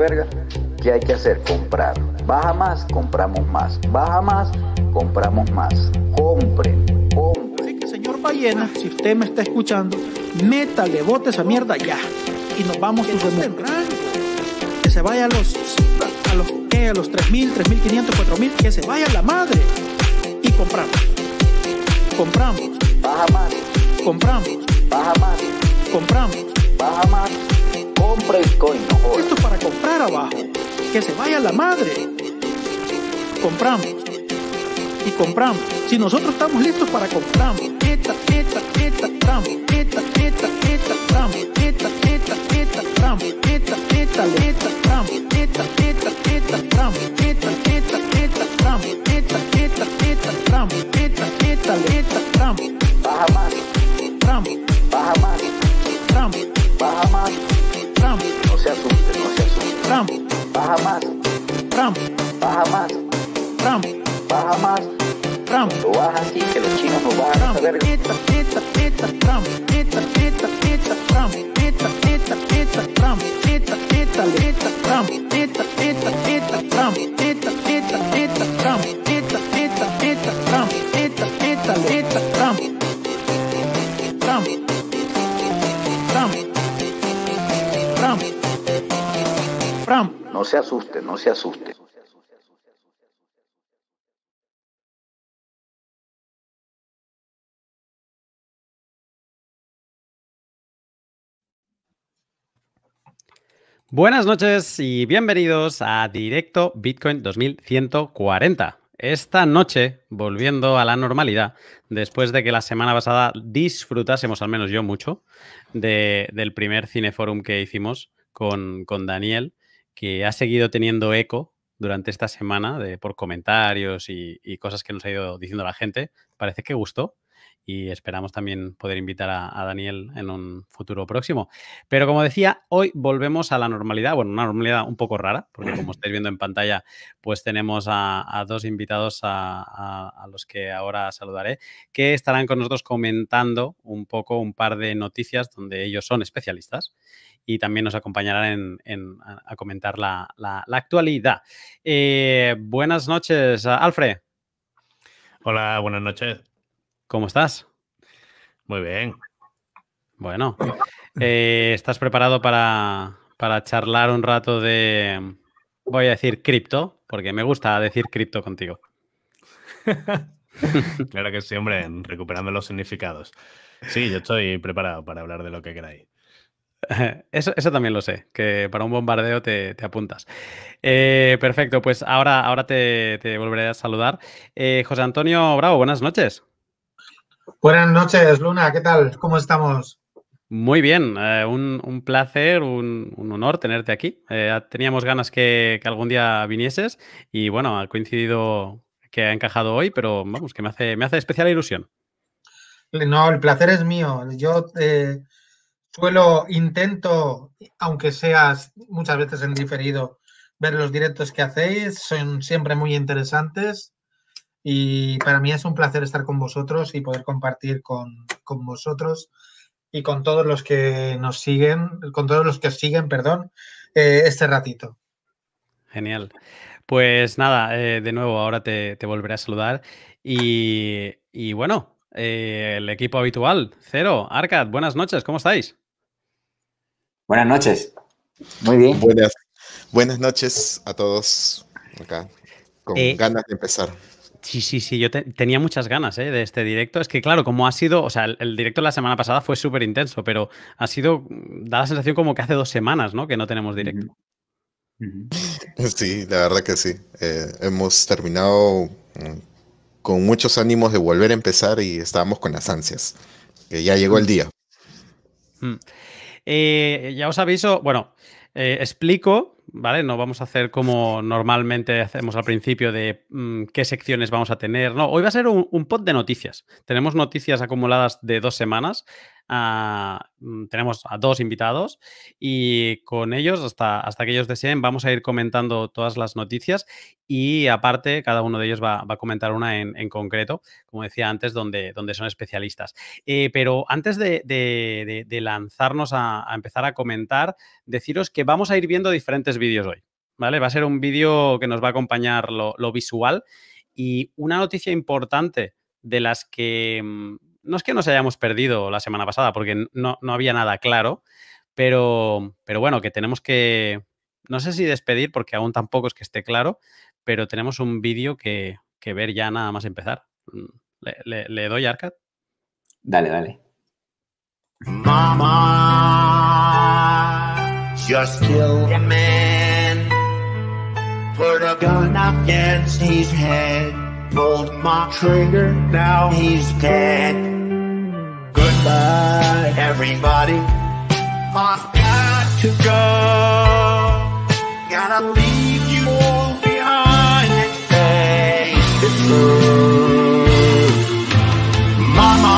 verga, ¿qué hay que hacer? Comprar. Baja más, compramos más. Baja más, compramos más. Compren, compren. Así que, señor Ballena, si usted me está escuchando, métale, bote esa mierda ya. Y nos vamos a su que se vaya a los 3.000, 3.500, 4.000, que se vaya a la madre. Y compramos. Compramos. Baja más. Compramos. Baja más. Compramos. Baja más. Compra el coin, no jodas. Esto es para comprar abajo. Que se vaya a la madre. Compramos. Y compramos. Si nosotros estamos listos para compramos. Tramo. Tramo. Tramo. Baja más. Tramo. Baja más. Tramo. Baja más. Tramo. No se asuste, no se asuste. Tramo. Baja más. Tramo. Baja más. Tramo. Baja más. Tramo. Lo baja así que los chinos nos bajan a verga. Tramo. No se asuste, no se asuste. Buenas noches y bienvenidos a Directo Bitcoin 2140. Esta noche, volviendo a la normalidad, después de que la semana pasada disfrutásemos, al menos yo mucho, del primer Cineforum que hicimos con Daniel, que ha seguido teniendo eco durante esta semana por comentarios y cosas que nos ha ido diciendo la gente. Parece que gustó. Y esperamos también poder invitar a Daniel en un futuro próximo. Pero como decía, hoy volvemos a la normalidad. Bueno, una normalidad un poco rara, porque como estáis viendo en pantalla, pues tenemos a dos invitados a los que ahora saludaré, que estarán con nosotros comentando un poco un par de noticias donde ellos son especialistas y también nos acompañarán a comentar la actualidad. Buenas noches, Alfred. Hola, buenas noches. ¿Cómo estás? Muy bien. Bueno, ¿estás preparado para charlar un rato de, voy a decir cripto? Porque me gusta decir cripto contigo. Claro que sí, hombre, recuperando los significados. Sí, yo estoy preparado para hablar de lo que queráis. Eso también lo sé, que para un bombardeo te apuntas. Perfecto, pues ahora te volveré a saludar. José Antonio Bravo, buenas noches. Buenas noches, Luna, ¿qué tal? ¿Cómo estamos? Muy bien, un placer, un honor tenerte aquí. Teníamos ganas que algún día vinieses y bueno, ha coincidido que ha encajado hoy, pero vamos, que me hace especial ilusión. No, el placer es mío. Yo intento, aunque seas muchas veces en diferido, ver los directos que hacéis, son siempre muy interesantes y para mí es un placer estar con vosotros y poder compartir con vosotros y con todos los que nos siguen, con todos los que os siguen, este ratito. Genial. Pues nada, de nuevo, ahora te volveré a saludar y bueno, el equipo habitual, Cero, Arcad, buenas noches, ¿cómo estáis? Buenas noches. Muy bien. Buenas noches a todos acá, con ganas de empezar. Sí, yo tenía muchas ganas de este directo. Es que claro, como ha sido, o sea, el directo de la semana pasada fue súper intenso, pero da la sensación como que hace 2 semanas, ¿no? Que no tenemos directo. Sí, la verdad que sí. Hemos terminado con muchos ánimos de volver a empezar y estábamos con las ansias. Que ya llegó el día. Ya os aviso, bueno, explico, ¿vale? No vamos a hacer como normalmente hacemos al principio de qué secciones vamos a tener. No, hoy va a ser un pod de noticias. Tenemos noticias acumuladas de 2 semanas. tenemos a 2 invitados y con ellos, hasta que ellos deseen, vamos a ir comentando todas las noticias y aparte cada uno de ellos va a comentar una en concreto, como decía antes, donde son especialistas. Pero antes de lanzarnos a empezar a comentar, deciros que vamos a ir viendo diferentes vídeos hoy, ¿vale? Va a ser un vídeo que nos va a acompañar lo visual y una noticia importante de las que no es que nos hayamos perdido la semana pasada porque no había nada claro, pero bueno, que tenemos que, no sé si despedir porque aún tampoco es que esté claro, pero tenemos un vídeo que ver ya nada más empezar. ¿Le doy, Arcad? Dale. Mama just killed a man, put a gun against his head, pulled my trigger, now he's dead. Goodbye, everybody, I've got to go, gotta leave you all behind and face the truth. Mama,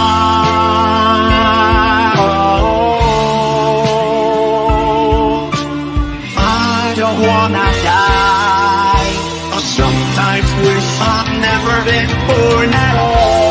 wanna die. I sometimes wish I'd never been born at all.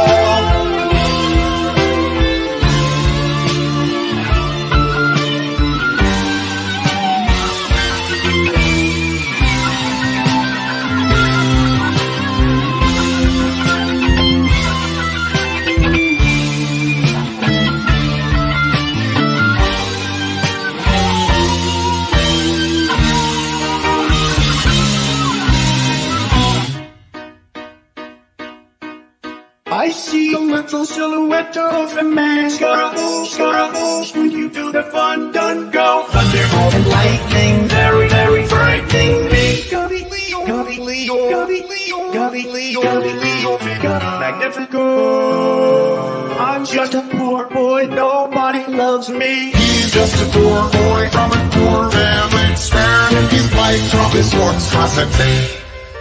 I see a little silhouette of a man. Scaramouche, when you do the fun, done go. Thunder and lightning, very, very frightening me. Magnifico. I'm just a poor boy, nobody loves me. He's just a poor boy from a poor family. Sparing his life from his monstrosity.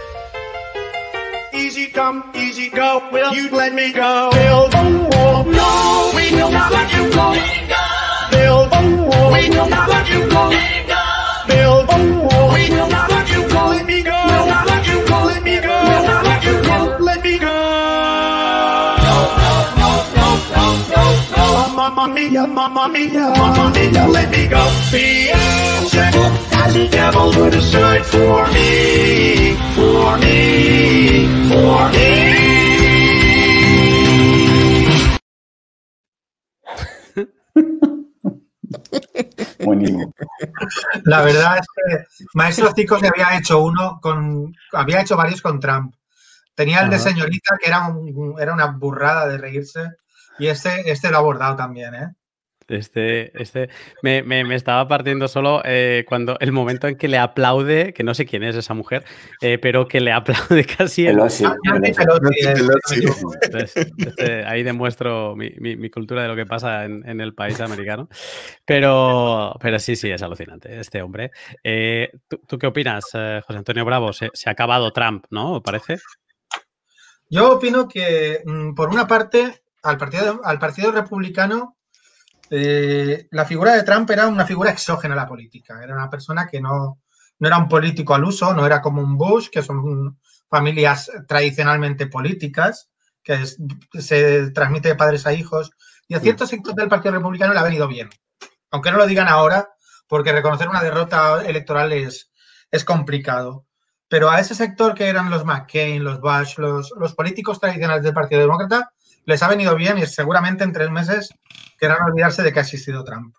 Easy come, easy go, will you let me go? Build a wall, no, we will not let you go. Build a wall, we will not let you go. Build a wall, we will not let you go. Let me go, will not let you go. Let me go, will not let you go. Let me go. No. Mamma mia, mamma mia, mamma mia, let me go. Beelzebub has the devil put aside for me, for me, for me. Buenísimo. La verdad es que Maestro Cico se había hecho había hecho varios con Trump. Tenía el de Señorita, que era una burrada de reírse, y este lo ha abordado también, ¿eh? Me estaba partiendo solo cuando el momento en que le aplaude, que no sé quién es esa mujer, pero que le aplaude casi ahí demuestro mi cultura de lo que pasa en el país americano. Pero sí, es alucinante este hombre. ¿Tú qué opinas, José Antonio Bravo? Se ha acabado Trump, ¿no? ¿Parece? Yo opino que, por una parte, al Partido Republicano, la figura de Trump era una figura exógena a la política. Era una persona que no era un político al uso, no era como un Bush, que son familias tradicionalmente políticas, que se transmite de padres a hijos. Y a cierto sector del Partido Republicano le ha venido bien. Aunque no lo digan ahora, porque reconocer una derrota electoral es complicado. Pero a ese sector que eran los McCain, los Bush, los políticos tradicionales del Partido Demócrata, les ha venido bien y seguramente en 3 meses querrán olvidarse de que ha existido Trump.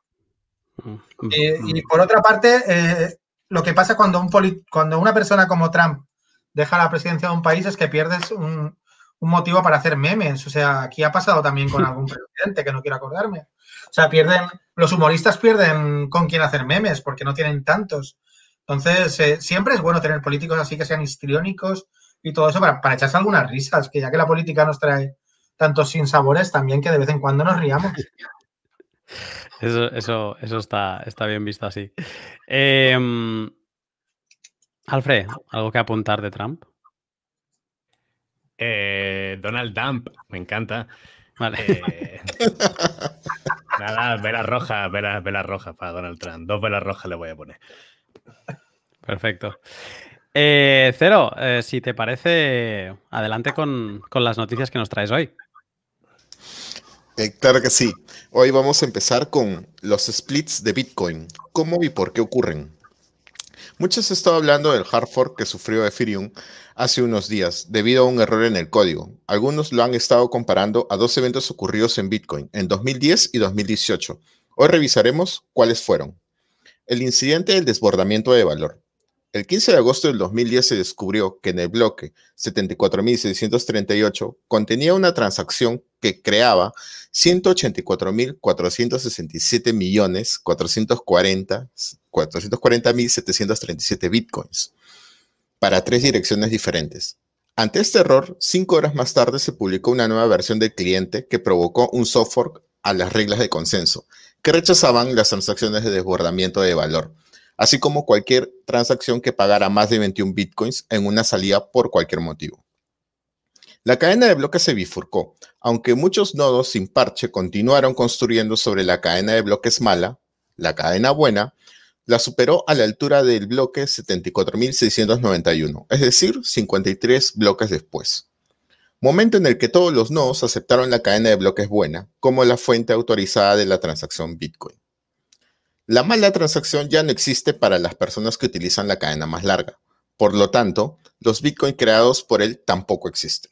Y por otra parte, lo que pasa cuando una persona como Trump deja la presidencia de un país es que pierdes un motivo para hacer memes. O sea, aquí ha pasado también con algún presidente que no quiero acordarme. O sea, los humoristas pierden con quién hacer memes porque no tienen tantos. Entonces, siempre es bueno tener políticos así que sean histriónicos y todo eso para echarse algunas risas, que ya que la política nos trae tantos sinsabores, también que de vez en cuando nos riamos. Eso está bien visto así. Alfred, ¿algo que apuntar de Trump? Donald Trump, me encanta. Vale. Nada, velas rojas para Donald Trump. 2 velas rojas le voy a poner. Perfecto. Cero, si te parece, adelante con las noticias que nos traes hoy. Claro que sí. Hoy vamos a empezar con los splits de Bitcoin. ¿Cómo y por qué ocurren? Muchos han estado hablando del hard fork que sufrió Ethereum hace unos días debido a un error en el código. Algunos lo han estado comparando a 2 eventos ocurridos en Bitcoin en 2010 y 2018. Hoy revisaremos cuáles fueron. El incidente del desbordamiento de valor. El 15 de agosto del 2010 se descubrió que en el bloque 74.638 contenía una transacción que creaba 184.467.737 bitcoins para 3 direcciones diferentes. Ante este error, 5 horas más tarde se publicó una nueva versión del cliente que provocó un soft fork a las reglas de consenso, que rechazaban las transacciones de desbordamiento de valor, así como cualquier transacción que pagara más de 21 bitcoins en una salida por cualquier motivo. La cadena de bloques se bifurcó, aunque muchos nodos sin parche continuaron construyendo sobre la cadena de bloques mala, la cadena buena la superó a la altura del bloque 74.691, es decir, 53 bloques después. Momento en el que todos los nodos aceptaron la cadena de bloques buena como la fuente autorizada de la transacción Bitcoin. La mala transacción ya no existe para las personas que utilizan la cadena más larga. Por lo tanto, los Bitcoin creados por él tampoco existen.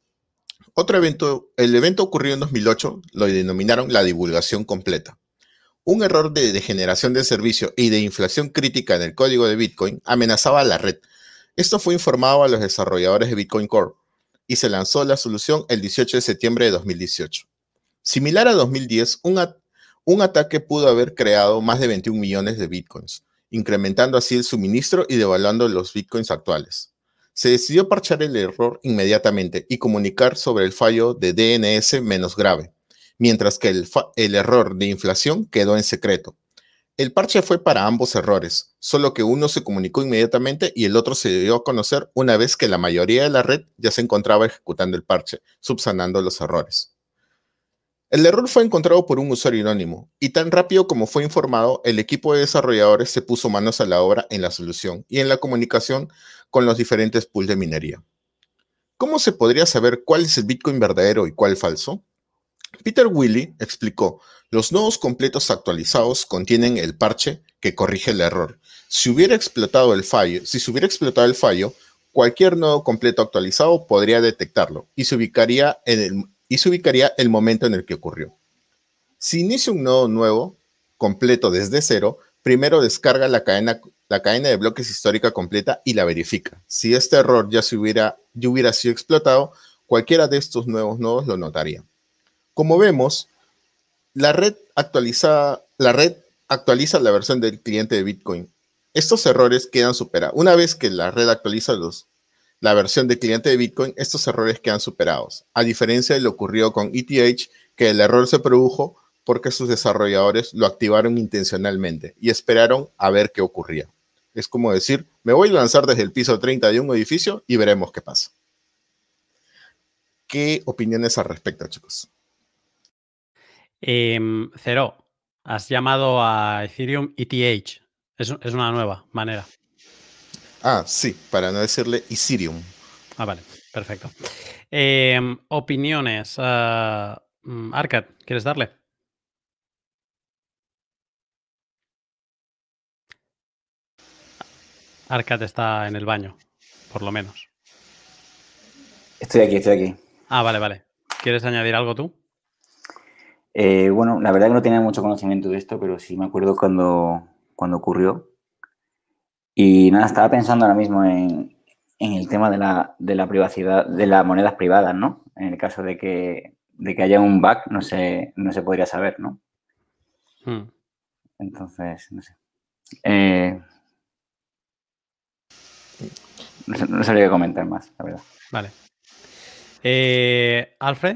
El evento ocurrió en 2008, lo denominaron la divulgación completa. Un error de degeneración del servicio y de inflación crítica en el código de Bitcoin amenazaba a la red. Esto fue informado a los desarrolladores de Bitcoin Core y se lanzó la solución el 18 de septiembre de 2018. Similar a 2010, un ataque pudo haber creado más de 21 millones de bitcoins, incrementando así el suministro y devaluando los bitcoins actuales. Se decidió parchar el error inmediatamente y comunicar sobre el fallo de DNS menos grave, mientras que el error de inflación quedó en secreto. El parche fue para ambos errores, solo que uno se comunicó inmediatamente y el otro se dio a conocer una vez que la mayoría de la red ya se encontraba ejecutando el parche, subsanando los errores. El error fue encontrado por un usuario anónimo, y tan rápido como fue informado, el equipo de desarrolladores se puso manos a la obra en la solución y en la comunicación con los diferentes pools de minería. ¿Cómo se podría saber cuál es el Bitcoin verdadero y cuál falso? Peter Willey explicó, los nodos completos actualizados contienen el parche que corrige el error. Si se hubiera explotado el fallo, cualquier nodo completo actualizado podría detectarlo y se ubicaría el momento en el que ocurrió. Si inicia un nodo nuevo, completo desde cero, primero descarga la cadena de bloques histórica completa y la verifica. Si este error ya hubiera sido explotado, cualquiera de estos nuevos nodos lo notaría. Como vemos, la red actualiza la versión del cliente de Bitcoin. Estos errores quedan superados. Una vez que la red actualiza la versión del cliente de Bitcoin, estos errores quedan superados, a diferencia de lo ocurrido con ETH, que el error se produjo porque sus desarrolladores lo activaron intencionalmente y esperaron a ver qué ocurría. Es como decir, me voy a lanzar desde el piso 30 de un edificio y veremos qué pasa. ¿Qué opiniones al respecto, chicos? Cero, has llamado a Ethereum ETH. Es una nueva manera. Ah, sí, para no decirle Ethereum. Ah, vale, perfecto. Opiniones. Arcad, ¿quieres darle? Arcad está en el baño, por lo menos. Estoy aquí. Ah, vale. ¿Quieres añadir algo tú? Bueno, la verdad que no tenía mucho conocimiento de esto, pero sí me acuerdo cuando ocurrió. Y nada, estaba pensando ahora mismo en el tema de la privacidad, de las monedas privadas, ¿no? En el caso de que haya un bug, no se podría saber, ¿no? Entonces, no sé. No sabría qué comentar más, la verdad. Vale. Alfred.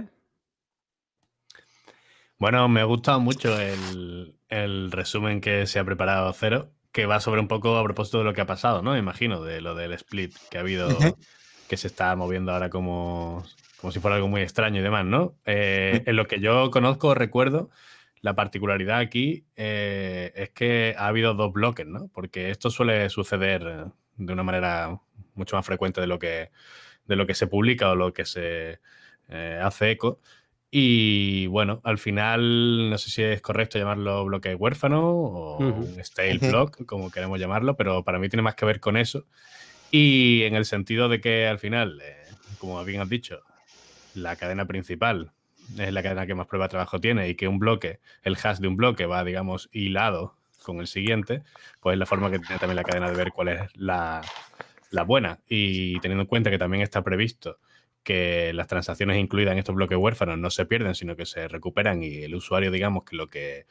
Bueno, me ha gustado mucho el resumen que se ha preparado Cero, que va sobre un poco a propósito de lo que ha pasado, ¿no? Me imagino, de lo del split que ha habido, que se está moviendo ahora como si fuera algo muy extraño y demás, ¿no? En lo que yo conozco, recuerdo, La particularidad aquí es que ha habido 2 bloques, ¿no? Porque esto suele suceder de una manera mucho más frecuente de lo que se publica o lo que se hace eco. Y bueno, al final no sé si es correcto llamarlo bloque huérfano o un stale block, como queremos llamarlo, pero para mí tiene más que ver con eso. Y en el sentido de que al final, como bien has dicho, la cadena principal es la cadena que más prueba de trabajo tiene y que un bloque, el hash de un bloque va, digamos, hilado con el siguiente, pues es la forma que tiene también la cadena de ver cuál es la buena. Y teniendo en cuenta que también está previsto que las transacciones incluidas en estos bloques huérfanos no se pierden, sino que se recuperan y el usuario, digamos, que lo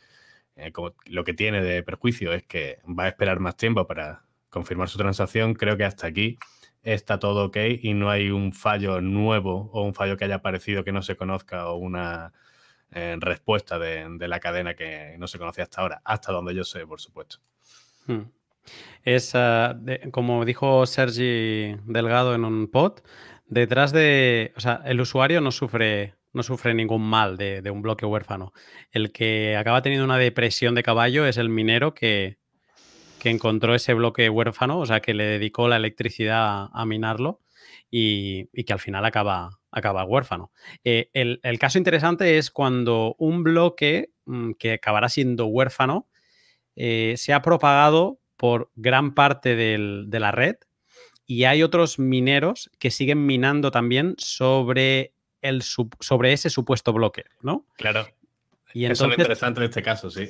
que tiene de perjuicio es que va a esperar más tiempo para confirmar su transacción, creo que hasta aquí está todo ok y no hay un fallo nuevo o un fallo que haya aparecido que no se conozca o una respuesta de la cadena que no se conocía hasta ahora, hasta donde yo sé, por supuesto. Es, como dijo Sergi Delgado en un pod, detrás de... O sea, el usuario no sufre ningún mal de un bloque huérfano. El que acaba teniendo una depresión de caballo es el minero que encontró ese bloque huérfano, o sea, que le dedicó la electricidad a minarlo y que al final acaba huérfano. El caso interesante es cuando un bloque que acabará siendo huérfano se ha propagado por gran parte de la red y hay otros mineros que siguen minando también sobre ese supuesto bloque, ¿no? Claro. Y eso es lo interesante en este caso, sí.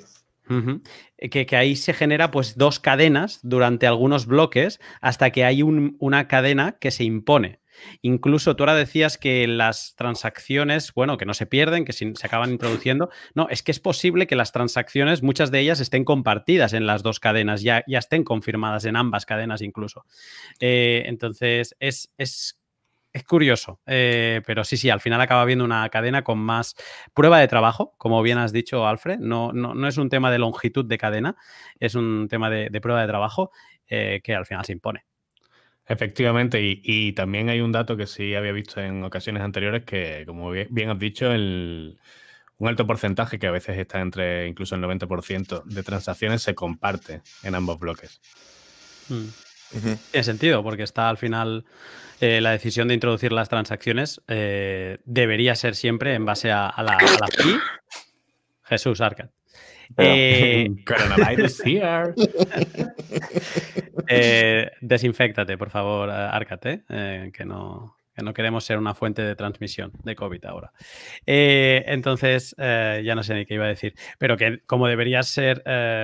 Que ahí se genera pues 2 cadenas durante algunos bloques hasta que hay una cadena que se impone. Incluso tú ahora decías que las transacciones, bueno, que no se pierden, que se acaban introduciendo. No, es que es posible que las transacciones, muchas de ellas estén compartidas en las 2 cadenas, ya estén confirmadas en ambas cadenas incluso. Entonces, es curioso, pero sí, al final acaba habiendo una cadena con más prueba de trabajo, como bien has dicho, Alfred. No es un tema de longitud de cadena, es un tema de prueba de trabajo que al final se impone. Efectivamente, y también hay un dato que sí había visto en ocasiones anteriores que, como bien has dicho, un alto porcentaje, que a veces está entre incluso el 90% de transacciones, se comparte en ambos bloques. Tiene sentido, porque está al final la decisión de introducir las transacciones debería ser siempre en base a la fee. Jesús, Arcad. Coronavirus here. Desinféctate, por favor, Arcad, que no queremos ser una fuente de transmisión de COVID ahora. Entonces, ya no sé ni qué iba a decir, pero que como debería ser...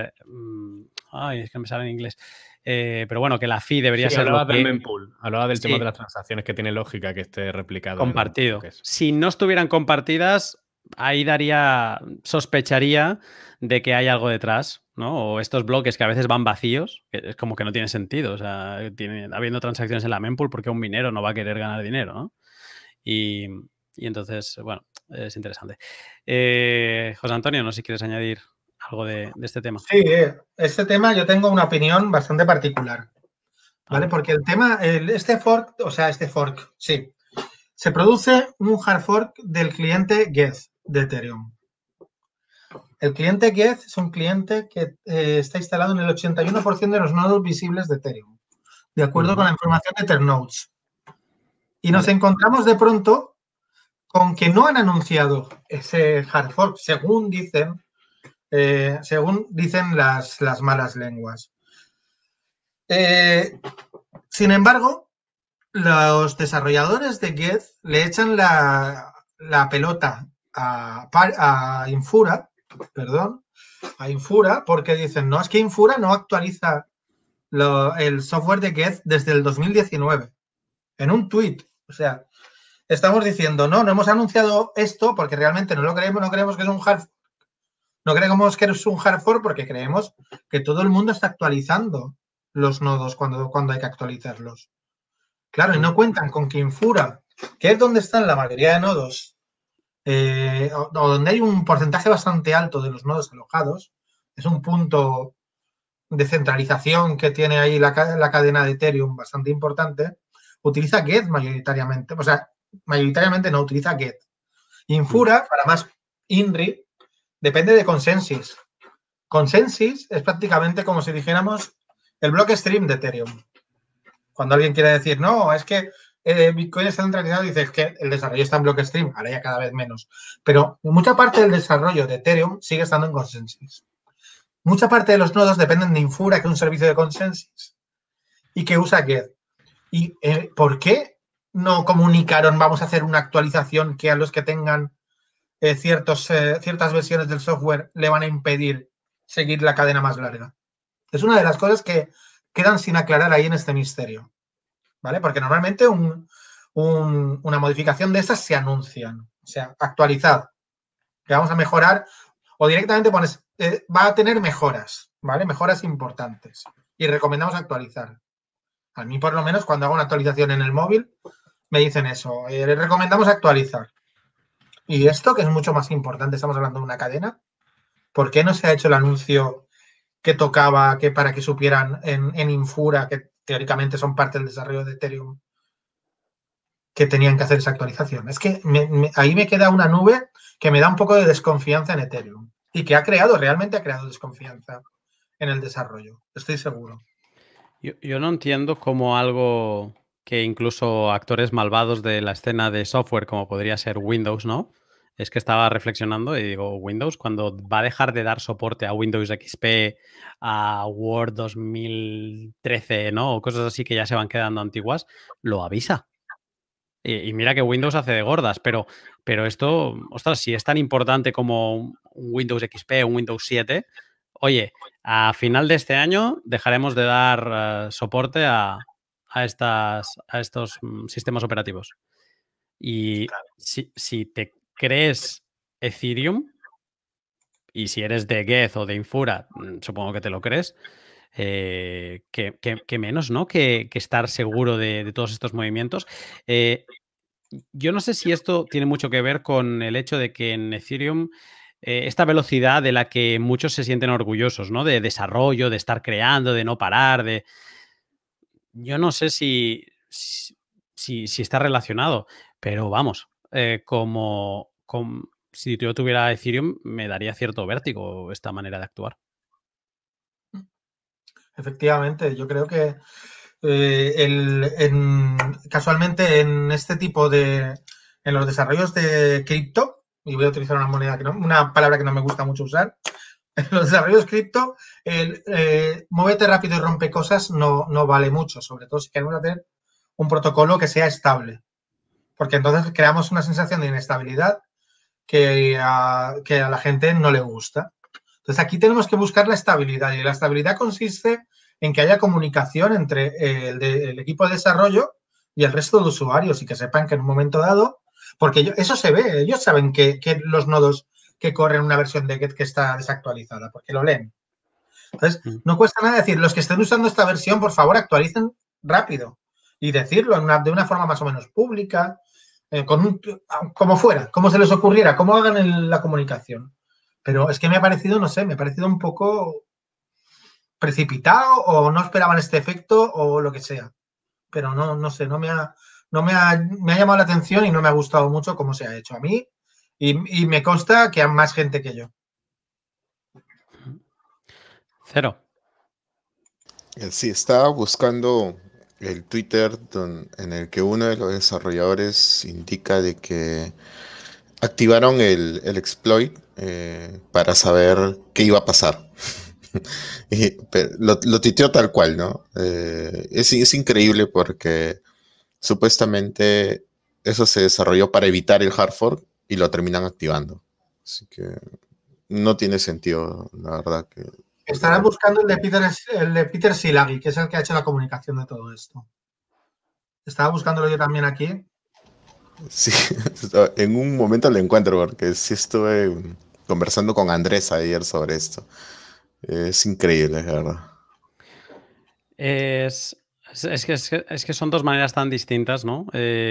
es que me sale en inglés. Pero bueno, que la fee debería ser... Hablaba del mempool, hablaba del tema de las transacciones que tiene lógica que esté replicado. Compartido. Si no estuvieran compartidas, ahí sospecharía de que hay algo detrás, ¿no? O estos bloques que a veces van vacíos, que es como que no tiene sentido. O sea, habiendo transacciones en la mempool, ¿por qué un minero no va a querer ganar dinero, ¿no? Y entonces, bueno, es interesante. José Antonio, no sé si quieres añadir algo de este tema. Sí, este tema yo tengo una opinión bastante particular, ¿vale? Porque el tema, este fork, sí, se produce un hard fork del cliente Geth de Ethereum. El cliente Geth es un cliente que está instalado en el 81% de los nodos visibles de Ethereum, de acuerdo con la información de Ethernodes. Y nos encontramos de pronto con que no han anunciado ese hard fork, según dicen las malas lenguas. Sin embargo, los desarrolladores de Geth le echan la pelota a Infura, porque dicen, no, es que Infura no actualiza el software de Geth desde el 2019, en un tuit. O sea, estamos diciendo, no hemos anunciado esto porque realmente no creemos que es un hard fork. No creemos que es un hard fork porque creemos que todo el mundo está actualizando los nodos cuando hay que actualizarlos. Claro, y no cuentan con que Infura, que es donde están la mayoría de nodos, o donde hay un porcentaje bastante alto de los nodos alojados, es un punto de centralización que tiene ahí la cadena de Ethereum bastante importante, utiliza Geth mayoritariamente. O sea, mayoritariamente no utiliza Geth. Infura, para más INRI, depende de Consensus. Consensus es prácticamente como si dijéramos el blockstream de Ethereum. Cuando alguien quiere decir, no, es que Bitcoin está centralizado, dices que el desarrollo está en blockstream, ahora ya cada vez menos. Pero mucha parte del desarrollo de Ethereum sigue estando en Consensus. Mucha parte de los nodos dependen de Infura, que es un servicio de Consensus, y que usa Get. ¿Y por qué no comunicaron, vamos a hacer una actualización que a los que tengan ciertas versiones del software le van a impedir seguir la cadena más larga? Es una de las cosas que quedan sin aclarar ahí en este misterio, ¿vale? Porque normalmente una modificación de esas se anuncian, o sea, actualizad, que vamos a mejorar, o directamente pones, va a tener mejoras, ¿vale? Mejoras importantes, y recomendamos actualizar. A mí, por lo menos, cuando hago una actualización en el móvil, me dicen eso, le recomendamos actualizar. Y esto, que es mucho más importante, estamos hablando de una cadena, ¿por qué no se ha hecho el anuncio que tocaba que para que supieran en Infura, que teóricamente son parte del desarrollo de Ethereum, que tenían que hacer esa actualización? Es que ahí me queda una nube que me da un poco de desconfianza en Ethereum y que realmente ha creado desconfianza en el desarrollo, estoy seguro. Yo no entiendo cómo algo que incluso actores malvados de la escena de software, como podría ser Windows, ¿no? Es que estaba reflexionando y digo, Windows, cuando va a dejar de dar soporte a Windows XP, a Word 2013, ¿no? O cosas así que ya se van quedando antiguas, lo avisa. Y mira que Windows hace de gordas, pero esto, ostras, si es tan importante como un Windows XP, un Windows 7, oye, a final de este año dejaremos de dar soporte a estos sistemas operativos. Y si te crees Ethereum, y si eres de Geth o de Infura, supongo que te lo crees, que menos, ¿no? Que estar seguro de todos estos movimientos. Yo no sé si esto tiene mucho que ver con el hecho de que en Ethereum esta velocidad de la que muchos se sienten orgullosos, ¿no? De desarrollo, de estar creando, de no parar, de... Yo no sé si está relacionado, pero vamos, si yo tuviera Ethereum me daría cierto vértigo esta manera de actuar. Efectivamente, yo creo que casualmente en este tipo en los desarrollos de cripto, y voy a utilizar una palabra que no me gusta mucho usar, en los desarrollos cripto, muévete rápido y rompe cosas no vale mucho, sobre todo si queremos hacer un protocolo que sea estable, porque entonces creamos una sensación de inestabilidad que a la gente no le gusta. Entonces aquí tenemos que buscar la estabilidad, y la estabilidad consiste en que haya comunicación entre el equipo de desarrollo y el resto de usuarios, y que sepan que en un momento dado, porque eso se ve, ellos saben que los nodos que corren una versión de Get que está desactualizada, porque lo leen. Entonces, no cuesta nada decir, los que estén usando esta versión, por favor, actualicen rápido, y decirlo de una forma más o menos pública, como fuera, como se les ocurriera, como hagan la comunicación. Pero es que me ha parecido, no sé, me ha parecido un poco precipitado, o no esperaban este efecto, o lo que sea. Pero no sé, me ha llamado la atención y no me ha gustado mucho cómo se ha hecho a mí, y me consta que hay más gente que yo. Cero. Sí, estaba buscando el Twitter en el que uno de los desarrolladores indica de que activaron el exploit para saber qué iba a pasar. Pero lo tuiteó tal cual, ¿no? Es increíble porque supuestamente eso se desarrolló para evitar el hard fork y lo terminan activando. Así que no tiene sentido, la verdad. Estarás buscando el de Peter Szilagyi, que es el que ha hecho la comunicación de todo esto. Estaba buscándolo yo también aquí. Sí, en un momento lo encuentro porque sí estuve conversando con Andrés ayer sobre esto. Es increíble, la verdad. Es que son dos maneras tan distintas, ¿no?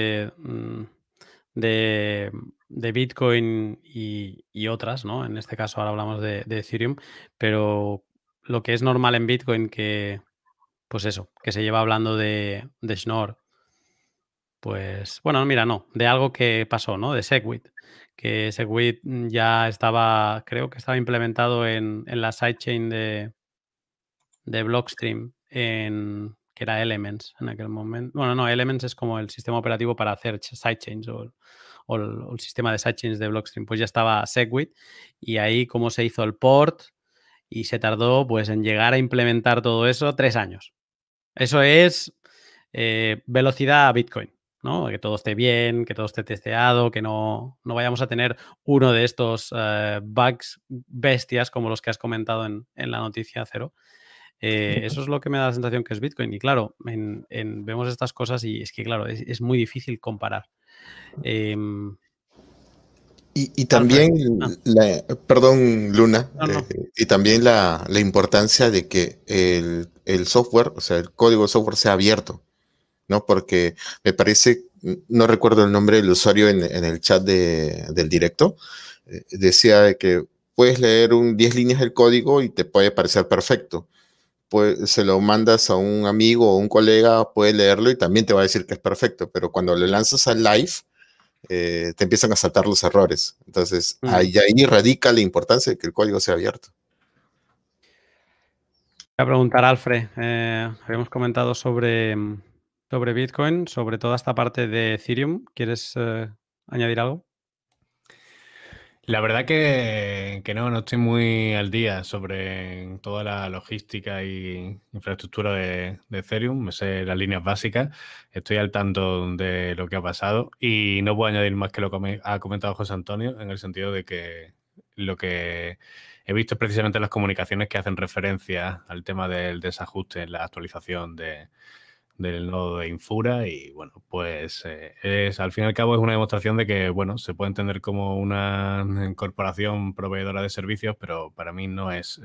De Bitcoin y otras, ¿no? En este caso ahora hablamos de Ethereum, pero lo que es normal en Bitcoin, que pues eso, que se lleva hablando de Schnorr Pues, bueno, mira, no, de algo que pasó, ¿no? De Segwit, que Segwit ya estaba, creo que estaba implementado en la sidechain de Blockstream, que era Elements en aquel momento. Bueno, no, Elements es como el sistema operativo para hacer sidechains o el sistema de sidechains de Blockstream. Pues ya estaba Segwit y ahí como se hizo el port y se tardó pues en llegar a implementar todo eso 3 años. Eso es velocidad a Bitcoin, ¿no? Que todo esté bien, que todo esté testeado, que no vayamos a tener uno de estos bugs bestias como los que has comentado en la noticia cero. Eso es lo que me da la sensación que es Bitcoin. Y claro, vemos estas cosas y es que, claro, es muy difícil comparar. Y también, perdón, Luna, No. y también la importancia de que el software, o sea, el código de software sea abierto, ¿no? Porque me parece, no recuerdo el nombre del usuario en el chat del directo, decía de que puedes leer 10 líneas del código y te puede parecer perfecto. Pues se lo mandas a un amigo o un colega, puede leerlo y también te va a decir que es perfecto, pero cuando lo lanzas al live, te empiezan a saltar los errores. Entonces, ahí radica la importancia de que el código sea abierto. Voy a preguntar a Alfred. Habíamos comentado sobre Bitcoin, sobre toda esta parte de Ethereum. ¿Quieres añadir algo? La verdad que no estoy muy al día sobre toda la logística y infraestructura de Ethereum. Me sé las líneas básicas, estoy al tanto de lo que ha pasado y no puedo añadir más que lo que ha comentado José Antonio, en el sentido de que lo que he visto es precisamente las comunicaciones que hacen referencia al tema del desajuste en la actualización del nodo de Infura y bueno, pues al fin y al cabo es una demostración de que, bueno, se puede entender como una corporación proveedora de servicios, pero para mí no es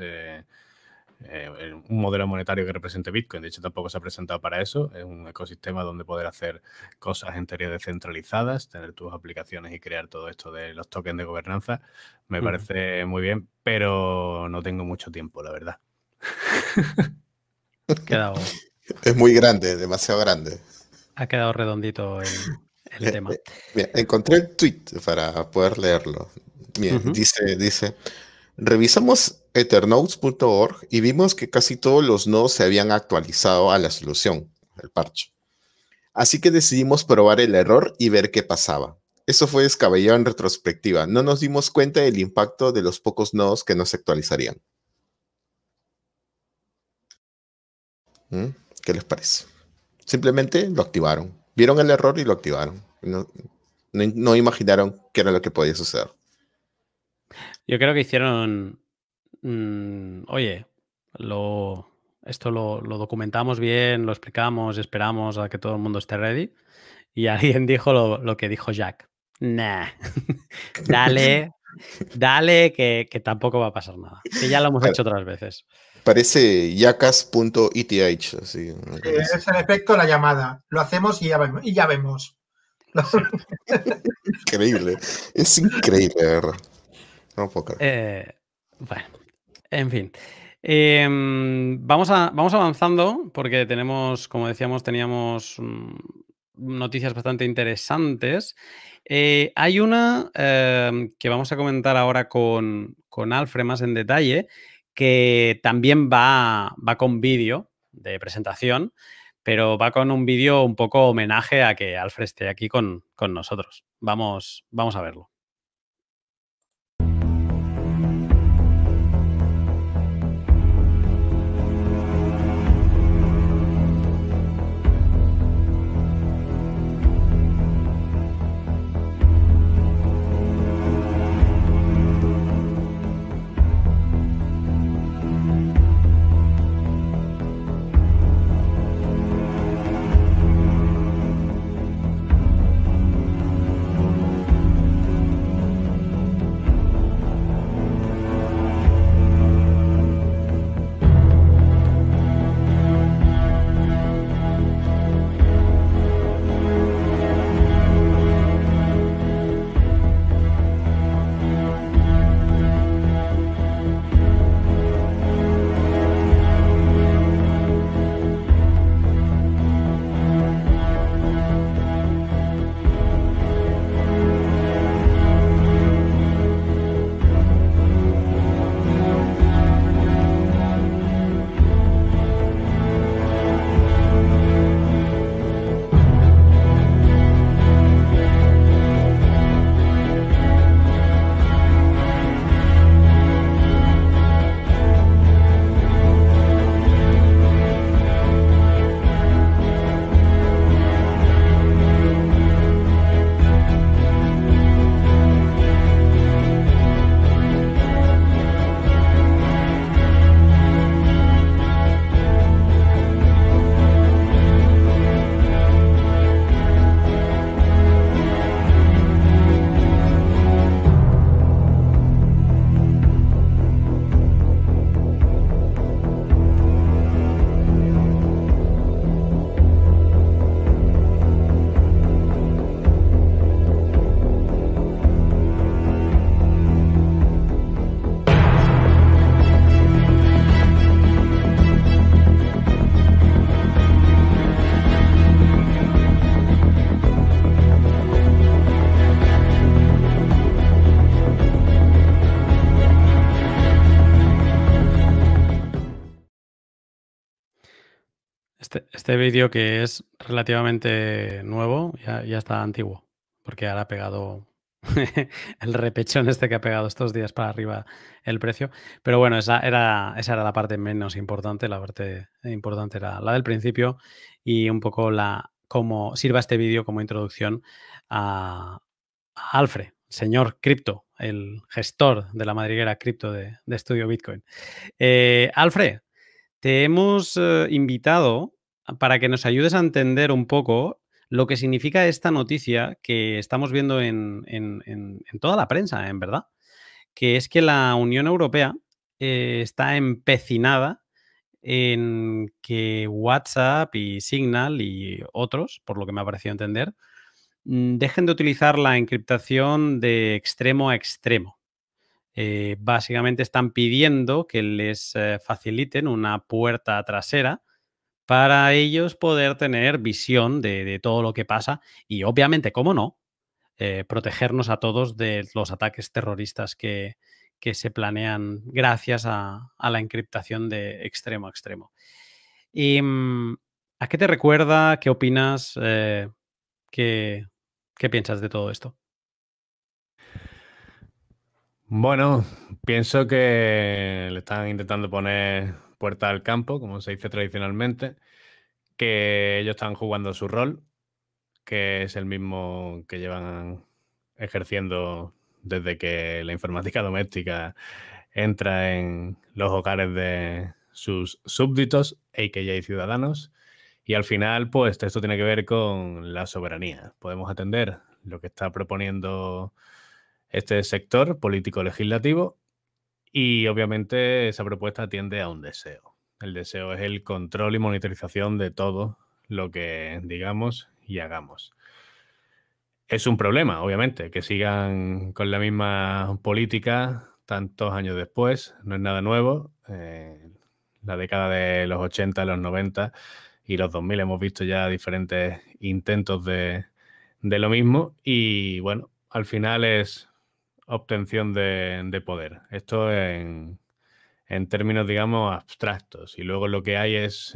un modelo monetario que represente Bitcoin. De hecho, tampoco se ha presentado para eso. Es un ecosistema donde poder hacer cosas en teoría descentralizadas, tener tus aplicaciones y crear todo esto de los tokens de gobernanza. Me parece muy bien, pero no tengo mucho tiempo, la verdad. Quedado... Es muy grande, demasiado grande. Ha quedado redondito el tema. Mira, encontré el tweet para poder leerlo. Mira, dice, revisamos ethernodes.org y vimos que casi todos los nodos se habían actualizado a la solución, el parche. Así que decidimos probar el error y ver qué pasaba. Eso fue descabellado en retrospectiva. No nos dimos cuenta del impacto de los pocos nodos que no se actualizarían. ¿Qué les parece? Simplemente lo activaron. Vieron el error y lo activaron. No imaginaron qué era lo que podía suceder. Yo creo que hicieron... oye, esto lo documentamos bien, lo explicamos, esperamos a que todo el mundo esté ready. Y alguien dijo lo que dijo Jack. Nah, dale, que tampoco va a pasar nada. Que ya lo hemos hecho otras veces. Parece yacas.eth. Así, es el efecto de la llamada. Lo hacemos y ya vemos. Increíble. Es increíble, de verdad. No puedo creer. Bueno, en fin. Vamos avanzando porque tenemos, como decíamos, teníamos noticias bastante interesantes. Hay una que vamos a comentar ahora con Alfred más en detalle, que también va con vídeo de presentación, pero va con un vídeo un poco homenaje a que Alfred esté aquí con nosotros. Vamos a verlo. Este vídeo, que es relativamente nuevo, ya está antiguo, porque ahora ha pegado el repechón este que ha pegado estos días para arriba el precio. Pero bueno, esa era la parte menos importante. La parte importante era la del principio y un poco cómo sirva este vídeo como introducción a Alfred, señor cripto, el gestor de la madriguera cripto de Estudio Bitcoin. Alfred, te hemos invitado para que nos ayudes a entender un poco lo que significa esta noticia que estamos viendo en toda la prensa, en verdad, que es que la Unión Europea está empecinada en que WhatsApp y Signal y otros, por lo que me ha parecido entender, dejen de utilizar la encriptación de extremo a extremo. Básicamente están pidiendo que les faciliten una puerta trasera para ellos poder tener visión de todo lo que pasa y, obviamente, cómo no, protegernos a todos de los ataques terroristas que se planean gracias a la encriptación de extremo a extremo. Y, ¿a qué te recuerda? ¿Qué opinas? ¿Qué piensas de todo esto? Bueno, pienso que le están intentando poner puerta al campo, como se dice tradicionalmente, que ellos están jugando su rol, que es el mismo que llevan ejerciendo desde que la informática doméstica entra en los hogares de sus súbditos, a.k.a. ciudadanos, y al final, pues, esto tiene que ver con la soberanía. Podemos atender lo que está proponiendo este sector político-legislativo y, obviamente, esa propuesta atiende a un deseo. El deseo es el control y monitorización de todo lo que digamos y hagamos. Es un problema, obviamente, que sigan con la misma política tantos años después. No es nada nuevo. La década de los 80, los 90 y los 2000 hemos visto ya diferentes intentos de lo mismo y, bueno, al final es obtención de poder. Esto en términos, digamos, abstractos. Y luego lo que hay es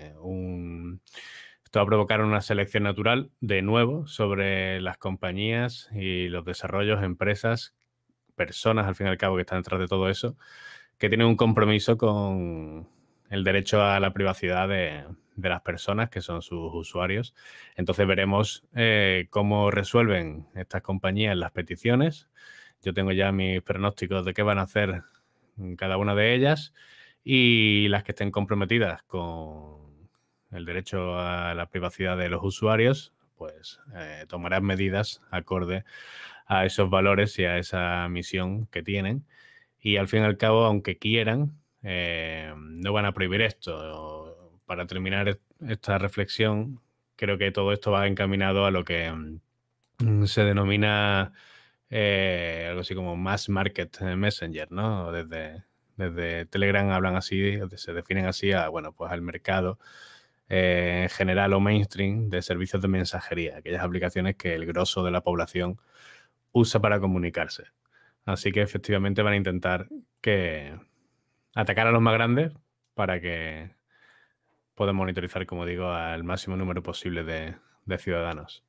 esto va a provocar una selección natural, de nuevo, sobre las compañías y los desarrollos, empresas, personas, al fin y al cabo, que están detrás de todo eso, que tienen un compromiso con el derecho a la privacidad de las personas, que son sus usuarios. Entonces veremos cómo resuelven estas compañías las peticiones. Yo tengo ya mis pronósticos de qué van a hacer cada una de ellas, y las que estén comprometidas con el derecho a la privacidad de los usuarios, pues tomarán medidas acorde a esos valores y a esa misión que tienen. Y al fin y al cabo, aunque quieran, no van a prohibir esto. Para terminar esta reflexión, creo que todo esto va encaminado a lo que se denomina algo así como Mass Market Messenger, ¿no? Desde Telegram hablan así, se definen así bueno, pues al mercado general o mainstream de servicios de mensajería, aquellas aplicaciones que el grosso de la población usa para comunicarse. Así que efectivamente van a intentar atacar a los más grandes para que puedan monitorizar, como digo, al máximo número posible de ciudadanos.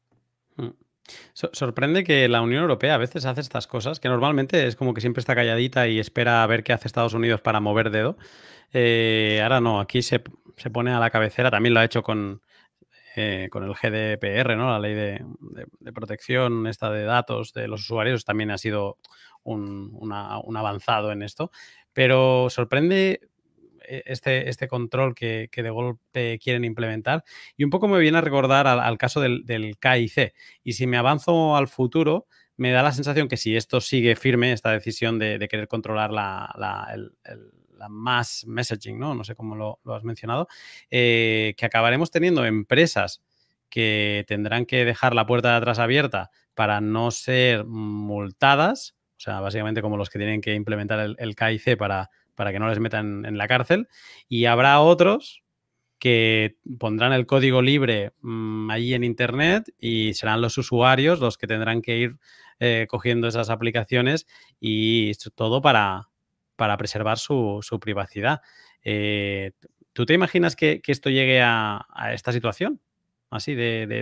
Sorprende que la Unión Europea a veces hace estas cosas, que normalmente es como que siempre está calladita y espera a ver qué hace Estados Unidos para mover dedo. Ahora no, aquí se pone a la cabecera, también lo ha hecho con el GDPR, ¿no? La ley de protección esta de datos de los usuarios, también ha sido un avanzado en esto. Pero sorprende este control que de golpe quieren implementar, y un poco me viene a recordar al caso del KIC. Y si me avanzo al futuro, me da la sensación que si esto sigue firme, esta decisión de querer controlar la mass messaging, no sé cómo lo has mencionado, que acabaremos teniendo empresas que tendrán que dejar la puerta de atrás abierta para no ser multadas, o sea, básicamente como los que tienen que implementar el KIC para que no les metan en la cárcel, y habrá otros que pondrán el código libre allí en Internet y serán los usuarios los que tendrán que ir cogiendo esas aplicaciones, y todo para preservar su privacidad. ¿Tú te imaginas que esto llegue a esta situación? Así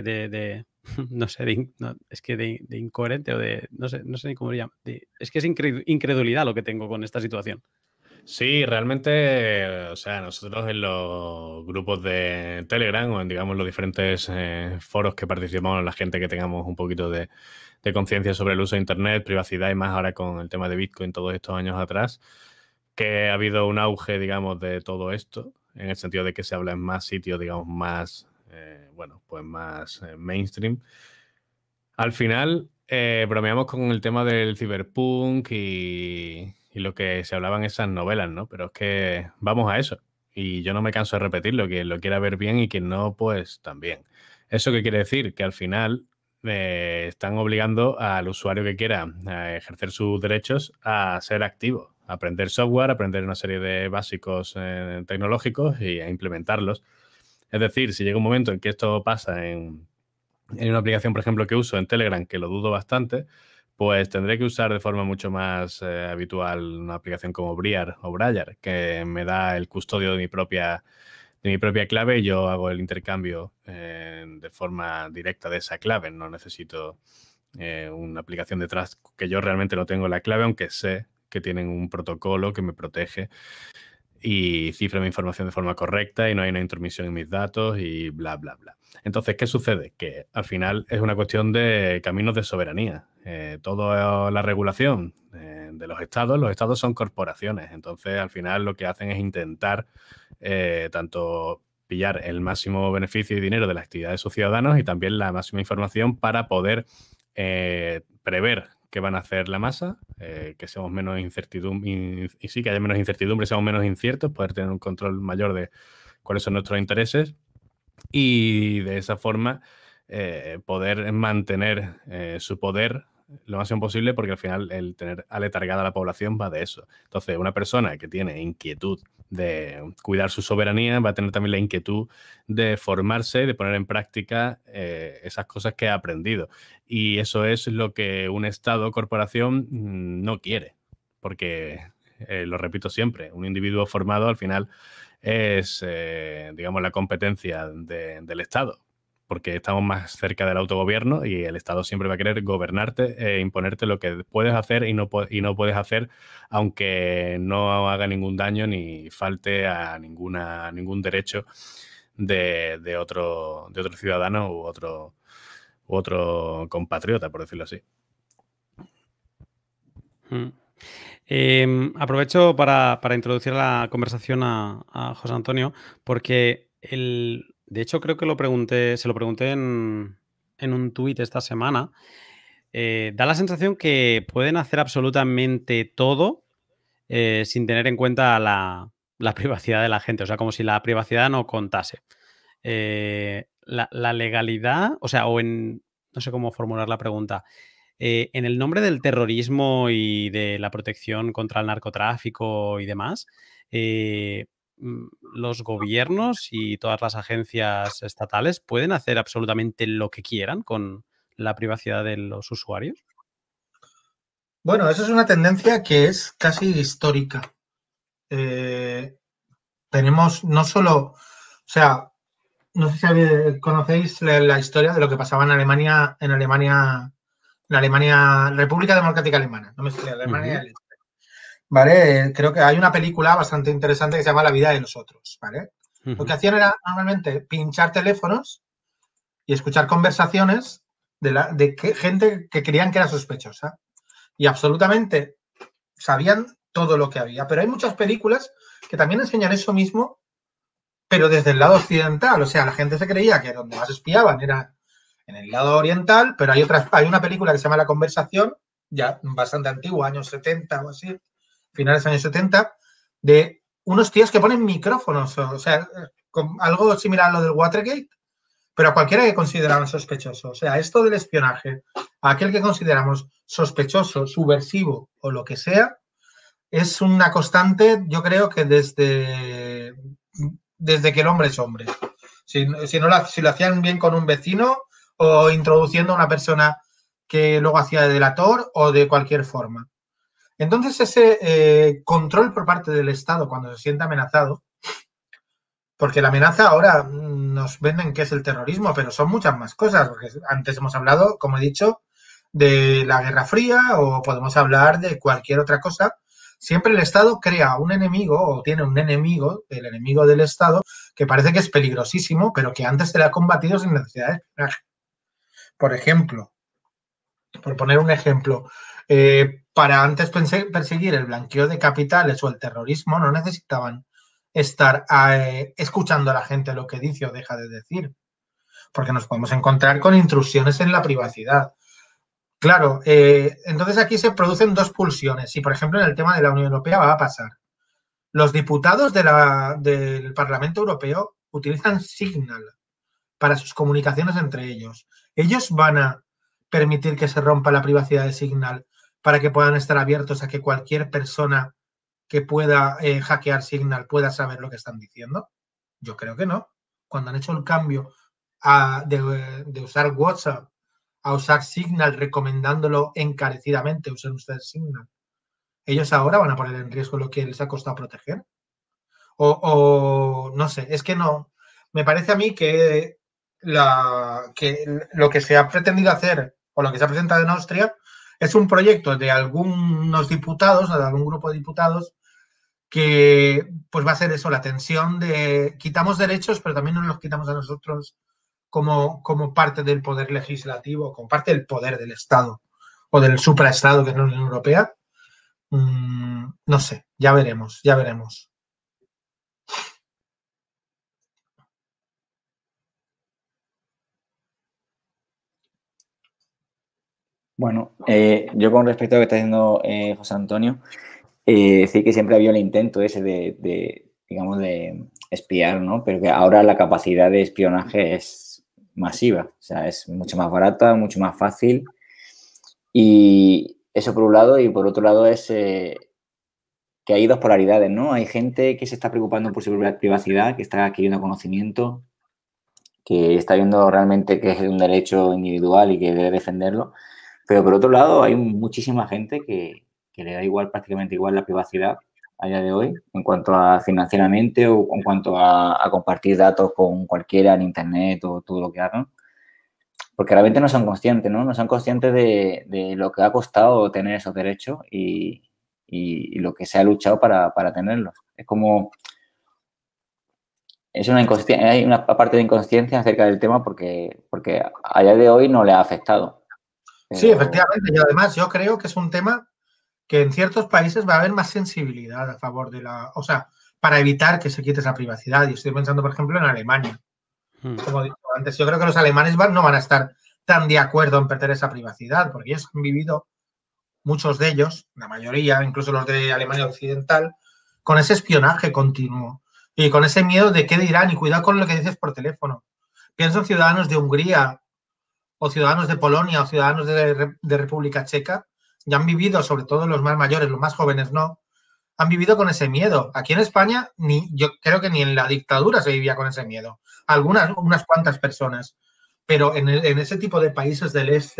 no sé, es que de incoherente o no sé ni cómo lo llamo. Es que es incredulidad lo que tengo con esta situación. Sí, realmente, o sea, nosotros en los grupos de Telegram o en, digamos, los diferentes foros que participamos, la gente que tengamos un poquito de conciencia sobre el uso de Internet, privacidad y más ahora con el tema de Bitcoin todos estos años atrás, que ha habido un auge, digamos, de todo esto, en el sentido de que se habla en más sitios, digamos, más, pues más mainstream. Al final, bromeamos con el tema del cyberpunk y lo que se hablaba en esas novelas, ¿no? Pero es que vamos a eso. Y yo no me canso de repetirlo. Quien lo quiera ver bien y quien no, pues también. ¿Eso qué quiere decir? Que al final están obligando al usuario que quiera ejercer sus derechos a ser activo, a aprender software, a aprender una serie de básicos tecnológicos y a implementarlos. Es decir, si llega un momento en que esto pasa en una aplicación, por ejemplo, que uso en Telegram, que lo dudo bastante, pues tendré que usar de forma mucho más habitual una aplicación como Briar o Brayar, que me da el custodio de mi propia clave y yo hago el intercambio de forma directa de esa clave. No necesito una aplicación detrás que yo realmente no tengo la clave, aunque sé que tienen un protocolo que me protege y cifra mi información de forma correcta y no hay una intromisión en mis datos y bla, bla, bla. Entonces, ¿qué sucede? Que al final es una cuestión de caminos de soberanía. Toda la regulación de los estados son corporaciones. Entonces, al final lo que hacen es intentar tanto pillar el máximo beneficio y dinero de la actividad de sus ciudadanos y también la máxima información para poder prever qué van a hacer la masa, que seamos menos incertidumbre y sí, que haya menos incertidumbre, seamos menos inciertos, poder tener un control mayor de cuáles son nuestros intereses y de esa forma poder mantener su poder lo máximo posible, porque al final el tener aletargada a la población va de eso. Entonces, una persona que tiene inquietud de cuidar su soberanía va a tener también la inquietud de formarse, de poner en práctica esas cosas que ha aprendido. Y eso es lo que un Estado o corporación no quiere, porque, lo repito siempre, un individuo formado al final es, digamos, la competencia del Estado, porque estamos más cerca del autogobierno y el Estado siempre va a querer gobernarte e imponerte lo que puedes hacer y no puedes hacer, aunque no haga ningún daño ni falte a ningún derecho de otro ciudadano u otro compatriota, por decirlo así. Aprovecho para introducir la conversación a José Antonio, porque de hecho creo que se lo pregunté en un tuit esta semana. Da la sensación que pueden hacer absolutamente todo sin tener en cuenta la privacidad de la gente, o sea, como si la privacidad no contase. La legalidad, o sea, no sé cómo formular la pregunta. En el nombre del terrorismo y de la protección contra el narcotráfico y demás, los gobiernos y todas las agencias estatales pueden hacer absolutamente lo que quieran con la privacidad de los usuarios. Bueno, eso es una tendencia que es casi histórica. Tenemos no solo, o sea, no sé si conocéis la historia de lo que pasaba en Alemania, República Democrática Alemana, no me estoy Alemania del Este. ¿Vale? Creo que hay una película bastante interesante que se llama La vida de los otros, ¿vale? Lo que hacían era normalmente pinchar teléfonos y escuchar conversaciones de gente que creían que era sospechosa. Y absolutamente sabían todo lo que había. Pero hay muchas películas que también enseñan eso mismo, pero desde el lado occidental. O sea, la gente se creía que donde más espiaban era en el lado oriental, pero hay una película que se llama La Conversación, ya bastante antigua, años 70 o así, finales de años 70, de unos tíos que ponen micrófonos, o sea, algo similar a lo del Watergate, pero a cualquiera que consideraban sospechoso. O sea, esto del espionaje, a aquel que consideramos sospechoso, subversivo o lo que sea, es una constante, yo creo que desde que el hombre es hombre. Si lo hacían bien con un vecino o introduciendo a una persona que luego hacía de delator o de cualquier forma. Entonces, ese control por parte del Estado cuando se siente amenazado Porque la amenaza ahora nos venden que es el terrorismo, pero son muchas más cosas. Porque antes hemos hablado, como he dicho, de la Guerra Fría o podemos hablar de cualquier otra cosa. Siempre el Estado crea un enemigo o tiene un enemigo, el enemigo del Estado, que parece que es peligrosísimo, pero que antes se le ha combatido sin necesidad de espionaje. Por ejemplo, por poner un ejemplo, para antes perseguir el blanqueo de capitales o el terrorismo no necesitaban estar escuchando a la gente lo que dice o deja de decir, porque nos podemos encontrar con intrusiones en la privacidad. Claro, entonces aquí se producen dos pulsiones y, por ejemplo, en el tema de la Unión Europea va a pasar. Los diputados del Parlamento Europeo utilizan Signal para sus comunicaciones entre ellos. Ellos van a permitir que se rompa la privacidad de Signal para que puedan estar abiertos a que cualquier persona que pueda hackear Signal pueda saber lo que están diciendo. Yo creo que no. Cuando han hecho el cambio de usar WhatsApp a usar Signal, recomendándolo encarecidamente, usen ustedes Signal, ellos ahora van a poner en riesgo lo que les ha costado proteger. O no sé, es que no. Me parece a mí que lo que se ha pretendido hacer o lo que se ha presentado en Austria es un proyecto de algunos diputados, o de algún grupo de diputados, que pues va a ser eso, la tensión de quitamos derechos, pero también nos los quitamos a nosotros como parte del poder legislativo, como parte del poder del Estado o del supraestado que es la Unión Europea. No sé, ya veremos, ya veremos. Bueno, yo con respecto a lo que está diciendo José Antonio, decir que siempre había el intento ese digamos, de espiar, ¿no? Pero que ahora la capacidad de espionaje es masiva, o sea, es mucho más barata, mucho más fácil. Y eso por un lado, y por otro lado es que hay dos polaridades, ¿no? Hay gente que se está preocupando por su privacidad, que está adquiriendo conocimiento, que está viendo realmente que es un derecho individual y que debe defenderlo. Pero por otro lado, hay muchísima gente que le da igual, prácticamente igual la privacidad a día de hoy, en cuanto a financieramente o en cuanto a compartir datos con cualquiera en Internet o todo lo que hagan. Porque realmente no son conscientes, ¿no? No son conscientes de lo que ha costado tener esos derechos y lo que se ha luchado para tenerlos. Es como... hay una parte de inconsciencia acerca del tema porque a día de hoy no le ha afectado. Pero... Sí, efectivamente. Y además yo creo que es un tema que en ciertos países va a haber más sensibilidad a favor de o sea, para evitar que se quite esa privacidad. Y estoy pensando, por ejemplo, en Alemania. Como digo antes, yo creo que los alemanes no van a estar tan de acuerdo en perder esa privacidad, porque ellos han vivido, muchos de ellos, la mayoría, incluso los de Alemania Occidental, con ese espionaje continuo y con ese miedo de qué dirán y cuidado con lo que dices por teléfono. Pienso en ciudadanos de Hungría o ciudadanos de Polonia o ciudadanos de República Checa, ya han vivido, sobre todo los más mayores, los más jóvenes no, han vivido con ese miedo. Aquí en España, yo creo que ni en la dictadura se vivía con ese miedo. Unas cuantas personas. Pero en ese tipo de países del este,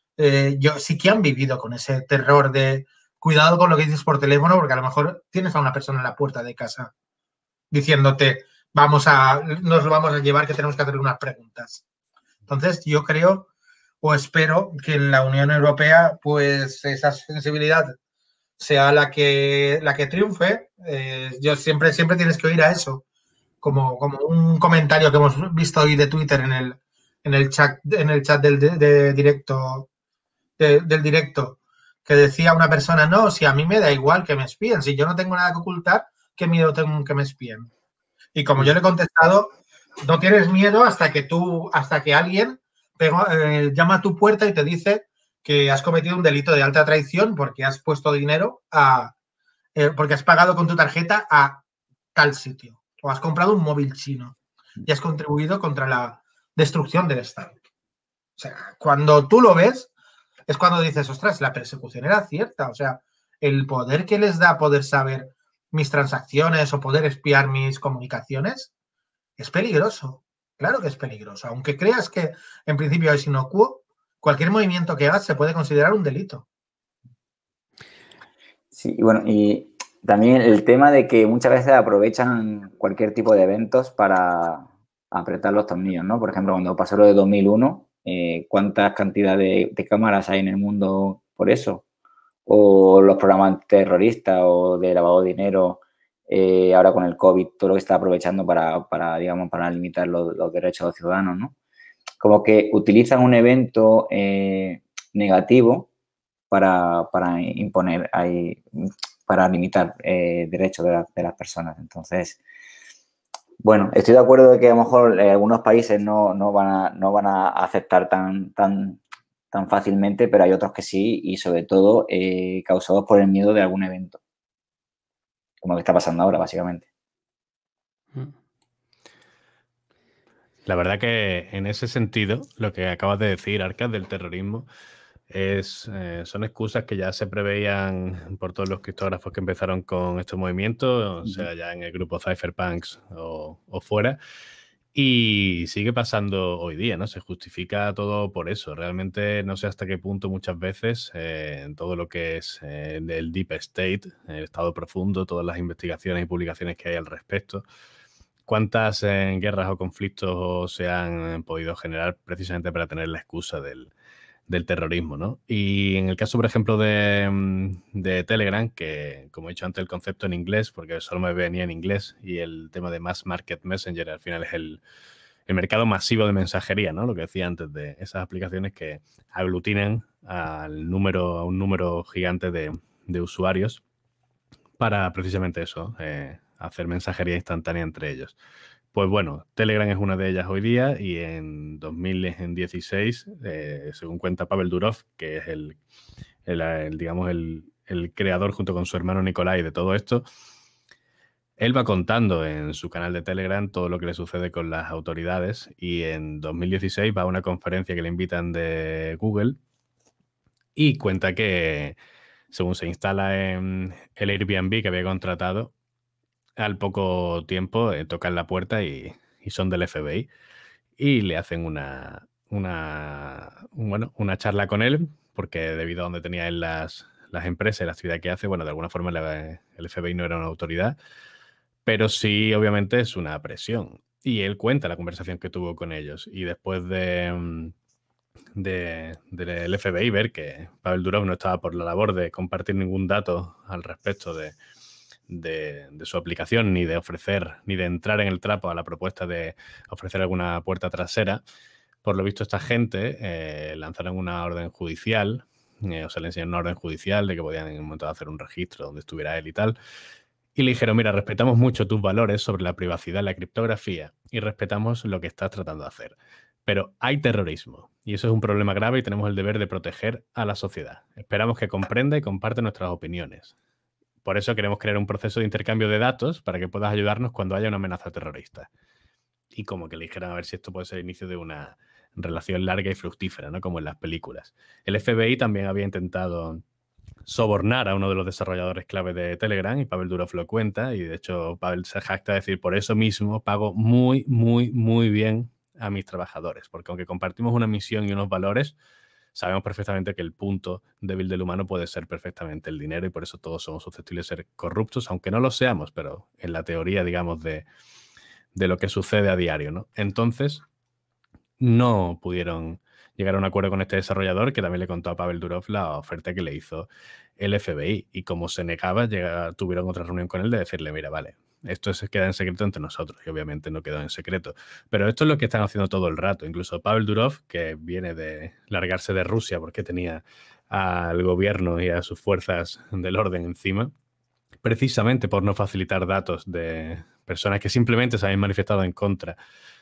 sí que han vivido con ese terror de cuidado con lo que dices por teléfono, porque a lo mejor tienes a una persona en la puerta de casa diciéndote, nos lo vamos a llevar, que tenemos que hacerle unas preguntas. Entonces, yo creo o espero que en la Unión Europea, pues esa sensibilidad sea la que triunfe. Yo siempre tienes que oír a eso, como un comentario que hemos visto hoy de Twitter en el chat del directo, del directo, que decía una persona, no, si a mí me da igual que me espíen, si yo no tengo nada que ocultar, ¿qué miedo tengo que me espíen? Y como yo le he contestado, no tienes miedo hasta que alguien llama a tu puerta y te dice que has cometido un delito de alta traición porque has puesto dinero porque has pagado con tu tarjeta a tal sitio o has comprado un móvil chino y has contribuido contra la destrucción del Estado. O sea, cuando tú lo ves es cuando dices, ostras, la persecución era cierta. O sea, el poder que les da poder saber mis transacciones o poder espiar mis comunicaciones es peligroso. Claro que es peligroso. Aunque creas que en principio es inocuo, cualquier movimiento que hagas se puede considerar un delito. Sí, bueno, y También el tema de que muchas veces aprovechan cualquier tipo de eventos para apretar los tornillos, ¿no? Por ejemplo, cuando pasó lo de 2001, ¿cuántas cantidades de cámaras hay en el mundo por eso? O los programas terroristas o de lavado de dinero, ahora con el COVID, todo lo que está aprovechando digamos, para limitar los derechos de los ciudadanos, ¿no? Como que utilizan un evento negativo para imponer ahí, para limitar derechos de las personas. Entonces, bueno, estoy de acuerdo de que a lo mejor algunos países no van a aceptar tan fácilmente, pero hay otros que sí, y sobre todo causados por el miedo de algún evento, como lo que está pasando ahora, básicamente. La verdad que en ese sentido, lo que acabas de decir, Arcas, del terrorismo, son excusas que ya se preveían por todos los criptógrafos que empezaron con estos movimientos, o sea, ya en el grupo Cypherpunks o fuera, y sigue pasando hoy día, ¿no? Se justifica todo por eso. Realmente no sé hasta qué punto muchas veces en todo lo que es el Deep State, el Estado Profundo, todas las investigaciones y publicaciones que hay al respecto, cuántas guerras o conflictos se han podido generar precisamente para tener la excusa del terrorismo, ¿no? Y en el caso, por ejemplo, de Telegram, que como he dicho antes, el concepto en inglés, porque solo me venía en inglés, y el tema de Mass Market Messenger al final es el mercado masivo de mensajería, ¿no? Lo que decía antes de esas aplicaciones que aglutinan a un número gigante de usuarios para precisamente eso, hacer mensajería instantánea entre ellos. Pues bueno, Telegram es una de ellas hoy día y en 2016, según cuenta Pavel Durov, que es digamos, el creador junto con su hermano Nikolai de todo esto, él va contando en su canal de Telegram todo lo que le sucede con las autoridades y en 2016 va a una conferencia que le invitan de Google y cuenta que según se instala en el Airbnb que había contratado, al poco tiempo tocan la puerta y son del FBI y le hacen una charla con él porque debido a donde tenía él las empresas y la actividad que hace, bueno, de alguna forma el FBI no era una autoridad, pero sí obviamente es una presión. Y él cuenta la conversación que tuvo con ellos y después del FBI ver que Pavel Durov no estaba por la labor de compartir ningún dato al respecto de su aplicación, ni de ofrecer, ni de entrar en el trapo a la propuesta de ofrecer alguna puerta trasera. Por lo visto, esta gente lanzaron una orden judicial, o sea, le enseñaron una orden judicial de que podían en un momento hacer un registro donde estuviera él y tal. Y le dijeron, mira, respetamos mucho tus valores sobre la privacidad, la criptografía, y respetamos lo que estás tratando de hacer. Pero hay terrorismo, y eso es un problema grave y tenemos el deber de proteger a la sociedad. Esperamos que comprenda y comparte nuestras opiniones. Por eso queremos crear un proceso de intercambio de datos para que puedas ayudarnos cuando haya una amenaza terrorista. Y como que le dijeran a ver si esto puede ser el inicio de una relación larga y fructífera, ¿no? Como en las películas. El FBI también había intentado sobornar a uno de los desarrolladores clave de Telegram y Pavel Durov lo cuenta y de hecho Pavel se jacta de decir por eso mismo pago muy, muy, muy bien a mis trabajadores, porque aunque compartimos una misión y unos valores, sabemos perfectamente que el punto débil del humano puede ser perfectamente el dinero y por eso todos somos susceptibles de ser corruptos, aunque no lo seamos, pero en la teoría, digamos, de lo que sucede a diario, ¿no? Entonces, no pudieron llegar a un acuerdo con este desarrollador que también le contó a Pavel Durov la oferta que le hizo el FBI y como se negaba, tuvieron otra reunión con él de decirle, mira, vale, esto queda en secreto entre nosotros y obviamente no quedó en secreto. Pero esto es lo que están haciendo todo el rato. Incluso Pavel Durov, que viene de largarse de Rusia porque tenía al gobierno y a sus fuerzas del orden encima, precisamente por no facilitar datos de personas que simplemente se habían manifestado en contra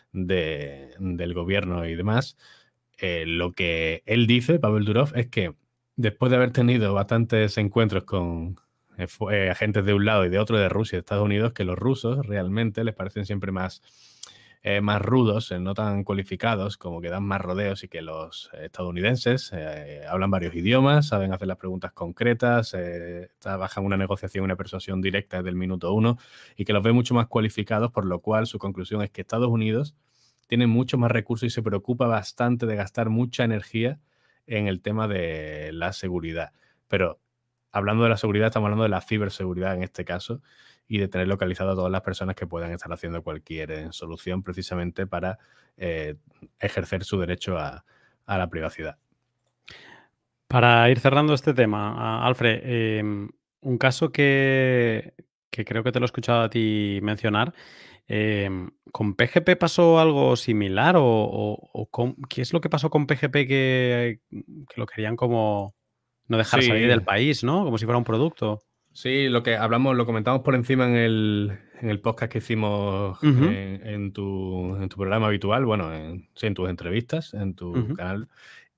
del gobierno y demás, lo que él dice, Pavel Durov, es que después de haber tenido bastantes encuentros con agentes de un lado y de otro de Rusia y de Estados Unidos, que los rusos realmente les parecen siempre más rudos, no tan cualificados, como que dan más rodeos y que los estadounidenses hablan varios idiomas, saben hacer las preguntas concretas, trabajan una negociación, una persuasión directa desde el minuto uno y que los ve mucho más cualificados, por lo cual su conclusión es que Estados Unidos tiene mucho más recursos y se preocupa bastante de gastar mucha energía en el tema de la seguridad. Pero hablando de la seguridad, estamos hablando de la ciberseguridad en este caso y de tener localizado a todas las personas que puedan estar haciendo cualquier solución precisamente para ejercer su derecho a la privacidad. Para ir cerrando este tema, Alfred, un caso que creo que te lo he escuchado a ti mencionar, ¿con PGP pasó algo similar o qué es lo que pasó con PGP que lo querían como no dejar salir del país, ¿no? Como si fuera un producto. Sí, lo comentamos por encima en el podcast que hicimos en tu programa habitual, bueno, en tus entrevistas, en tu canal.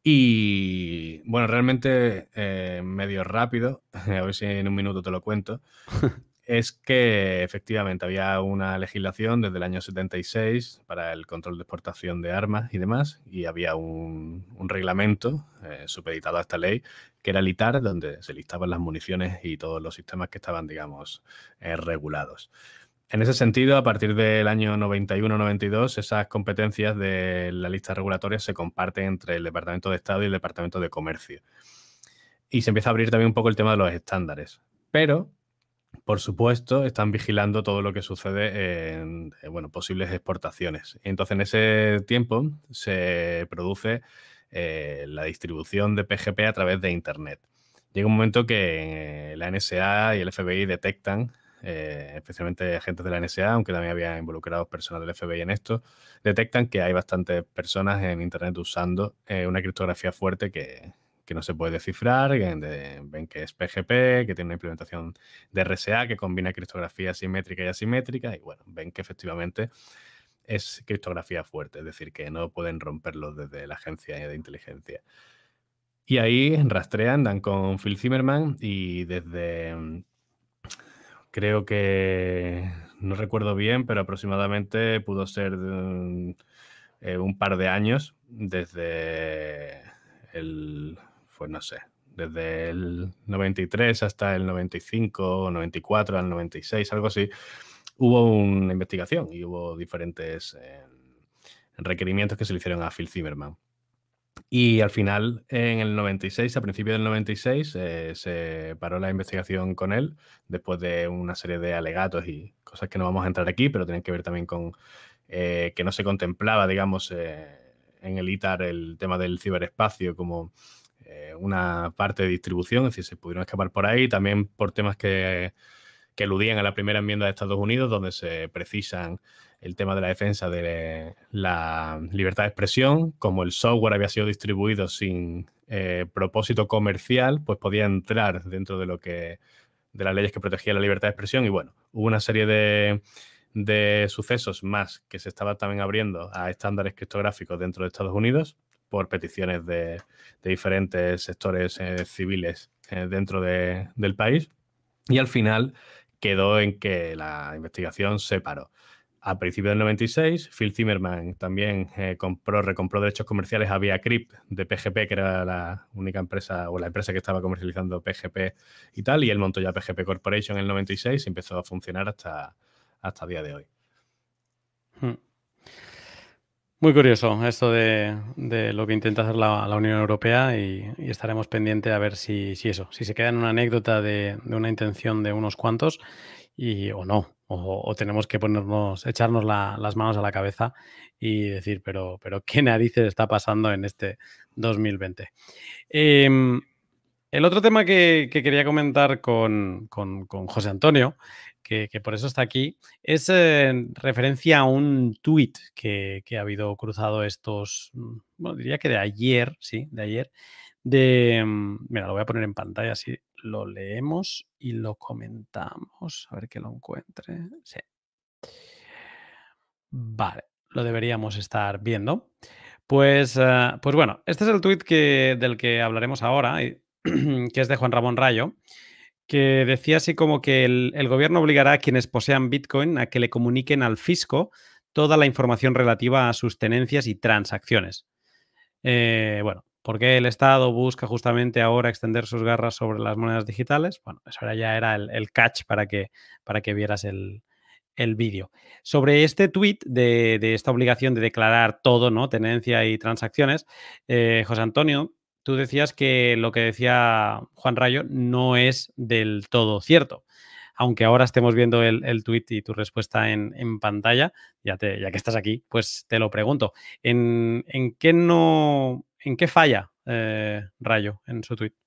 Y bueno, realmente medio rápido, a ver si en un minuto te lo cuento, es que efectivamente había una legislación desde el año 76 para el control de exportación de armas y demás, y había un reglamento supeditado a esta ley, que era el ITAR, donde se listaban las municiones y todos los sistemas que estaban, digamos, regulados. En ese sentido, a partir del año 91-92, esas competencias de la lista regulatoria se comparten entre el Departamento de Estado y el Departamento de Comercio. Y se empieza a abrir también un poco el tema de los estándares. Pero, por supuesto, están vigilando todo lo que sucede en posibles exportaciones. Entonces, en ese tiempo se produce la distribución de PGP a través de Internet. Llega un momento que la NSA y el FBI detectan, especialmente agentes de la NSA, aunque también había involucrados personas del FBI en esto, detectan que hay bastantes personas en Internet usando una criptografía fuerte que no se puede descifrar, ven que es PGP, que tiene una implementación de RSA que combina criptografía simétrica y asimétrica, y bueno, ven que efectivamente es criptografía fuerte, es decir, que no pueden romperlo desde la agencia de inteligencia. Y ahí rastrean, dan con Phil Zimmermann y desde, creo que, no recuerdo bien, pero aproximadamente pudo ser un par de años desde desde el 93 hasta el 95, 94, al 96, algo así, hubo una investigación y hubo diferentes requerimientos que se le hicieron a Phil Zimmermann. Y al final, en el 96, a principios del 96, se paró la investigación con él después de una serie de alegatos y cosas que no vamos a entrar aquí, pero tienen que ver también con que no se contemplaba, digamos, en el ITAR el tema del ciberespacio como una parte de distribución, es decir, se pudieron escapar por ahí, también por temas que eludían a la primera enmienda de Estados Unidos, donde se precisan el tema de la defensa de la libertad de expresión. Como el software había sido distribuido sin propósito comercial, pues podía entrar dentro de las leyes que protegían la libertad de expresión. Y bueno, hubo una serie de sucesos más que se estaba también abriendo a estándares criptográficos dentro de Estados Unidos por peticiones de diferentes sectores civiles dentro del país. Y al final quedó en que la investigación se paró. A principios del 96, Phil Zimmermann también recompró derechos comerciales a ViaCrypt de PGP, que era la única empresa o la empresa que estaba comercializando PGP y tal, y él montó ya PGP Corporation en el 96 y empezó a funcionar hasta el día de hoy. Muy curioso esto de lo que intenta hacer la Unión Europea y estaremos pendientes a ver si se queda en una anécdota de una intención de unos cuantos o no, o tenemos que echarnos las manos a la cabeza y decir, pero ¿qué narices está pasando en este 2020? El otro tema que quería comentar con José Antonio, que por eso está aquí, es referencia a un tuit que ha habido cruzado diría que de ayer, mira, lo voy a poner en pantalla, así lo leemos y lo comentamos, a ver que lo encuentre. Sí. Vale, lo deberíamos estar viendo. Pues bueno, este es el tuit del que hablaremos ahora, que es de Juan Ramón Rayo, que decía así como que el gobierno obligará a quienes posean Bitcoin a que le comuniquen al fisco toda la información relativa a sus tenencias y transacciones. Bueno, ¿por qué el Estado busca justamente ahora extender sus garras sobre las monedas digitales? Bueno, eso ya era el catch para que vieras el vídeo. Sobre este tuit de esta obligación de declarar todo, ¿no? Tenencia y transacciones, José Antonio tú decías que lo que decía Juan Rayo no es del todo cierto. Aunque ahora estemos viendo el tuit y tu respuesta en pantalla, ya que estás aquí, pues te lo pregunto. ¿En qué falla Rayo en su tuit?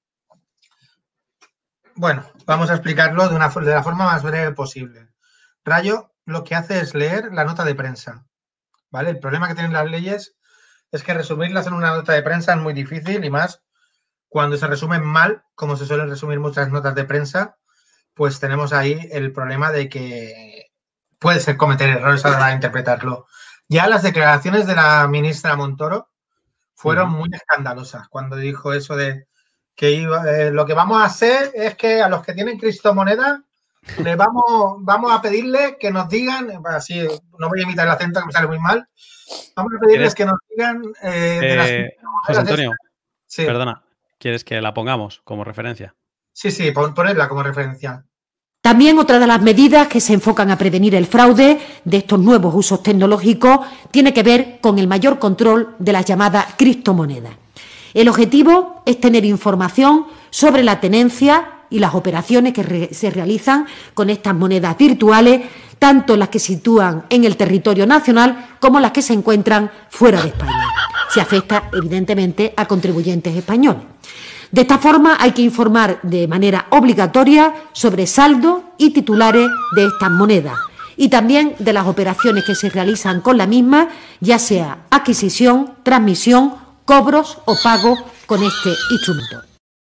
Bueno, vamos a explicarlo de la forma más breve posible. Rayo lo que hace es leer la nota de prensa, ¿vale? El problema que tienen las leyes es que resumirlas en una nota de prensa es muy difícil y más cuando se resumen mal, como se suelen resumir muchas notas de prensa, pues tenemos ahí el problema de que puede ser cometer errores a la hora de interpretarlo. Ya las declaraciones de la ministra Montoro fueron muy escandalosas cuando dijo eso de que lo que vamos a hacer es que a los que tienen criptomonedas les vamos a pedirle que nos digan, así no voy a imitar el acento que me sale muy mal, vamos a pedirles que nos digan de las José Antonio, sí. Perdona, ¿quieres que la pongamos como referencia? Sí, ponerla como referencia. También otra de las medidas que se enfocan a prevenir el fraude de estos nuevos usos tecnológicos tiene que ver con el mayor control de las llamadas criptomonedas. El objetivo es tener información sobre la tenencia y las operaciones que se realizan con estas monedas virtuales, tanto las que se sitúan en el territorio nacional como las que se encuentran fuera de España. Se afecta, evidentemente, a contribuyentes españoles. De esta forma, hay que informar de manera obligatoria sobre saldo y titulares de estas monedas y también de las operaciones que se realizan con la misma, ya sea adquisición, transmisión, cobros o pagos con este instrumento.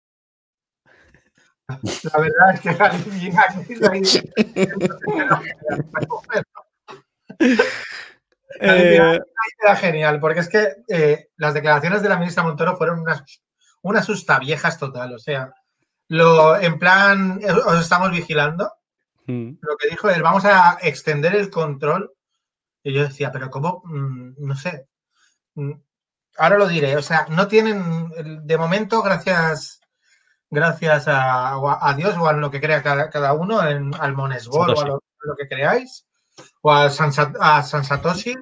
La verdad es que era genial, porque es que las declaraciones de la ministra Montoro fueron unas sustaviejas total, o sea, en plan, os estamos vigilando, lo que dijo es, vamos a extender el control, y yo decía, pero ¿cómo? No sé, ahora lo diré, o sea, no tienen, de momento, gracias a Dios o a lo que crea cada uno, al Monesbol o a lo que creáis, o a San Satoshi,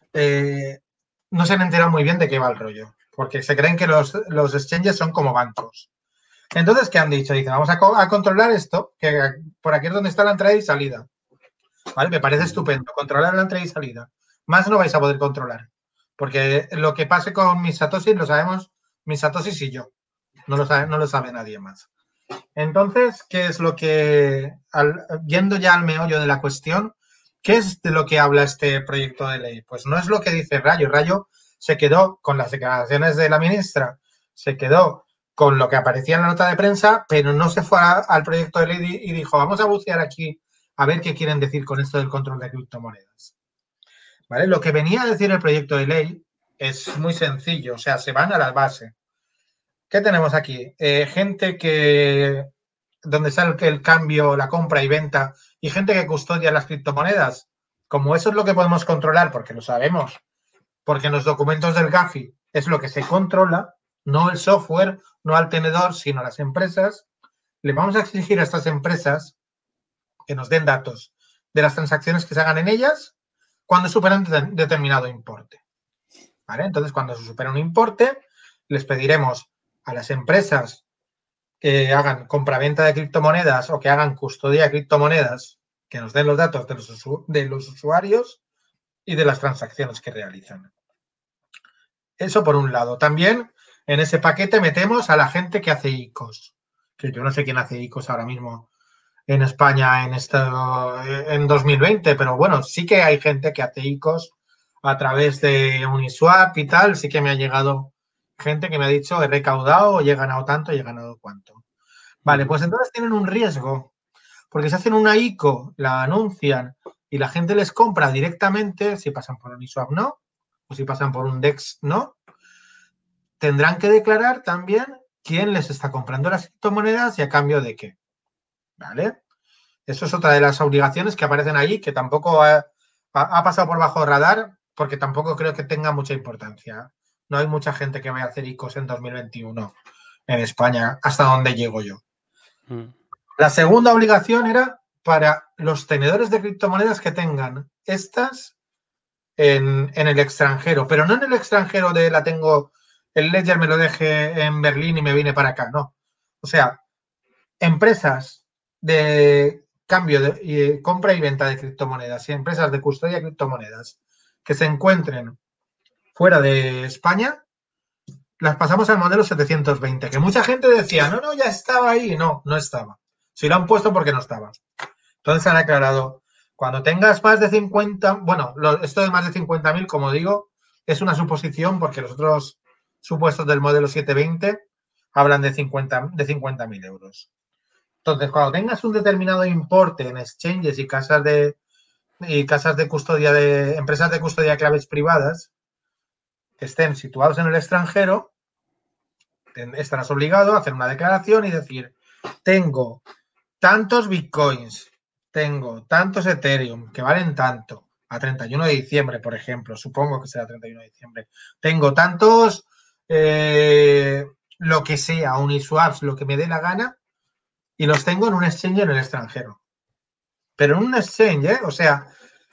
no se han enterado muy bien de qué va el rollo, porque se creen que los exchanges son como bancos. Entonces, ¿qué han dicho? Dicen, vamos a controlar esto, que por aquí es donde está la entrada y salida. ¿Vale? Me parece estupendo, controlar la entrada y salida. Más no vais a poder controlar, porque lo que pase con mis satoshis lo sabemos mis satoshis y yo. No lo sabe nadie más. Entonces, ¿qué es lo que, yendo ya al meollo de la cuestión, qué es de lo que habla este proyecto de ley? Pues no es lo que dice Rayo. Rayo se quedó con las declaraciones de la ministra, se quedó con lo que aparecía en la nota de prensa, pero no se fue al proyecto de ley y dijo, vamos a bucear aquí a ver qué quieren decir con esto del control de criptomonedas. ¿Vale? Lo que venía a decir el proyecto de ley es muy sencillo, o sea, se van a la base. ¿Qué tenemos aquí? Gente donde sale el cambio, la compra y venta, y gente que custodia las criptomonedas. Como eso es lo que podemos controlar, porque lo sabemos, porque en los documentos del GAFI es lo que se controla, no el software, no al tenedor, sino a las empresas, le vamos a exigir a estas empresas que nos den datos de las transacciones que se hagan en ellas cuando superan determinado importe. ¿Vale? Entonces, cuando se supera un importe, les pediremos a las empresas que hagan compraventa de criptomonedas o que hagan custodia de criptomonedas, que nos den los datos de los usuarios y de las transacciones que realizan. Eso por un lado. También en ese paquete metemos a la gente que hace ICOs, que yo no sé quién hace ICOs ahora mismo en España en 2020, pero bueno, sí que hay gente que hace ICOs a través de Uniswap y tal, sí que me ha llegado gente que me ha dicho he recaudado, he ganado tanto, he ganado cuánto. Vale, pues entonces tienen un riesgo, porque si hacen una ICO, la anuncian y la gente les compra directamente, si pasan por Uniswap no, o si pasan por un DEX no, tendrán que declarar también quién les está comprando las criptomonedas y a cambio de qué. ¿Vale? Eso es otra de las obligaciones que aparecen ahí, que tampoco ha pasado por bajo radar, porque tampoco creo que tenga mucha importancia. No hay mucha gente que vaya a hacer ICOs en 2021 en España, hasta donde llego yo. La segunda obligación era para los tenedores de criptomonedas que tengan estas en el extranjero, pero no en el extranjero de la tengo el Ledger me lo dejé en Berlín y me vine para acá, no. O sea, empresas de cambio de compra y venta de criptomonedas y empresas de custodia de criptomonedas que se encuentren fuera de España, las pasamos al modelo 720, que mucha gente decía, no, ya estaba ahí. No estaba. Si lo han puesto porque no estaba. Entonces han aclarado, cuando tengas más de 50, bueno, esto de más de 50.000, como digo, es una suposición porque los otros supuestos del modelo 720 hablan de 50.000 euros. Entonces, cuando tengas un determinado importe en exchanges y casas de custodia de empresas de custodia de claves privadas que estén situados en el extranjero, estarás obligado a hacer una declaración y decir, tengo tantos bitcoins, tengo tantos Ethereum que valen tanto, a 31 de diciembre, por ejemplo, supongo que será 31 de diciembre, tengo tantos, lo que sea, Uniswaps, lo que me dé la gana, y los tengo en un exchange en el extranjero. Pero en un exchange, o sea,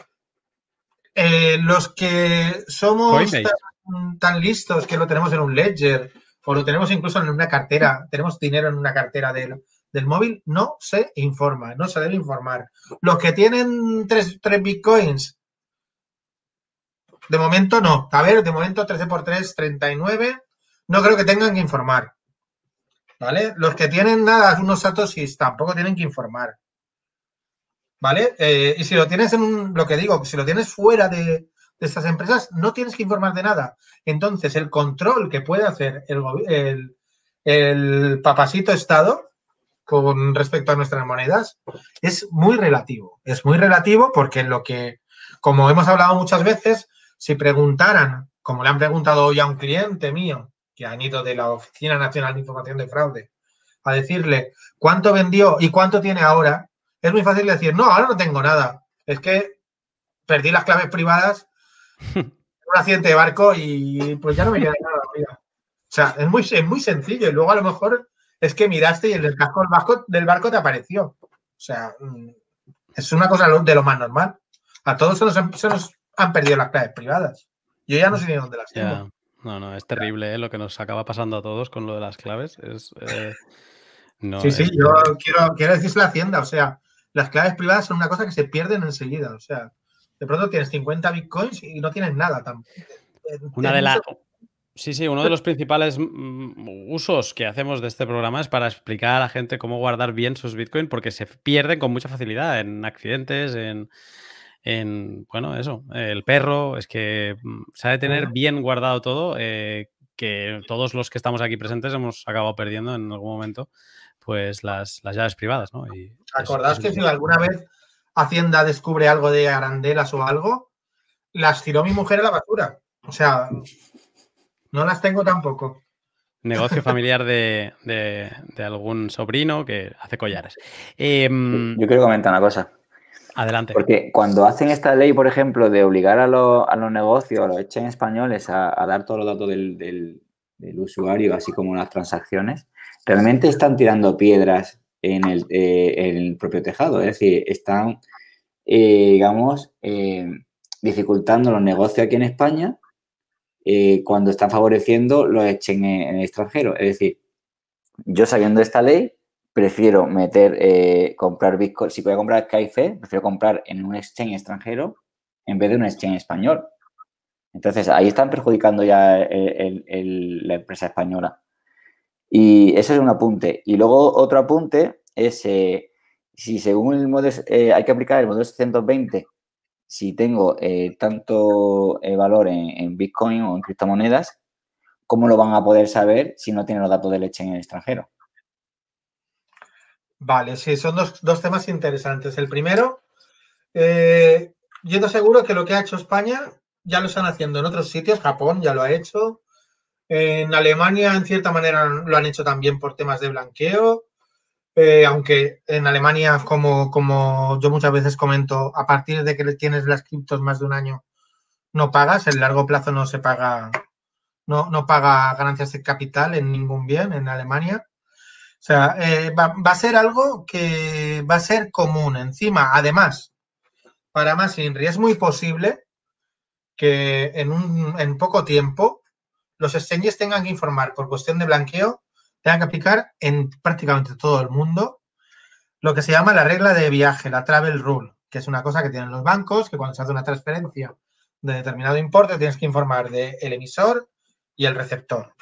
los que somos tan listos que lo tenemos en un Ledger o lo tenemos incluso en una cartera, tenemos dinero en una cartera del móvil, no se informa, no se debe informar. Los que tienen 3 bitcoins, de momento no. A ver, de momento 13 por 3, 39, no creo que tengan que informar. ¿Vale? Los que tienen nada, unos satoshis, tampoco tienen que informar. ¿Vale? Y si lo tienes lo que digo, si lo tienes fuera de estas empresas, no tienes que informar de nada. Entonces, el control que puede hacer el papasito Estado con respecto a nuestras monedas es muy relativo. Es muy relativo porque como hemos hablado muchas veces, si preguntaran, como le han preguntado hoy a un cliente mío, que han ido de la Oficina Nacional de Información de Fraude, a decirle cuánto vendió y cuánto tiene ahora, es muy fácil decir, no, ahora no tengo nada. Es que perdí las claves privadas en un accidente de barco y pues ya no me queda nada. Mira. O sea, es muy sencillo. Y luego a lo mejor es que miraste y el casco del barco te apareció. O sea, es una cosa de lo más normal. A todos se nos han perdido las claves privadas. Yo ya no sé ni dónde las tengo. No, es terrible lo que nos acaba pasando a todos con lo de las claves. Sí, yo quiero decirse la Hacienda. O sea, las claves privadas son una cosa que se pierden enseguida. O sea, de pronto tienes 50 bitcoins y no tienes nada tampoco. Uno de los principales usos que hacemos de este programa es para explicar a la gente cómo guardar bien sus bitcoins porque se pierden con mucha facilidad en accidentes, bueno, eso, el perro, es que se ha de tener bien guardado todo, que todos los que estamos aquí presentes hemos acabado perdiendo en algún momento, pues las llaves privadas, ¿no? ¿Acordáis que si alguna vez Hacienda descubre algo de arandelas o algo, las tiró mi mujer a la basura? O sea, no las tengo tampoco. Negocio familiar de algún sobrino que hace collares. Yo quiero comentar una cosa. Adelante. Porque cuando hacen esta ley, por ejemplo, de obligar a los negocios, a los exchanges españoles a dar todos los datos del usuario, así como las transacciones, realmente están tirando piedras en el propio tejado. Es decir, están, dificultando los negocios aquí en España cuando están favoreciendo los exchanges en el extranjero. Es decir, yo sabiendo esta ley, prefiero comprar Bitcoin. Si voy a comprar KIC, prefiero comprar en un exchange extranjero en vez de un exchange español. Entonces, ahí están perjudicando ya la empresa española. Y eso es un apunte. Y luego otro apunte es si según el modelo hay que aplicar el modelo 720, si tengo tanto valor en Bitcoin o en criptomonedas, ¿cómo lo van a poder saber si no tienen los datos del exchange en el extranjero? Vale, sí, son dos temas interesantes. El primero, yo te aseguro que lo que ha hecho España ya lo están haciendo en otros sitios. Japón ya lo ha hecho. En Alemania, en cierta manera, lo han hecho también por temas de blanqueo. Aunque en Alemania, como yo muchas veces comento, a partir de que tienes las criptos más de un año, no pagas. En largo plazo no se paga, no paga ganancias de capital en ningún bien en Alemania. O sea, va a ser algo que va a ser común. Encima, además, para más INRI, es muy posible que en poco tiempo los exchanges tengan que informar por cuestión de blanqueo, tengan que aplicar en prácticamente todo el mundo lo que se llama la regla de viaje, la travel rule, que es una cosa que tienen los bancos, que cuando se hace una transferencia de determinado importe tienes que informar del emisor y el receptor.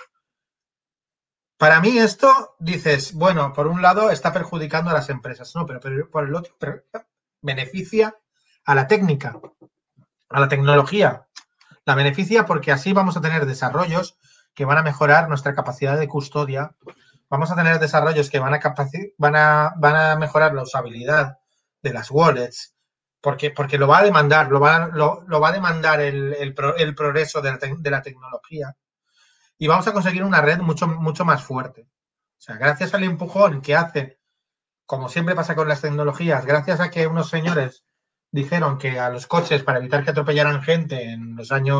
Para mí esto, dices, bueno, por un lado está perjudicando a las empresas, no, pero por el otro beneficia a la técnica, a la tecnología. La beneficia porque así vamos a tener desarrollos que van a mejorar nuestra capacidad de custodia. Vamos a tener desarrollos que van a mejorar la usabilidad de las wallets, porque lo va a demandar, lo va a demandar el progreso de la tecnología. Y vamos a conseguir una red mucho más fuerte. O sea, gracias al empujón que hace, como siempre pasa con las tecnologías, gracias a que unos señores dijeron que a los coches, para evitar que atropellaran gente en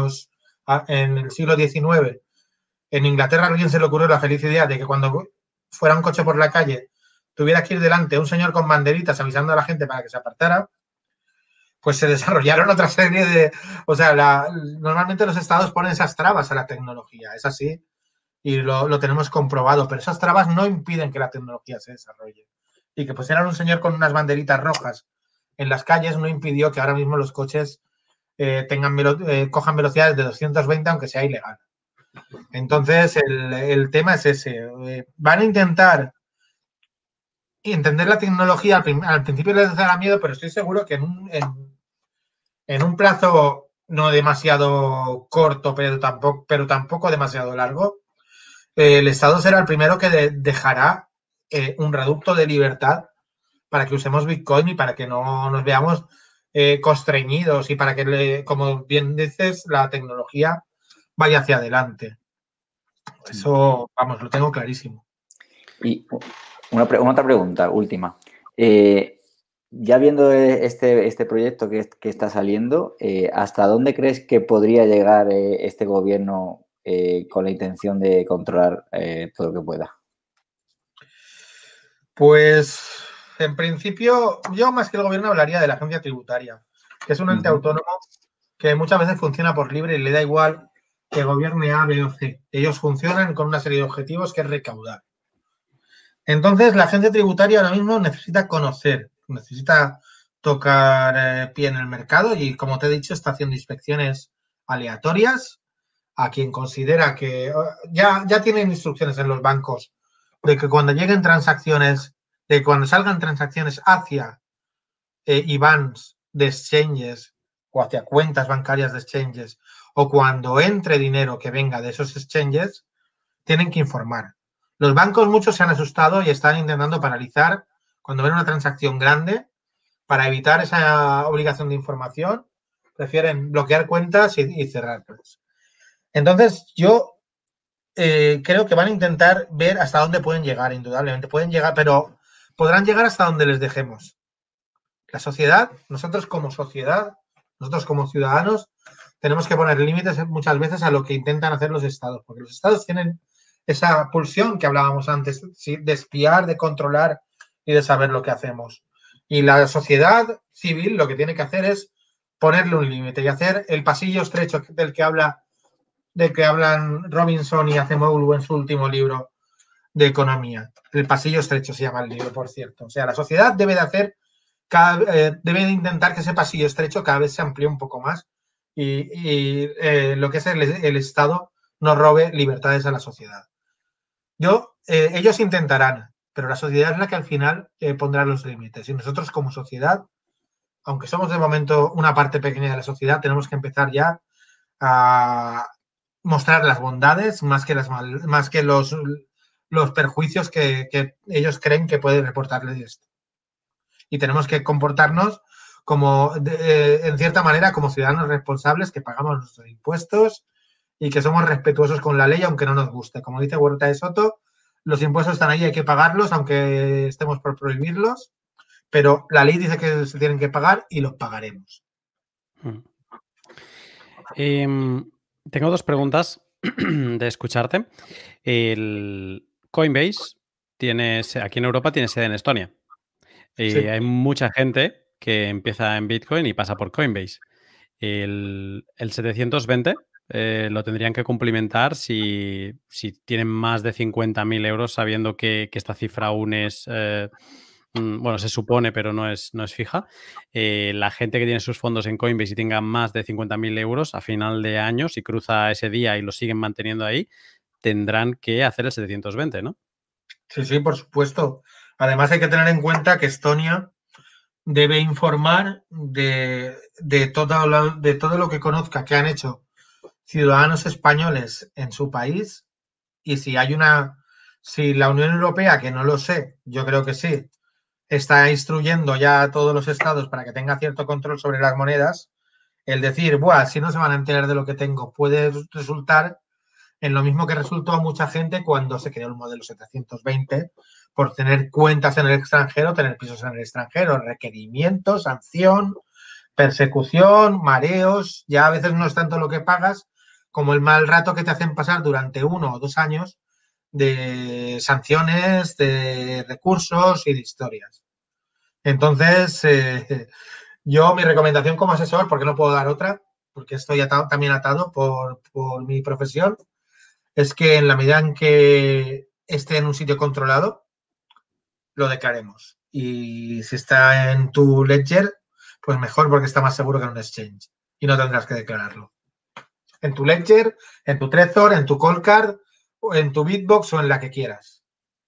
el siglo XIX, en Inglaterra a alguien se le ocurrió la feliz idea de que cuando fuera un coche por la calle tuviera que ir delante un señor con banderitas avisando a la gente para que se apartara, pues se desarrollaron otra serie de... O sea, normalmente los estados ponen esas trabas a la tecnología, es así, y lo tenemos comprobado, pero esas trabas no impiden que la tecnología se desarrolle. Y que pusieran un señor con unas banderitas rojas en las calles no impidió que ahora mismo los coches cojan velocidades de 220, aunque sea ilegal. Entonces, el tema es ese. Van a intentar entender la tecnología. Al principio les dará miedo, pero estoy seguro que en un plazo no demasiado corto, pero tampoco demasiado largo, el Estado será el primero que dejará un reducto de libertad para que usemos Bitcoin y para que no nos veamos constreñidos y para que, como bien dices, la tecnología vaya hacia adelante. Eso, vamos, lo tengo clarísimo. Y otra pregunta, última. Ya viendo este proyecto que está saliendo, ¿hasta dónde crees que podría llegar este gobierno con la intención de controlar todo lo que pueda? Pues, en principio, yo más que el gobierno hablaría de la agencia tributaria, que es un ente autónomo que muchas veces funciona por libre y le da igual que gobierne A, B o C. Ellos funcionan con una serie de objetivos que es recaudar. Entonces, la agencia tributaria ahora mismo necesita conocer, necesita tocar pie en el mercado y, como te he dicho, está haciendo inspecciones aleatorias a quien considera que ya tienen instrucciones en los bancos de que cuando lleguen transacciones, de cuando salgan transacciones hacia IBANs de exchanges o hacia cuentas bancarias de exchanges o cuando entre dinero que venga de esos exchanges, tienen que informar. Los bancos muchos se han asustado y están intentando paralizar cuando ven una transacción grande para evitar esa obligación de información, prefieren bloquear cuentas y cerrarlas. Entonces, yo creo que van a intentar ver hasta dónde pueden llegar, indudablemente. Pueden llegar, pero podrán llegar hasta donde les dejemos. La sociedad, nosotros como sociedad, nosotros como ciudadanos, tenemos que poner límites muchas veces a lo que intentan hacer los estados, porque los estados tienen esa pulsión que hablábamos antes, de espiar, de controlar y de saber lo que hacemos. Y la sociedad civil lo que tiene que hacer es ponerle un límite y hacer el pasillo estrecho del que hablan Robinson y Acemoglu en su último libro de economía. El pasillo estrecho se llama el libro, por cierto. O sea, la sociedad debe de intentar que ese pasillo estrecho cada vez se amplíe un poco más y lo que es el Estado no robe libertades a la sociedad. Ellos intentarán, pero la sociedad es la que al final pondrá los límites. Y nosotros como sociedad, aunque somos de momento una parte pequeña de la sociedad, tenemos que empezar ya a mostrar las bondades más que los perjuicios que ellos creen que puede reportarles esto. Y tenemos que comportarnos en cierta manera como ciudadanos responsables que pagamos nuestros impuestos y que somos respetuosos con la ley aunque no nos guste. Como dice Huerta de Soto, los impuestos están ahí, hay que pagarlos aunque estemos por prohibirlos, pero la ley dice que se tienen que pagar y los pagaremos. Tengo dos preguntas de escucharte. El Coinbase aquí en Europa tiene sede en Estonia. Sí. Hay mucha gente que empieza en Bitcoin y pasa por Coinbase. El 720 lo tendrían que cumplimentar si tienen más de 50.000 euros, sabiendo que esta cifra aún es, bueno, se supone, pero no es fija. La gente que tiene sus fondos en Coinbase y tenga más de 50.000 euros a final de año, si cruza ese día y lo siguen manteniendo ahí, tendrán que hacer el 720, ¿no? Sí, sí, por supuesto. Además hay que tener en cuenta que Estonia debe informar de todo lo que conozca que han hecho ciudadanos españoles en su país, y si la Unión Europea, que no lo sé, yo creo que sí, está instruyendo ya a todos los estados para que tenga cierto control sobre las monedas, el decir, buah, si no se van a enterar de lo que tengo, puede resultar en lo mismo que resultó a mucha gente cuando se creó el modelo 720, por tener cuentas en el extranjero, tener pisos en el extranjero, requerimientos, sanción, persecución, mareos. Ya a veces no es tanto lo que pagas como el mal rato que te hacen pasar durante 1 o 2 años de sanciones, de recursos y de historias. Entonces, mi recomendación como asesor, porque no puedo dar otra, porque estoy también atado por mi profesión, es que en la medida en que esté en un sitio controlado, lo declaremos. Y si está en tu ledger, pues mejor, porque está más seguro que en un exchange y no tendrás que declararlo. En tu ledger, en tu Trezor, en tu Coldcard, o en tu Bitbox o en la que quieras.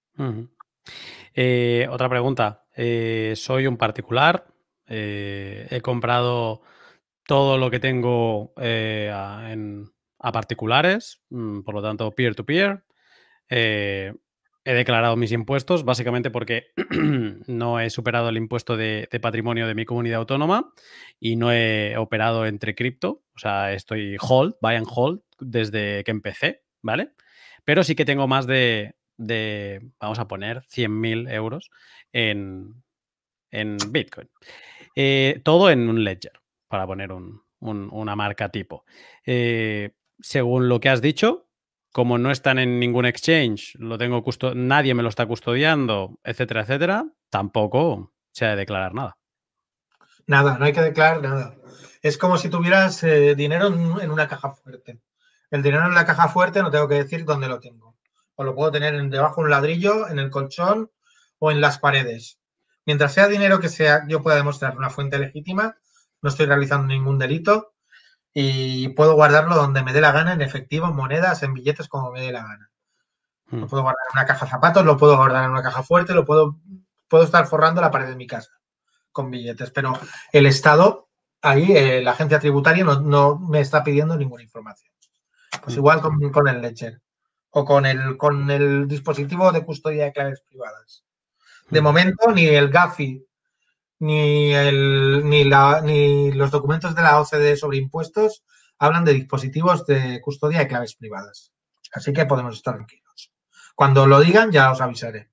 Otra pregunta. Soy un particular. He comprado todo lo que tengo a particulares, por lo tanto, peer-to-peer. He declarado mis impuestos, básicamente porque no he superado el impuesto de patrimonio de mi comunidad autónoma y no he operado entre cripto. O sea, estoy buy and hold desde que empecé, ¿vale? Pero sí que tengo más de vamos a poner, 100.000 euros en Bitcoin. Todo en un ledger, para poner una marca tipo. Según lo que has dicho, como no están en ningún exchange, nadie me lo está custodiando, etcétera, etcétera, tampoco se ha de declarar nada. Nada, no hay que declarar nada. Es como si tuvieras dinero en una caja fuerte. El dinero en la caja fuerte no tengo que decir dónde lo tengo. O lo puedo tener debajo de un ladrillo, en el colchón o en las paredes. Mientras sea dinero que yo pueda demostrar una fuente legítima, no estoy realizando ningún delito y puedo guardarlo donde me dé la gana, en efectivo, en monedas, en billetes, como me dé la gana. Lo puedo guardar en una caja de zapatos, lo puedo guardar en una caja fuerte, puedo estar forrando la pared de mi casa con billetes, pero el Estado, ahí la agencia tributaria no me está pidiendo ninguna información. Pues igual con el ledger o con el dispositivo de custodia de claves privadas. De momento, ni el GAFI ni los documentos de la OCDE sobre impuestos hablan de dispositivos de custodia de claves privadas. Así que podemos estar tranquilos. Cuando lo digan, ya os avisaré.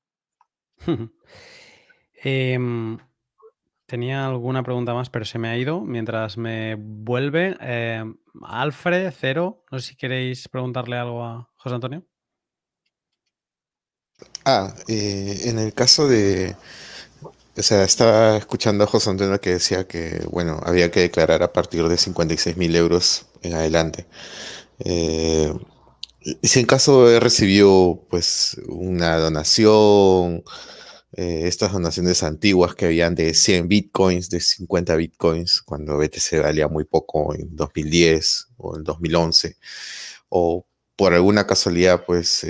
Tenía alguna pregunta más, pero se me ha ido mientras me vuelve. Alfred, Cero, no sé si queréis preguntarle algo a José Antonio. En el caso de... O sea, estaba escuchando a José Antonio que decía que, bueno, había que declarar a partir de 56.000 euros en adelante. Si en caso he recibido, pues, una donación, estas donaciones antiguas que habían de 100 bitcoins, de 50 bitcoins, cuando BTC valía muy poco en 2010 o en 2011, o por alguna casualidad, pues,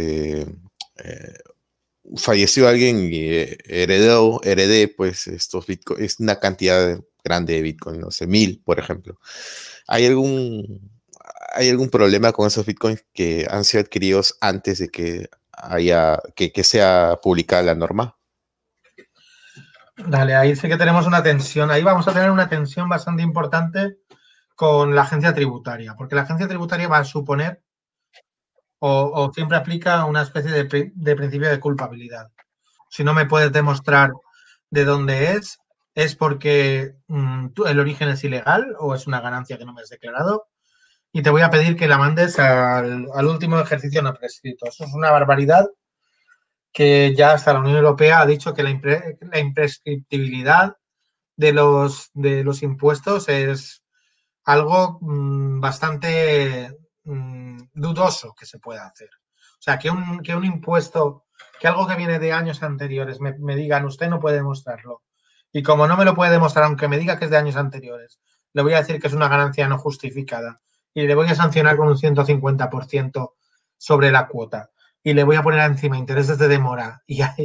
falleció alguien y heredé, pues, estos bitcoins, es una cantidad grande de bitcoin, no sé, 1.000, por ejemplo. ¿Hay algún problema con esos bitcoins que han sido adquiridos antes de que que sea publicada la norma? Dale, ahí sí que tenemos una tensión. Ahí vamos a tener una tensión bastante importante con la agencia tributaria, porque la agencia tributaria va a suponer o siempre aplica una especie de principio de culpabilidad. Si no me puedes demostrar de dónde es porque el origen es ilegal o es una ganancia que no me has declarado, y te voy a pedir que la mandes al último ejercicio no prescrito. Eso es una barbaridad, que ya hasta la Unión Europea ha dicho que la imprescriptibilidad de los impuestos es algo bastante dudoso que se pueda hacer. O sea, que un impuesto, que algo que viene de años anteriores me digan, usted no puede demostrarlo. Y como no me lo puede demostrar, aunque me diga que es de años anteriores, le voy a decir que es una ganancia no justificada y le voy a sancionar con un 150% sobre la cuota. Y le voy a poner encima intereses de demora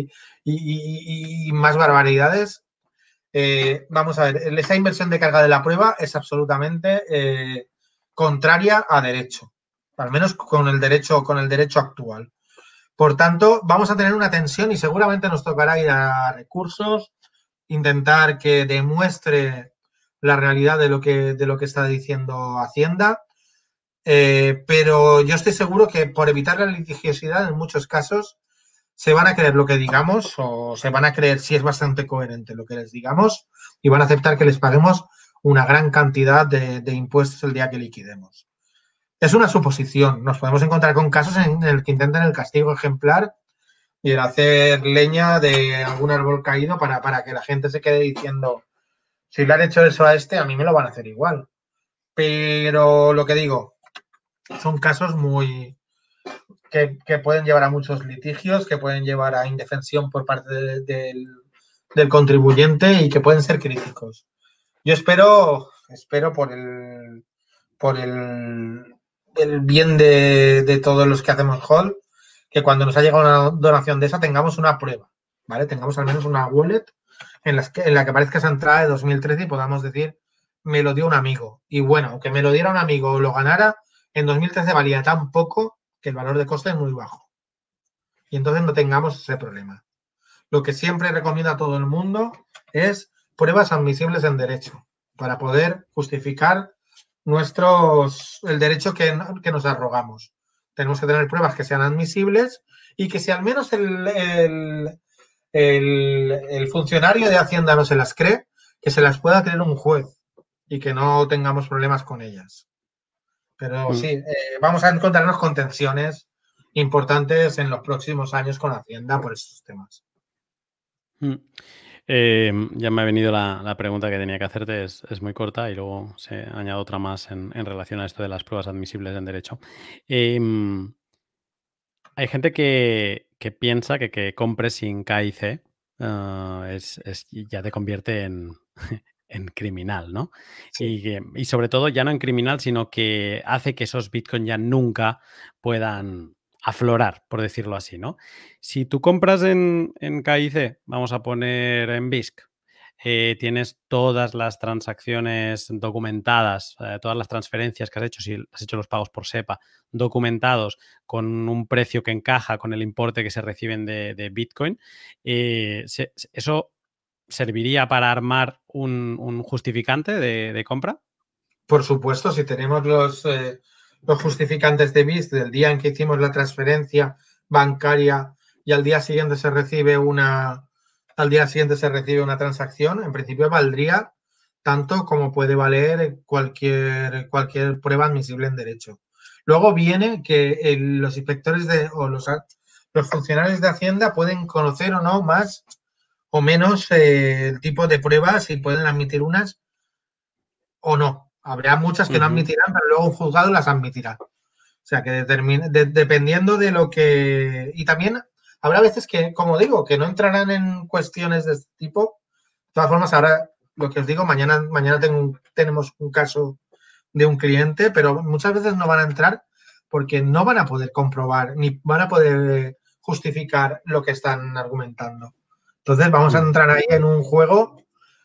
y más barbaridades. Vamos a ver, esa inversión de carga de la prueba es absolutamente contraria a derecho, al menos con el derecho actual. Por tanto, vamos a tener una tensión y seguramente nos tocará ir a recursos, intentar que demuestre la realidad de lo que está diciendo Hacienda. Pero yo estoy seguro que por evitar la litigiosidad en muchos casos se van a creer lo que digamos o se van a creer si es bastante coherente lo que les digamos y van a aceptar que les paguemos una gran cantidad de impuestos el día que liquidemos. Es una suposición. Nos podemos encontrar con casos en el que intenten el castigo ejemplar y el hacer leña de algún árbol caído para que la gente se quede diciendo, si le han hecho eso a este, a mí me lo van a hacer igual. Pero lo que digo, son casos muy que pueden llevar a muchos litigios, que pueden llevar a indefensión por parte del contribuyente y que pueden ser críticos. Yo espero por el bien de todos los que hacemos hold, que cuando nos ha llegado una donación de esa tengamos una prueba, ¿vale? Tengamos al menos una wallet en la que aparezca esa entrada de 2013 y podamos decir, me lo dio un amigo. Y bueno, aunque me lo diera un amigo o lo ganara, en 2013 valía tan poco que el valor de coste es muy bajo. Y entonces no tengamos ese problema. Lo que siempre recomiendo a todo el mundo es pruebas admisibles en derecho para poder justificar el derecho que nos arrogamos. Tenemos que tener pruebas que sean admisibles y que si al menos el funcionario de Hacienda no se las cree, que se las pueda creer un juez y que no tengamos problemas con ellas. Pero sí, vamos a encontrarnos con tensiones importantes en los próximos años con Hacienda por estos temas. Ya me ha venido la pregunta que tenía que hacerte, es muy corta y luego se añade otra más en relación a esto de las pruebas admisibles en derecho. Hay gente que piensa que compres sin K y C ya te convierte en criminal, ¿no? Sí. Y sobre todo ya no en criminal, sino que hace que esos Bitcoin ya nunca puedan aflorar, por decirlo así, ¿no? Si tú compras en KIC, vamos a poner en BISC, tienes todas las transacciones documentadas, todas las transferencias que has hecho, si has hecho los pagos por SEPA, documentados con un precio que encaja con el importe que se reciben de Bitcoin, eso ¿serviría para armar un justificante de compra? Por supuesto, si tenemos los justificantes de BISC del día en que hicimos la transferencia bancaria y al día siguiente se recibe una transacción, en principio valdría tanto como puede valer cualquier prueba admisible en derecho. Luego viene que los inspectores los funcionarios de Hacienda pueden conocer o no más o menos el tipo de pruebas y pueden admitir unas o no. Habrá muchas que no admitirán, pero luego un juzgado las admitirá. O sea, que dependiendo de lo que... Y también habrá veces que, como digo, que no entrarán en cuestiones de este tipo. De todas formas, ahora, lo que os digo, mañana tenemos un caso de un cliente, pero muchas veces no van a entrar porque no van a poder comprobar ni van a poder justificar lo que están argumentando. Entonces vamos a entrar ahí en un juego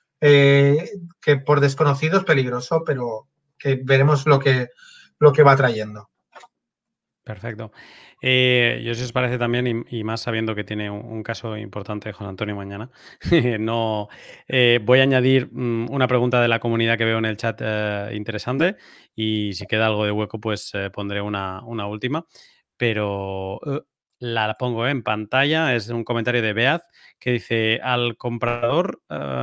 que por desconocido es peligroso, pero que veremos lo que va trayendo. Perfecto. Yo si os parece también, y más sabiendo que tiene un caso importante Juan Antonio mañana, no voy a añadir una pregunta de la comunidad que veo en el chat interesante y si queda algo de hueco pues pondré una última, pero la pongo en pantalla, es un comentario de Beaz que dice al comprar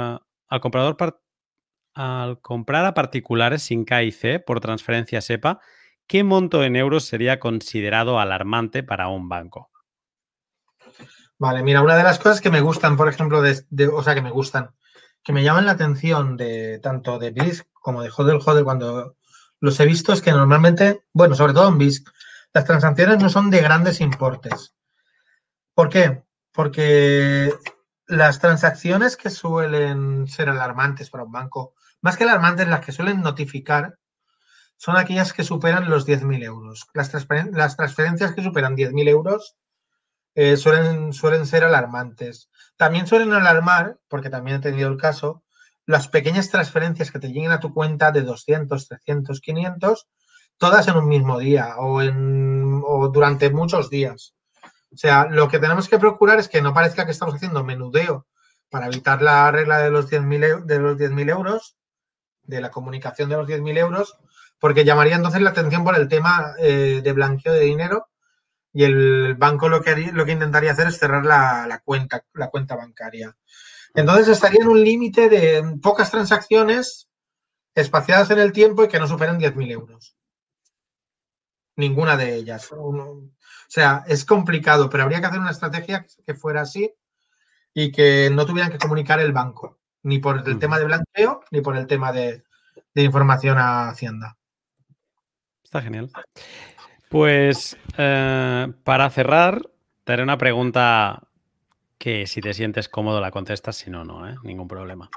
a particulares sin K y C por transferencia SEPA, ¿qué monto en euros sería considerado alarmante para un banco? Vale, mira, una de las cosas que me gustan, por ejemplo, que me llaman la atención de tanto de BISC como de HODL cuando los he visto es que normalmente, bueno, sobre todo en BISC, las transacciones no son de grandes importes. ¿Por qué? Porque las transacciones que suelen ser alarmantes para un banco, más que alarmantes, las que suelen notificar, son aquellas que superan los 10.000 euros. Las transferencias que superan 10.000 euros suelen ser alarmantes. También suelen alarmar, porque también he tenido el caso, las pequeñas transferencias que te lleguen a tu cuenta de 200, 300, 500, todas en un mismo día o durante muchos días. O sea, lo que tenemos que procurar es que no parezca que estamos haciendo menudeo para evitar la regla de los 10.000 euros, de la comunicación de los 10.000 euros, porque llamaría entonces la atención por el tema de blanqueo de dinero y el banco lo que intentaría hacer es cerrar la cuenta bancaria. Entonces estaría en un límite de pocas transacciones espaciadas en el tiempo y que no superen 10.000 euros. Ninguna de ellas. O sea, es complicado, pero habría que hacer una estrategia que fuera así y que no tuvieran que comunicar el banco, ni por el tema de blanqueo, ni por el tema de información a Hacienda. Está genial. Pues para cerrar, te haré una pregunta que si te sientes cómodo la contestas, si no, no, ningún problema.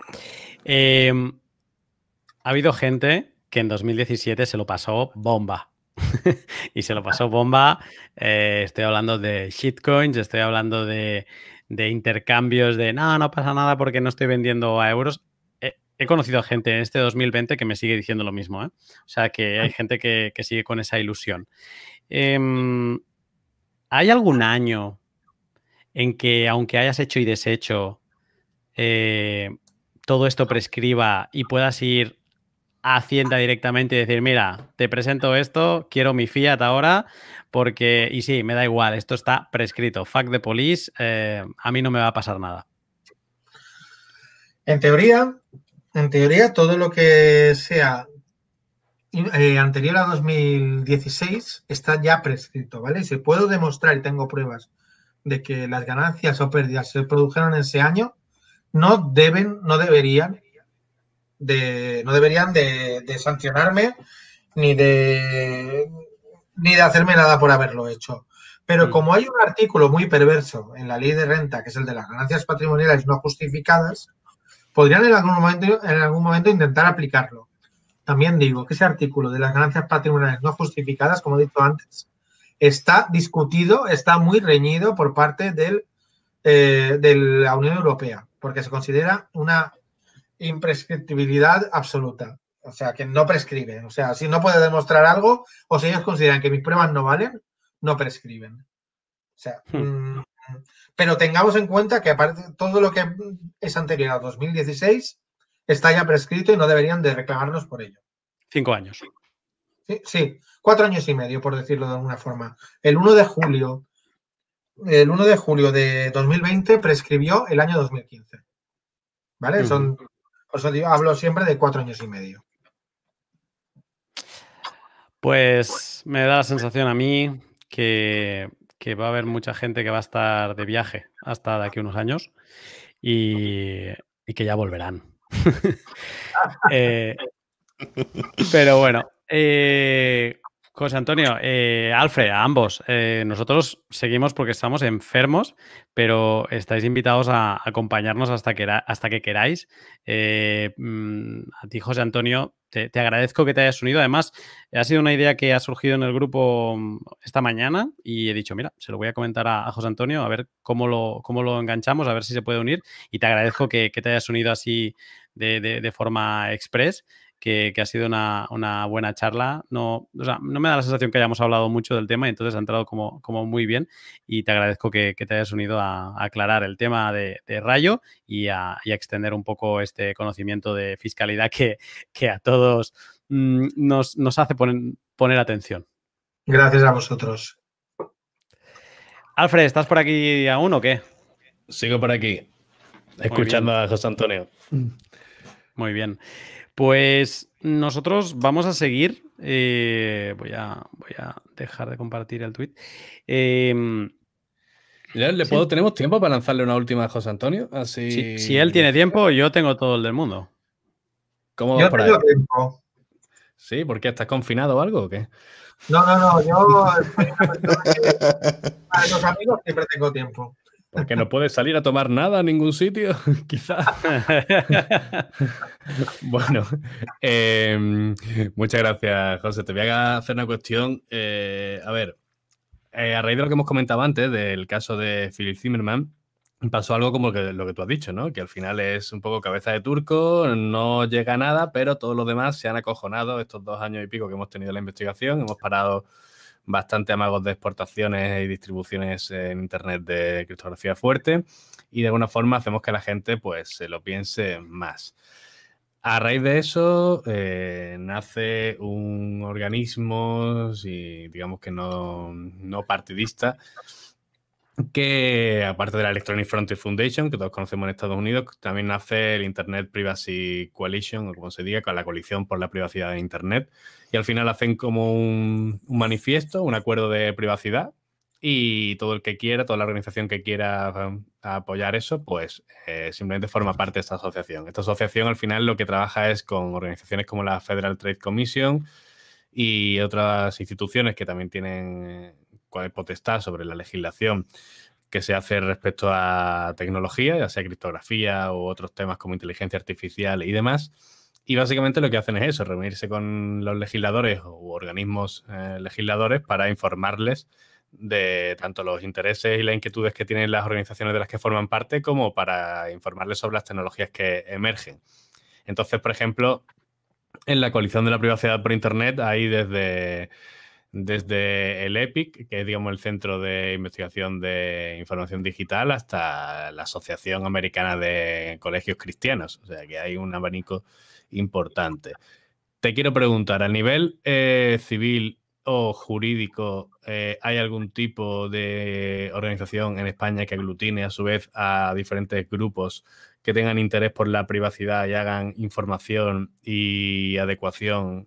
Ha habido gente que en 2017 se lo pasó bomba. Y se lo pasó bomba. Estoy hablando de shitcoins, estoy hablando de intercambios de no pasa nada porque no estoy vendiendo a euros. He conocido a gente en este 2020 que me sigue diciendo lo mismo, O sea, que hay gente que sigue con esa ilusión. ¿Hay algún año en que, aunque hayas hecho y deshecho, todo esto prescriba y puedas ir a Hacienda directamente y decir, mira, te presento esto, quiero mi fiat ahora, porque, y sí, me da igual, esto está prescrito, fuck the police, a mí no me va a pasar nada? En teoría, todo lo que sea anterior a 2016 está ya prescrito, ¿vale? Y si puedo demostrar y tengo pruebas de que las ganancias o pérdidas se produjeron en ese año, no deberían de sancionarme ni de hacerme nada por haberlo hecho. Pero como hay un artículo muy perverso en la ley de renta, que es el de las ganancias patrimoniales no justificadas, podrían en algún momento intentar aplicarlo. También digo que ese artículo de las ganancias patrimoniales no justificadas, como he dicho antes, está discutido, está muy reñido por parte de la Unión Europea, porque se considera una imprescriptibilidad absoluta. O sea, que no prescribe. O sea, si no puede demostrar algo o si ellos consideran que mis pruebas no valen, no prescriben. O sea, pero tengamos en cuenta que aparte todo lo que es anterior a 2016 está ya prescrito y no deberían de reclamarnos por ello. 5 años. Sí, 4 años y medio, por decirlo de alguna forma. El 1 de julio de 2020 prescribió el año 2015. ¿Vale? Por eso hablo siempre de 4 años y medio. Pues me da la sensación a mí que va a haber mucha gente que va a estar de viaje hasta de aquí a unos años y que ya volverán. Pero bueno, José Antonio, Alfred, a ambos, nosotros seguimos porque estamos enfermos, pero estáis invitados a acompañarnos hasta que queráis. A ti, José Antonio, te agradezco que te hayas unido. Además, ha sido una idea que ha surgido en el grupo esta mañana y he dicho, mira, se lo voy a comentar a José Antonio a ver cómo lo enganchamos, a ver si se puede unir. Y te agradezco que te hayas unido así de forma express. Que ha sido una buena charla. O sea, no me da la sensación que hayamos hablado mucho del tema y entonces ha entrado como muy bien y te agradezco que te hayas unido a aclarar el tema de Rayo y a extender un poco este conocimiento de fiscalidad que a todos nos hace poner atención. Gracias a vosotros. Alfred, ¿estás por aquí aún o qué? Sigo por aquí, escuchando a José Antonio. Muy bien. Pues nosotros vamos a seguir. Voy a dejar de compartir el tweet. ¿Tenemos tiempo para lanzarle una última a José Antonio? Así... Si él tiene tiempo, yo tengo todo el del mundo. ¿Cómo vas por ahí? Tiempo. ¿Sí? ¿Por qué? ¿Estás confinado o algo o qué? No, yo soy una persona que a los amigos siempre tengo tiempo. Porque no puedes salir a tomar nada a ningún sitio, quizás. Bueno, muchas gracias, José. Te voy a hacer una cuestión. A ver, a raíz de lo que hemos comentado antes, del caso de Philip Zimmermann, pasó algo como lo que tú has dicho, ¿no? Que al final es un poco cabeza de turco, no llega a nada, pero todos los demás se han acojonado estos 2 años y pico que hemos tenido la investigación. Hemos parado bastante amagos de exportaciones y distribuciones en Internet de criptografía fuerte y de alguna forma hacemos que la gente pues se lo piense más. A raíz de eso nace un organismo, digamos que no partidista, que aparte de la Electronic Frontier Foundation, que todos conocemos en Estados Unidos, también nace el Internet Privacy Coalition, o como se diga, con la coalición por la privacidad de Internet. Y al final hacen como un manifiesto, un acuerdo de privacidad, y todo el que quiera, toda la organización que quiera apoyar eso, pues simplemente forma parte de esta asociación. Esta asociación al final lo que trabaja es con organizaciones como la Federal Trade Commission y otras instituciones que también tienen potestad sobre la legislación que se hace respecto a tecnología, ya sea criptografía u otros temas como inteligencia artificial y demás. Y básicamente lo que hacen es eso, reunirse con los legisladores u organismos legisladores para informarles de tanto los intereses y las inquietudes que tienen las organizaciones de las que forman parte, como para informarles sobre las tecnologías que emergen. Entonces, por ejemplo, en la coalición de la privacidad por Internet hay desde el EPIC, que es, digamos, el Centro de Investigación de Información Digital, hasta la Asociación Americana de Colegios Cristianos. O sea, que hay un abanico importante. Te quiero preguntar, a nivel civil o jurídico, ¿hay algún tipo de organización en España que aglutine a su vez a diferentes grupos que tengan interés por la privacidad y hagan información y adecuación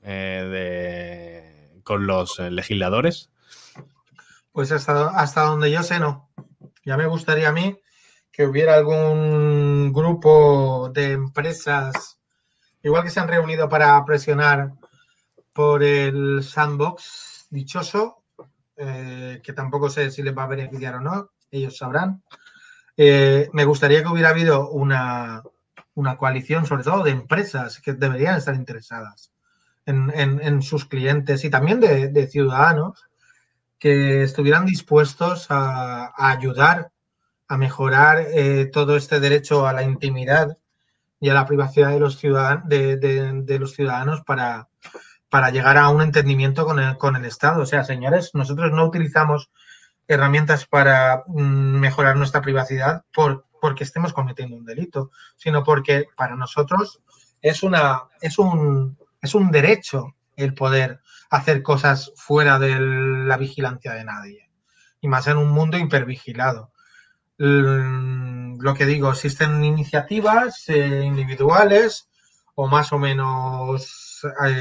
con los legisladores? Pues hasta donde yo sé, no. Ya me gustaría a mí que hubiera algún grupo de empresas, igual que se han reunido para presionar por el sandbox dichoso, que tampoco sé si les va a beneficiar o no, ellos sabrán. Me gustaría que hubiera habido una coalición, sobre todo de empresas que deberían estar interesadas en sus clientes y también de ciudadanos que estuvieran dispuestos a ayudar a mejorar todo este derecho a la intimidad y a la privacidad de los ciudadanos para llegar a un entendimiento con el Estado. O sea, señores, nosotros no utilizamos herramientas para mejorar nuestra privacidad porque estemos cometiendo un delito, sino porque para nosotros es un derecho el poder hacer cosas fuera de la vigilancia de nadie, y más en un mundo hipervigilado. Lo que digo, existen iniciativas individuales o más o menos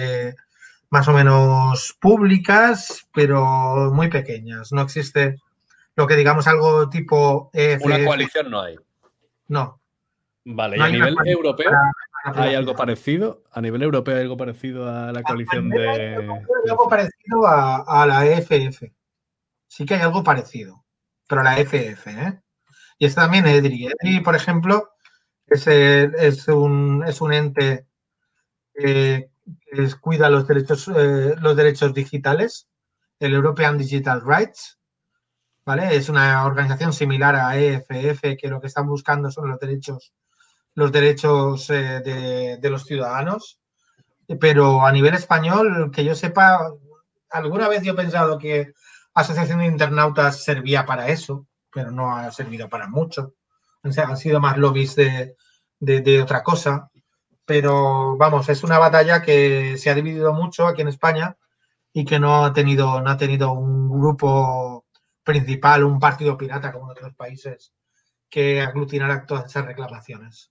públicas, pero muy pequeñas. No existe lo que digamos algo tipo EFF. Una coalición no hay. No. Vale, no ¿y a nivel europeo hay algo privacidad. parecido? ¿A nivel europeo hay algo parecido a la coalición de...? Hay algo parecido a la EFF. Sí que hay algo parecido, pero a la EFF, ¿eh? Y está también EDRI. EDRI, por ejemplo, es un ente que cuida los derechos digitales, el European Digital Rights, ¿vale? Es una organización similar a EFF, que lo que están buscando son los derechos de los ciudadanos. Pero a nivel español, que yo sepa, alguna vez yo he pensado que Asociación de Internautas servía para eso, pero no ha servido para mucho. O sea, han sido más lobbies de otra cosa. Pero vamos, es una batalla que se ha dividido mucho aquí en España y que no ha tenido un grupo principal, un partido pirata como en otros países que aglutinara todas esas reclamaciones.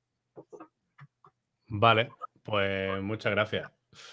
Vale, pues muchas gracias.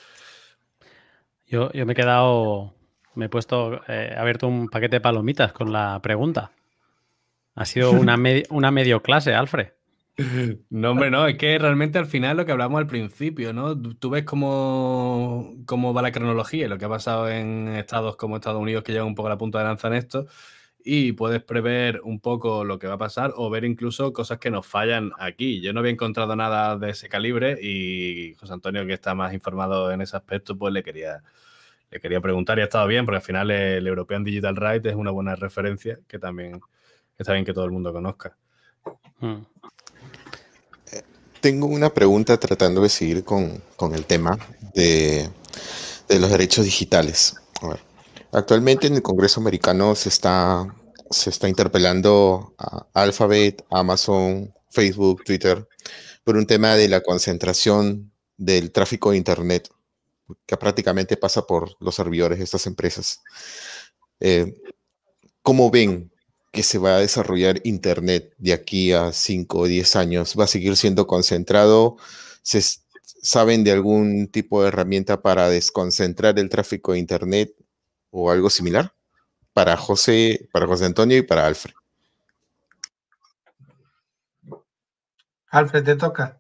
Yo me he puesto, abierto un paquete de palomitas con la pregunta. Ha sido una medio clase, Alfred. No, hombre, no, es que realmente al final lo que hablamos al principio, ¿no? Tú ves cómo va la cronología y lo que ha pasado en estados como Estados Unidos que llevan un poco a la punta de lanza en esto y puedes prever un poco lo que va a pasar o ver incluso cosas que nos fallan aquí. Yo no había encontrado nada de ese calibre y José Antonio, que está más informado en ese aspecto, pues le quería preguntar y ha estado bien porque al final el European Digital Rights es una buena referencia que también está bien que todo el mundo conozca. Tengo una pregunta tratando de seguir con el tema de los derechos digitales. A ver, actualmente en el Congreso americano se está interpelando a Alphabet, Amazon, Facebook, Twitter, por un tema de la concentración del tráfico de Internet, que prácticamente pasa por los servidores de estas empresas. ¿Cómo ven que se va a desarrollar Internet de aquí a 5 o 10 años? ¿Va a seguir siendo concentrado? ¿Saben de algún tipo de herramienta para desconcentrar el tráfico de Internet o algo similar? Para José Antonio y para Alfred. Alfred, te toca.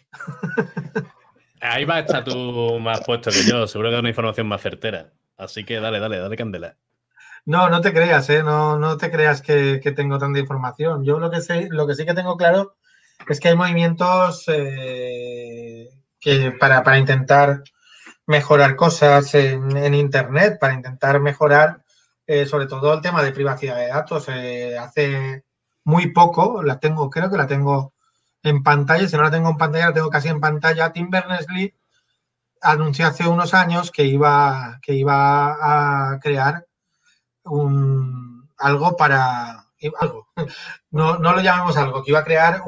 Ahí va a estar tú más puesto que yo. Seguro que es una información más certera. Así que dale candela. No te creas, no te creas que tengo tanta información. Yo lo que sí que tengo claro es que hay movimientos que para intentar mejorar cosas en Internet, para intentar mejorar sobre todo el tema de privacidad de datos. Hace muy poco, creo que la tengo en pantalla, si no la tengo en pantalla, la tengo casi en pantalla. Tim Berners-Lee anunció hace unos años que iba a crear algo, no lo llamemos algo, que iba a crear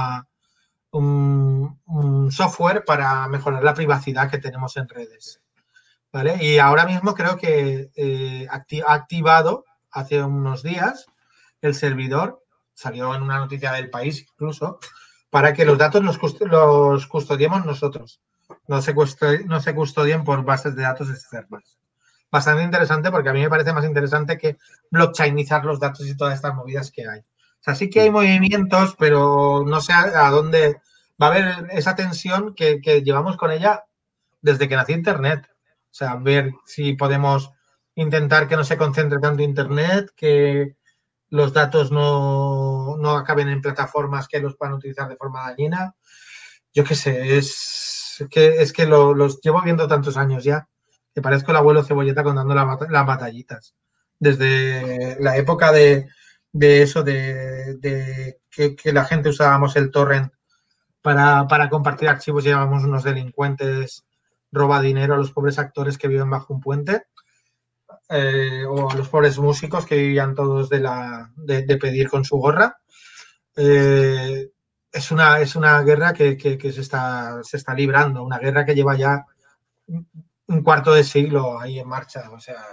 un software para mejorar la privacidad que tenemos en redes, ¿vale? Y ahora mismo creo que ha activado hace unos días el servidor, salió en una noticia del País incluso, para que los datos los custodiemos nosotros, no se custodien por bases de datos externas. Bastante interesante, porque a mí me parece más interesante que blockchainizar los datos y todas estas movidas que hay. O sea, sí que hay movimientos, pero no sé a dónde va a haber esa tensión que llevamos con ella desde que nació Internet. O sea, ver si podemos intentar que no se concentre tanto Internet, que los datos no acaben en plataformas que los puedan utilizar de forma dañina. Yo qué sé, es que los llevo viendo tantos años ya, que parezco el abuelo Cebolleta contando las batallitas. Desde la época de eso, de que la gente usábamos el torrent para compartir archivos y llamamos unos delincuentes roba dinero a los pobres actores que viven bajo un puente, o a los pobres músicos que vivían todos de pedir con su gorra. Es una guerra que se está librando, una guerra que lleva ya un cuarto de siglo ahí en marcha. O sea,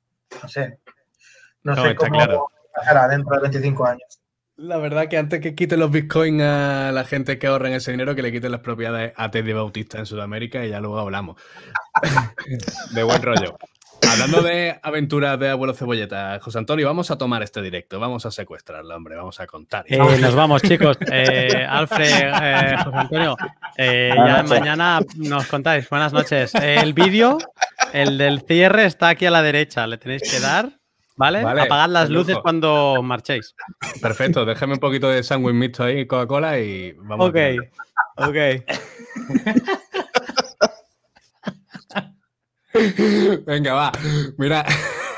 no sé cómo pasará dentro de 25 años. La verdad que antes que quiten los bitcoins a la gente que ahorren ese dinero, que le quiten las propiedades a Teddy Bautista en Sudamérica y ya luego hablamos. De buen rollo. Hablando de aventuras de abuelo Cebolleta, José Antonio, vamos a tomar este directo, vamos a secuestrarlo, hombre, vamos a contar. Nos vamos, chicos. Alfred, José Antonio, ya mañana nos contáis. Buenas noches. El vídeo, el del cierre, está aquí a la derecha, le tenéis que dar. ¿Vale? Apagad las luces cuando marchéis. Perfecto, déjame un poquito de sándwich mixto ahí, Coca-Cola y vamos. Ok. Venga, va. Mira.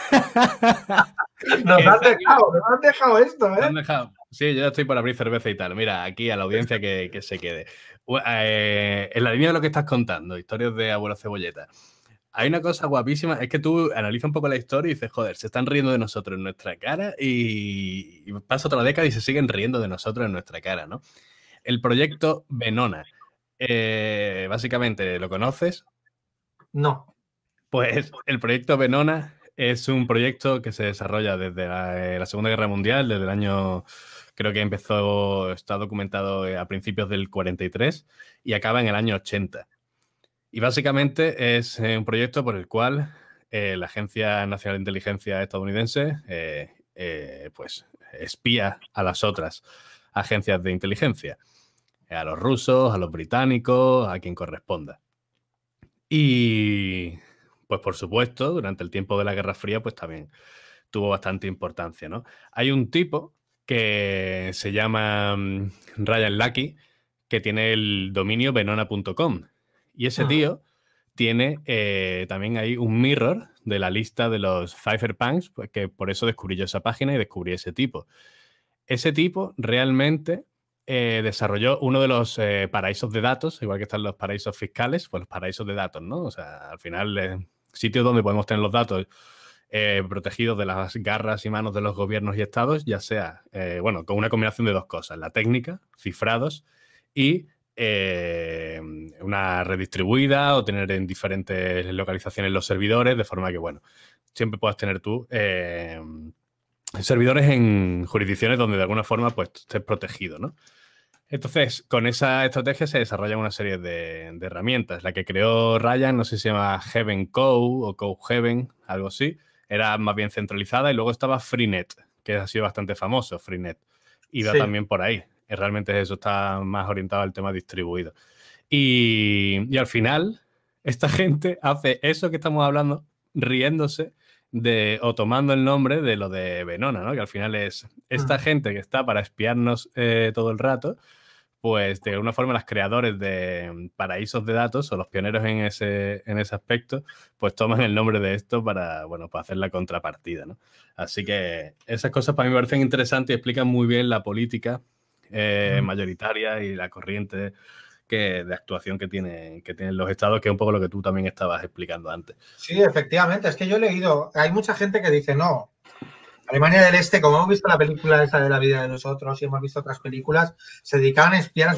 Nos han dejado esto, ¿eh? Sí, yo ya estoy por abrir cerveza y tal. Mira, aquí a la audiencia que se quede. En la línea de lo que estás contando, historias de abuelo Cebolleta. Hay una cosa guapísima, es que tú analizas un poco la historia y dices, joder, se están riendo de nosotros en nuestra cara y pasa otra década y se siguen riendo de nosotros en nuestra cara, ¿no? El proyecto Venona. Básicamente, ¿lo conoces? No. Pues el proyecto Venona es un proyecto que se desarrolla desde la Segunda Guerra Mundial, desde el año, creo que está documentado a principios del 43 y acaba en el año 80. Y básicamente es un proyecto por el cual la Agencia Nacional de Inteligencia estadounidense pues espía a las otras agencias de inteligencia. a los rusos, a los británicos, a quien corresponda. Y, pues por supuesto, durante el tiempo de la Guerra Fría, pues también tuvo bastante importancia, ¿no? Hay un tipo que se llama Ryan Lucky, que tiene el dominio venona.com. Y ese tío tiene también ahí un mirror de la lista de los cypherpunks, pues que por eso descubrí yo esa página y descubrí ese tipo. Ese tipo realmente desarrolló uno de los paraísos de datos, igual que están los paraísos fiscales, pues los paraísos de datos, ¿no? O sea, al final, sitios donde podemos tener los datos protegidos de las garras y manos de los gobiernos y estados, ya sea, bueno, con una combinación de dos cosas, la técnica, cifrados, y una red distribuida o tener en diferentes localizaciones los servidores, de forma que, bueno, siempre puedas tener tú servidores en jurisdicciones donde de alguna forma pues estés protegido, ¿no? Entonces, con esa estrategia se desarrollan una serie de herramientas. La que creó Ryan, no sé si se llama Heaven Code o Code Heaven, algo así, era más bien centralizada, y luego estaba Freenet, que ha sido bastante famoso, Freenet, y va también por ahí. Realmente eso está más orientado al tema distribuido. Y al final, esta gente hace eso que estamos hablando riéndose o tomando el nombre de lo de Venona, ¿no? Que al final es esta gente que está para espiarnos todo el rato, pues de alguna forma los creadores de paraísos de datos o los pioneros en ese aspecto, pues toman el nombre de esto para, bueno, para hacer la contrapartida, ¿no? Así que esas cosas para mí me parecen interesantes y explican muy bien la política mayoritaria y la corriente de actuación que tienen los estados, que es un poco lo que tú también estabas explicando antes. Sí, efectivamente. Es que yo he leído, hay mucha gente que dice, no, Alemania del Este, como hemos visto la película esa de La vida de nosotros y hemos visto otras películas, se dedicaban a espiar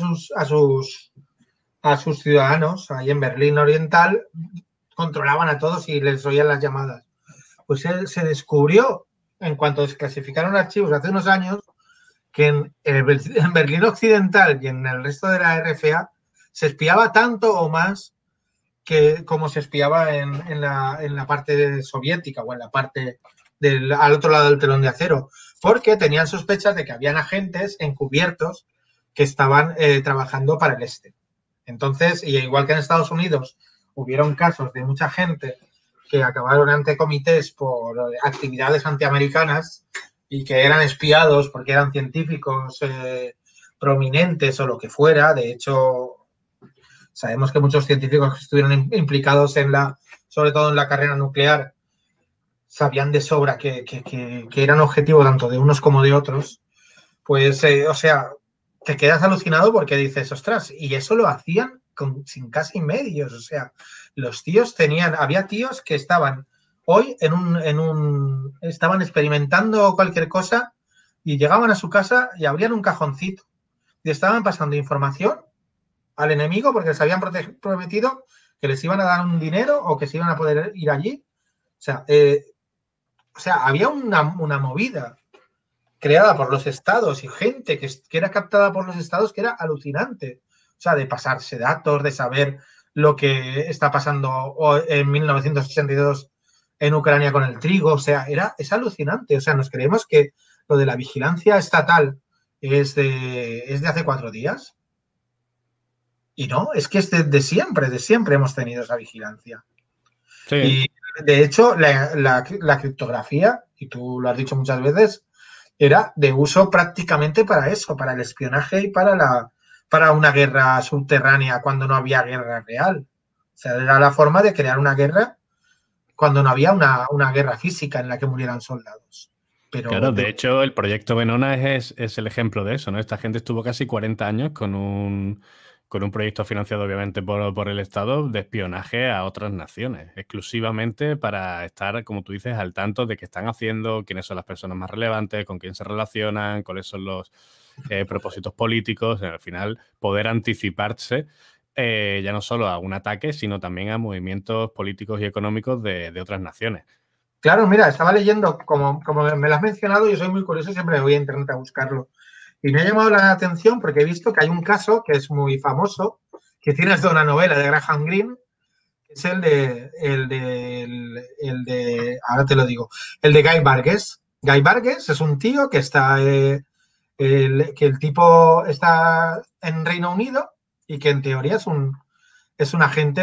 a sus ciudadanos. Ahí en Berlín Oriental controlaban a todos y les oían las llamadas. Pues se descubrió, en cuanto desclasificaron archivos hace unos años, que en Berlín Occidental y en el resto de la RFA se espiaba tanto o más que como se espiaba en la parte soviética o en la parte al otro lado del telón de acero, porque tenían sospechas de que habían agentes encubiertos que estaban trabajando para el este. Entonces, y igual que en Estados Unidos hubieron casos de mucha gente que acabaron ante comités por actividades antiamericanas y que eran espiados porque eran científicos prominentes o lo que fuera. De hecho, sabemos que muchos científicos que estuvieron implicados sobre todo en la carrera nuclear, sabían de sobra que eran objetivo tanto de unos como de otros. Pues, o sea, te quedas alucinado porque dices, ostras, y eso lo hacían sin casi medios. O sea, los tíos había tíos que estaban hoy estaban experimentando cualquier cosa y llegaban a su casa y abrían un cajoncito y estaban pasando información al enemigo porque les habían prometido que les iban a dar un dinero o que se iban a poder ir allí. O sea, había una movida creada por los estados y gente que era captada por los estados que era alucinante. O sea, de pasarse datos, de saber lo que está pasando en 1982 en Ucrania con el trigo. O sea, es alucinante. O sea, nos creemos que lo de la vigilancia estatal es de hace 4 días. Y no, es que es de siempre hemos tenido esa vigilancia. Sí. Y de hecho, la criptografía, y tú lo has dicho muchas veces, era de uso prácticamente para eso, para el espionaje y para una guerra subterránea cuando no había guerra real. O sea, era la forma de crear una guerra cuando no había una guerra física en la que murieran soldados. Pero, claro, de hecho, el proyecto Venona es el ejemplo de eso, ¿no? Esta gente estuvo casi 40 años con un proyecto financiado obviamente por el Estado de espionaje a otras naciones, exclusivamente para estar, como tú dices, al tanto de qué están haciendo, quiénes son las personas más relevantes, con quién se relacionan, cuáles son los propósitos políticos, al final poder anticiparse ya no solo a un ataque, sino también a movimientos políticos y económicos de otras naciones. Claro, mira, estaba leyendo, como me lo has mencionado, yo soy muy curioso, siempre me voy a internet a buscarlo. Y me ha llamado la atención porque he visto que hay un caso que es muy famoso, que tiene hasta una novela de Graham Greene, que es el de ahora te lo digo, el de Guy Burgess. Guy Burgess es un tío que está que el tipo está en Reino Unido y que en teoría es un agente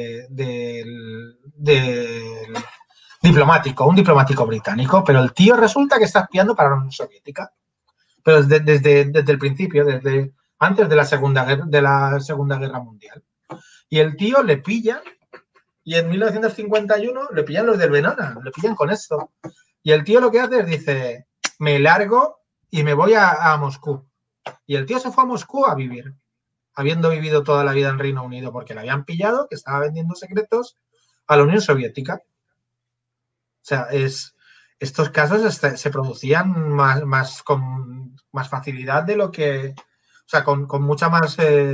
diplomático, un diplomático británico, pero el tío resulta que está espiando para la Unión Soviética. Pero desde el principio, desde antes de la Segunda Guerra Mundial. Y el tío le pillan, y en 1951 le pillan los del Venona, le pillan con esto. Y el tío lo que hace es dice, me largo y me voy a Moscú. Y el tío se fue a Moscú a vivir, habiendo vivido toda la vida en Reino Unido, porque le habían pillado que estaba vendiendo secretos a la Unión Soviética. O sea, estos casos se producían con más facilidad de lo que... O sea, con mucha más...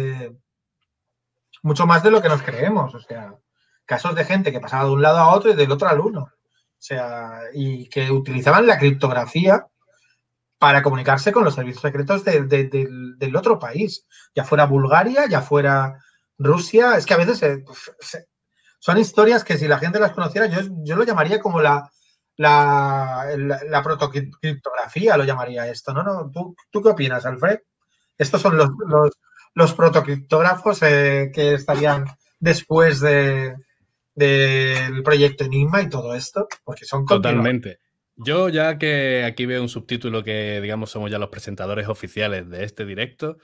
mucho más de lo que nos creemos. O sea, casos de gente que pasaba de un lado a otro y del otro al uno. O sea, y que utilizaban la criptografía para comunicarse con los servicios secretos del otro país. Ya fuera Bulgaria, ya fuera Rusia. Es que a veces son historias que si la gente las conociera, yo lo llamaría como la protocriptografía, lo llamaría esto, ¿no? ¿Tú qué opinas, Alfred? Estos son los protocriptógrafos que estarían después del proyecto Enigma y todo esto, porque son totalmente. Yo, ya que aquí veo un subtítulo que, digamos, somos ya los presentadores oficiales de este directo,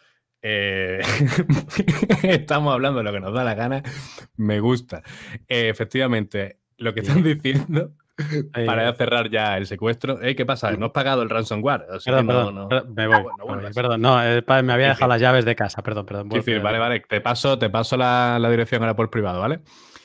estamos hablando de lo que nos da la gana, me gusta. Efectivamente, lo que están diciendo, para cerrar ya el secuestro, ¿qué pasa? No has pagado el ransomware. Perdón, me voy. Perdón, me había dejado las llaves de casa, perdón. Sí, vale, te paso la dirección ahora por privado, ¿vale?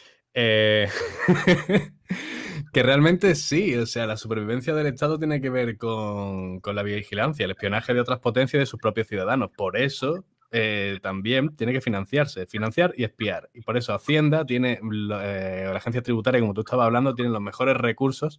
Que realmente sí, o sea, la supervivencia del Estado tiene que ver con la vigilancia, el espionaje de otras potencias y de sus propios ciudadanos. Por eso también tiene que financiar y espiar. Y por eso Hacienda tiene, la agencia tributaria, como tú estabas hablando, tiene los mejores recursos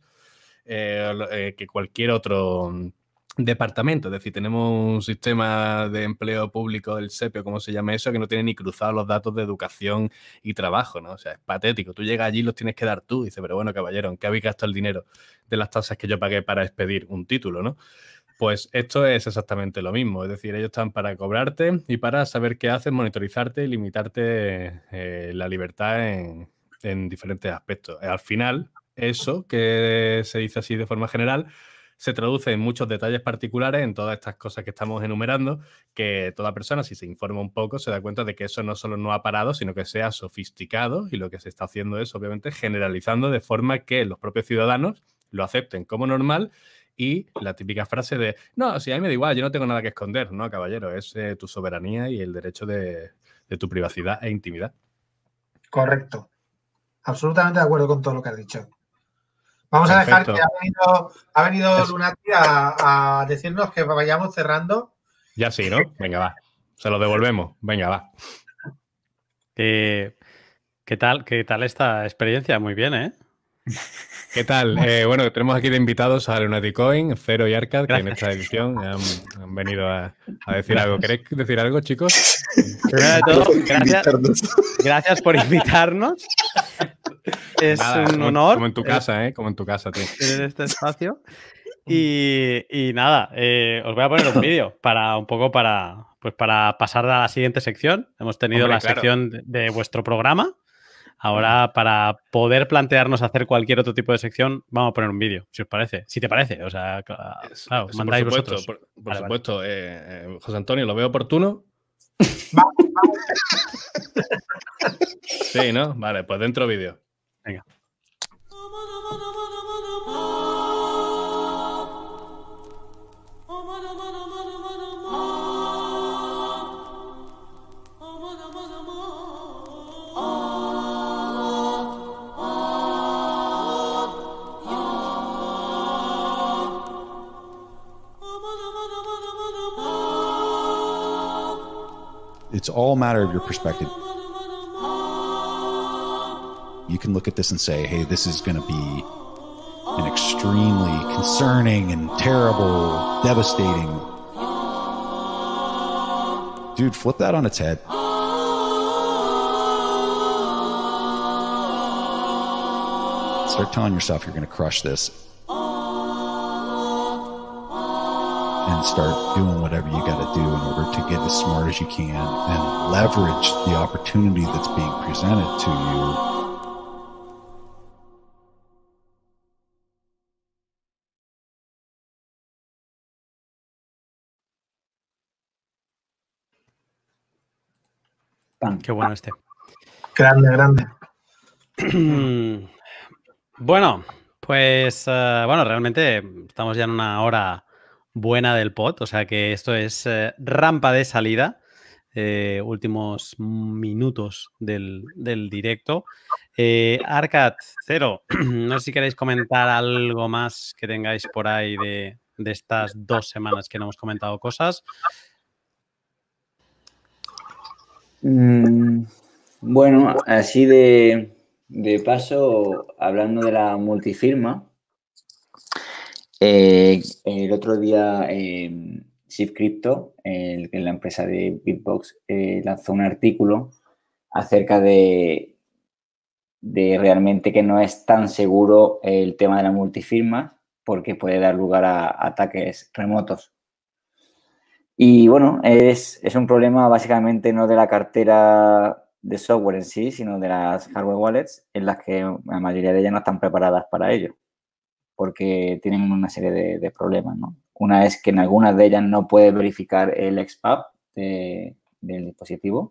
que cualquier otro departamento. Es decir, tenemos un sistema de empleo público, el SEPE, como se llama eso, que no tiene ni cruzados los datos de educación y trabajo, ¿no? O sea, es patético. Tú llegas allí y los tienes que dar tú. Y dices, pero bueno, caballero, ¿en qué habéis gastado el dinero de las tasas que yo pagué para expedir un título, no? Pues esto es exactamente lo mismo. Es decir, ellos están para cobrarte y para saber qué haces, monitorizarte y limitarte la libertad en diferentes aspectos. Al final, eso que se dice así de forma general se traduce en muchos detalles particulares, en todas estas cosas que estamos enumerando, que toda persona, si se informa un poco, se da cuenta de que eso no solo no ha parado, sino que se ha sofisticado, y lo que se está haciendo es, obviamente, generalizando de forma que los propios ciudadanos lo acepten como normal, y la típica frase de, no, si a mí me da igual, yo no tengo nada que esconder. No, caballero, es tu soberanía y el derecho de tu privacidad e intimidad. Correcto. Absolutamente de acuerdo con todo lo que has dicho. Vamos a dejar que ha venido Lunati a decirnos que vayamos cerrando. Ya sí, ¿no? Venga, va. Se lo devolvemos. Venga, va. ¿Qué tal esta experiencia? Muy bien, ¿eh? ¿Qué tal? Bueno, tenemos aquí de invitados a Lunati Coin, Fero y Arcad, que en esta edición han venido a decir algo. ¿Queréis decir algo, chicos? Primero de todo, gracias por invitarnos. Es un honor. Como en tu casa, Como en tu casa, tío. En este espacio. Y nada, os voy a poner un vídeo para pasar a la siguiente sección. Hemos tenido sección de vuestro programa. Ahora, para poder plantearnos hacer cualquier otro tipo de sección, vamos a poner un vídeo, si os parece. Si te parece. O sea, claro, mandáis vosotros. Por supuesto. José Antonio, ¿lo veo oportuno? Sí, ¿no? Vale, pues dentro vídeo. Venga. It's all a matter of your perspective. You can look at this and say, hey, this is going to be an extremely concerning and terrible, devastating. Dude, flip that on its head. Start telling yourself you're going to crush this. and start doing whatever you got to do in order to get as smart as you can and leverage the opportunity that's being presented to you. Qué bueno este. Grande, grande. Bueno, pues bueno, realmente estamos ya en una hora buena del pod, o sea que esto es rampa de salida, últimos minutos del directo. Arcad, Cero, no sé si queréis comentar algo más que tengáis por ahí de estas 2 semanas que no hemos comentado cosas. Bueno, así de paso, hablando de la multifirma, el otro día Shift Crypto, la empresa de Bitbox, lanzó un artículo acerca de realmente que no es tan seguro el tema de la multifirma porque puede dar lugar a ataques remotos. Y bueno, es un problema básicamente no de la cartera de software en sí, sino de las hardware wallets, en las que la mayoría de ellas no están preparadas para ello, porque tienen una serie de problemas, ¿no? Una es que en algunas de ellas no puede verificar el XPAP del dispositivo.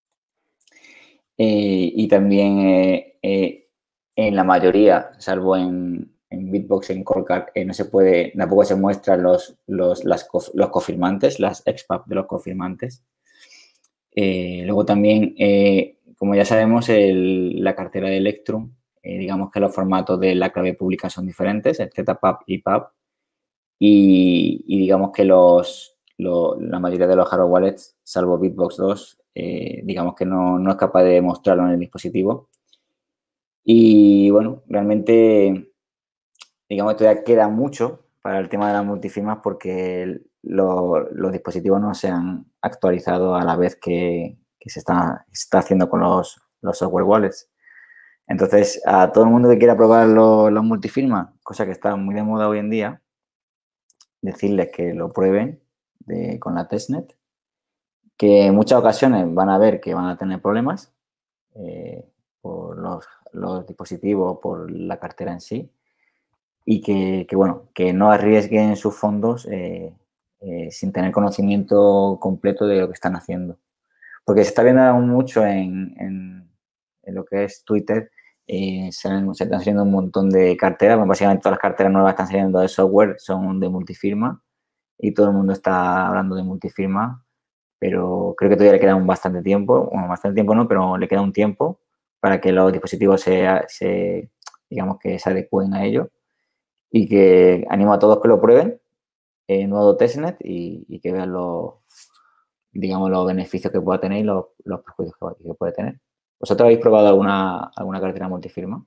Y también en la mayoría, salvo en Bitbox, en Coldcard, no se puede, tampoco se muestran los confirmantes, las XPAP de los confirmantes. Luego también, como ya sabemos, la cartera de Electrum, digamos que los formatos de la clave pública son diferentes, el ZPAP y PAP, y digamos que la mayoría de los hardware wallets, salvo Bitbox 2, digamos que no es capaz de mostrarlo en el dispositivo. Y bueno, realmente, digamos que todavía queda mucho para el tema de las multifirmas porque los dispositivos no se han actualizado a la vez que se está haciendo con los software wallets. Entonces, a todo el mundo que quiera probar los multifirmas, cosa que está muy de moda hoy en día, decirles que lo prueben con la testnet, que en muchas ocasiones van a ver que van a tener problemas por los dispositivos, por la cartera en sí, y que bueno, que no arriesguen sus fondos sin tener conocimiento completo de lo que están haciendo. Porque se está viendo aún mucho en lo que es Twitter, se están saliendo un montón de carteras, bueno, básicamente todas las carteras nuevas están saliendo de software, son de multifirma, y todo el mundo está hablando de multifirma, pero creo que todavía le queda bastante tiempo, bueno, bastante tiempo no, pero le queda un tiempo para que los dispositivos digamos que se adecúen a ello, y que animo a todos que lo prueben en modo testnet y que vean digamos, los beneficios que pueda tener y los perjuicios que puede tener. ¿Vosotros habéis probado alguna cartera multifirma?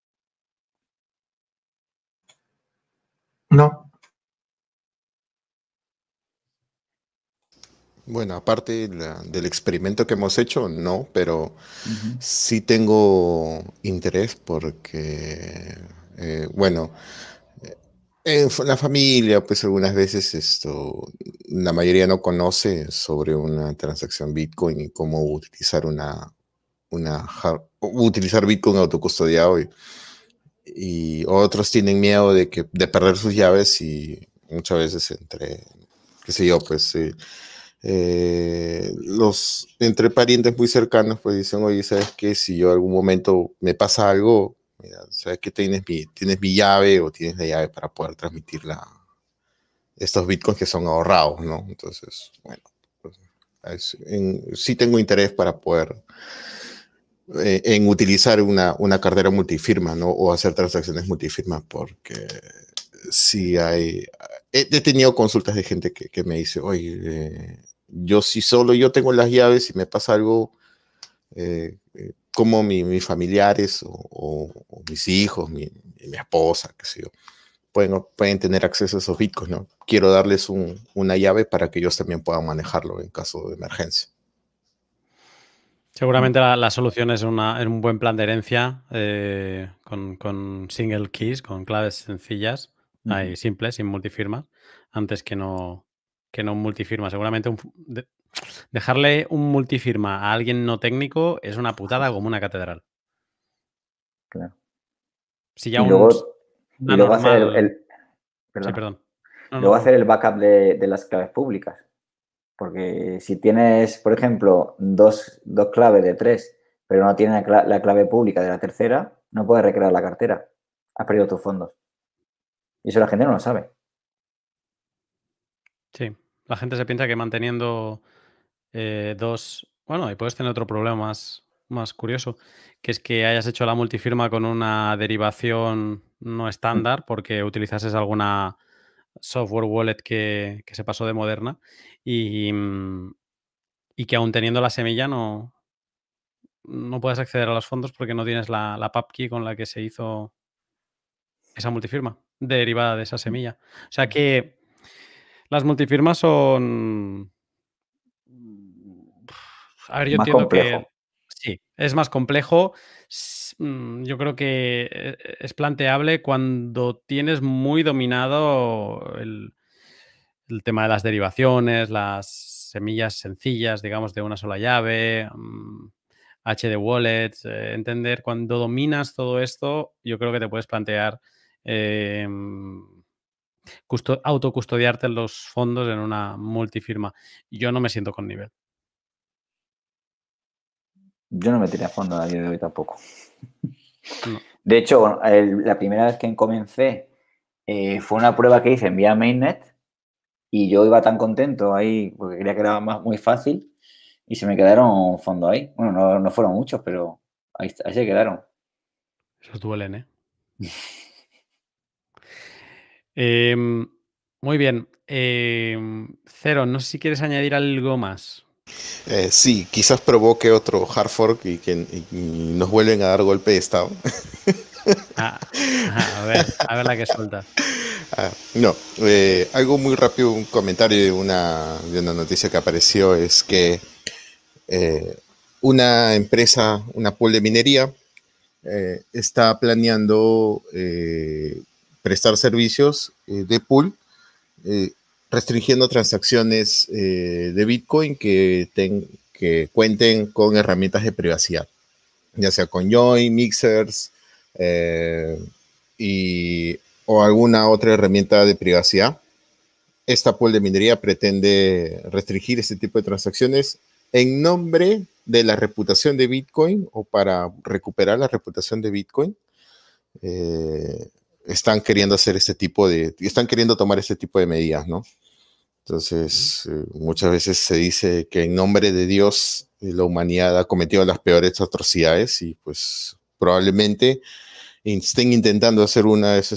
No. Bueno, aparte del experimento que hemos hecho, no, pero sí tengo interés porque, bueno, en la familia, pues algunas veces la mayoría no conoce sobre una transacción Bitcoin y cómo utilizar utilizar Bitcoin autocustodiado y otros tienen miedo de perder sus llaves y muchas veces qué sé yo, pues entre parientes muy cercanos pues dicen, oye, ¿sabes qué? Si yo en algún momento me pasa algo, mira, ¿sabes qué? Tienes mi llave o tienes la llave para poder transmitir estos bitcoins que son ahorrados, ¿no? Entonces, bueno, pues, sí tengo interés para poder en utilizar una cartera multifirma, ¿no? O hacer transacciones multifirma, porque sí he tenido consultas de gente que me dice, oye, si solo yo tengo las llaves y me pasa algo, como mis familiares o mis hijos, mi esposa, qué sé yo, pueden tener acceso a esos bitcoins, ¿no? Quiero darles una llave para que ellos también puedan manejarlo en caso de emergencia. Seguramente la solución es un buen plan de herencia con single keys, con claves sencillas, simples, sin multifirma, antes que no que no un multifirma. Seguramente dejarle un multifirma a alguien no técnico es una putada como una catedral. Claro. Si ya Y luego hacer Sí, perdón. Luego hacer el backup de las claves públicas. Porque si tienes, por ejemplo, dos claves de 3, pero no tienes la clave pública de la tercera, no puedes recrear la cartera. Has perdido tus fondos. Y eso la gente no lo sabe. Sí, la gente se piensa que manteniendo dos... Bueno, y puedes tener otro problema más curioso, que es que hayas hecho la multifirma con una derivación no estándar porque utilizases alguna software wallet que se pasó de moderna y que aún teniendo la semilla no puedes acceder a los fondos porque no tienes la PubKey con la que se hizo esa multifirma derivada de esa semilla. O sea que las multifirmas son... A ver, yo Más entiendo complejo. que sí, es más complejo. Yo creo que es planteable cuando tienes muy dominado el tema de las derivaciones, las semillas sencillas, digamos, de una sola llave, HD wallets, entender cuando dominas todo esto, yo creo que te puedes plantear autocustodiarte los fondos en una multifirma. Yo no me siento con nivel. Yo no me tiré a fondo a día de hoy tampoco. No. De hecho, la primera vez que comencé fue una prueba que hice en vía mainnet y yo iba tan contento ahí porque creía que era muy fácil y se me quedaron fondos ahí. Bueno, no fueron muchos, pero ahí se quedaron. Esos duelen, ¿eh? Muy bien. Cero, no sé si quieres añadir algo más. Sí, quizás provoque otro hard fork y nos vuelven a dar golpe de estado. A ver la que suelta. No, algo muy rápido, un comentario de una noticia que apareció es que una empresa, una pool de minería, está planeando prestar servicios de pool, restringiendo transacciones de Bitcoin que cuenten con herramientas de privacidad, ya sea con Join, Mixers o alguna otra herramienta de privacidad. Esta pool de minería pretende restringir este tipo de transacciones en nombre de la reputación de Bitcoin o para recuperar la reputación de Bitcoin. Están queriendo están queriendo tomar este tipo de medidas, ¿no? Entonces, muchas veces se dice que en nombre de Dios la humanidad ha cometido las peores atrocidades y pues probablemente estén intentando hacer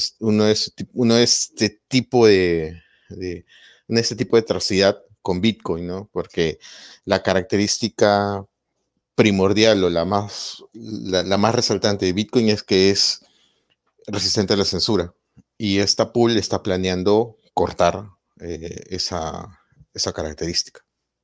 este tipo de atrocidad con Bitcoin, ¿no? Porque la característica primordial o la más resaltante de Bitcoin es que es resistente a la censura. Y esta pool está planeando cortar esa característica.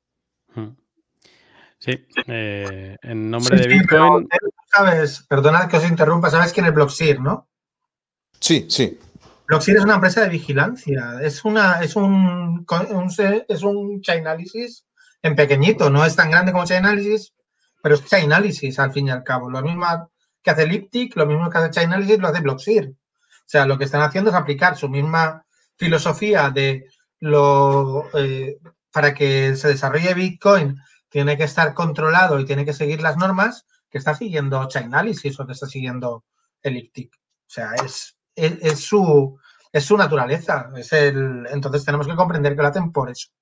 Sí, en nombre de Bitcoin... Pero, ¿sabes? Perdonad que os interrumpa, ¿sabes quién es Blockseer, no? Sí, sí. Blockseer es una empresa de vigilancia, es un Chainalysis en pequeñito, no es tan grande como Chainalysis, pero es Chainalysis al fin y al cabo. Lo mismo que hace Elliptic, lo mismo que hace Chainalysis lo hace Blockseer. O sea, lo que están haciendo es aplicar su misma filosofía de para que se desarrolle Bitcoin tiene que estar controlado y tiene que seguir las normas que está siguiendo Chainalysis o que está siguiendo Elliptic. O sea, es su naturaleza. Entonces tenemos que comprender que lo hacen por eso.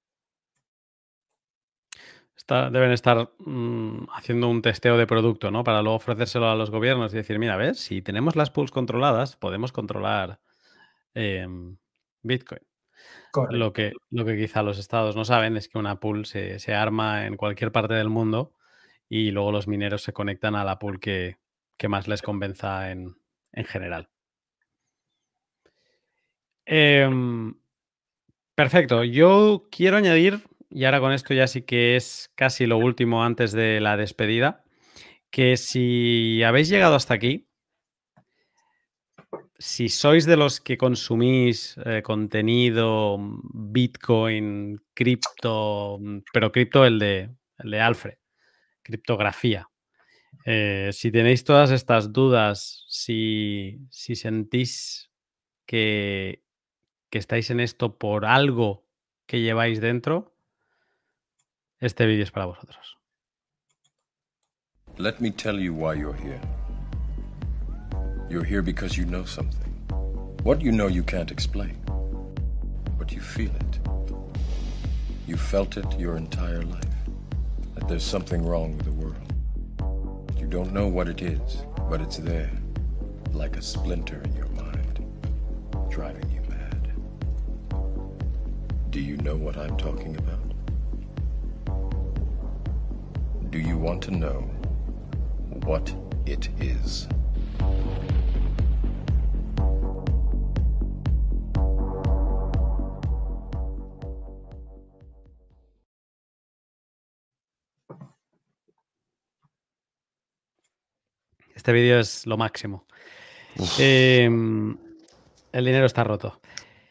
Deben estar haciendo un testeo de producto, ¿no? Para luego ofrecérselo a los gobiernos y decir, mira, ¿ves? Si tenemos las pools controladas, podemos controlar Bitcoin. Lo que quizá los estados no saben es que una pool se arma en cualquier parte del mundo y luego los mineros se conectan a la pool que más les convenza en general. Perfecto. Yo quiero añadir, y ahora con esto ya sí que es casi lo último antes de la despedida, que si habéis llegado hasta aquí, si sois de los que consumís contenido Bitcoin, cripto, pero cripto el de Alfred, criptografía. Si tenéis todas estas dudas, si sentís que estáis en esto por algo que lleváis dentro, este vídeo es para vosotros. Let me tell you why you're here. You're here because you know something. What you know you can't explain, but you feel it. You felt it your entire life, that there's something wrong with the world. You don't know what it is, but it's there, like a splinter in your mind, driving you mad. Do you know what I'm talking about? Do you want to know what it is? Este vídeo es lo máximo. El dinero está roto.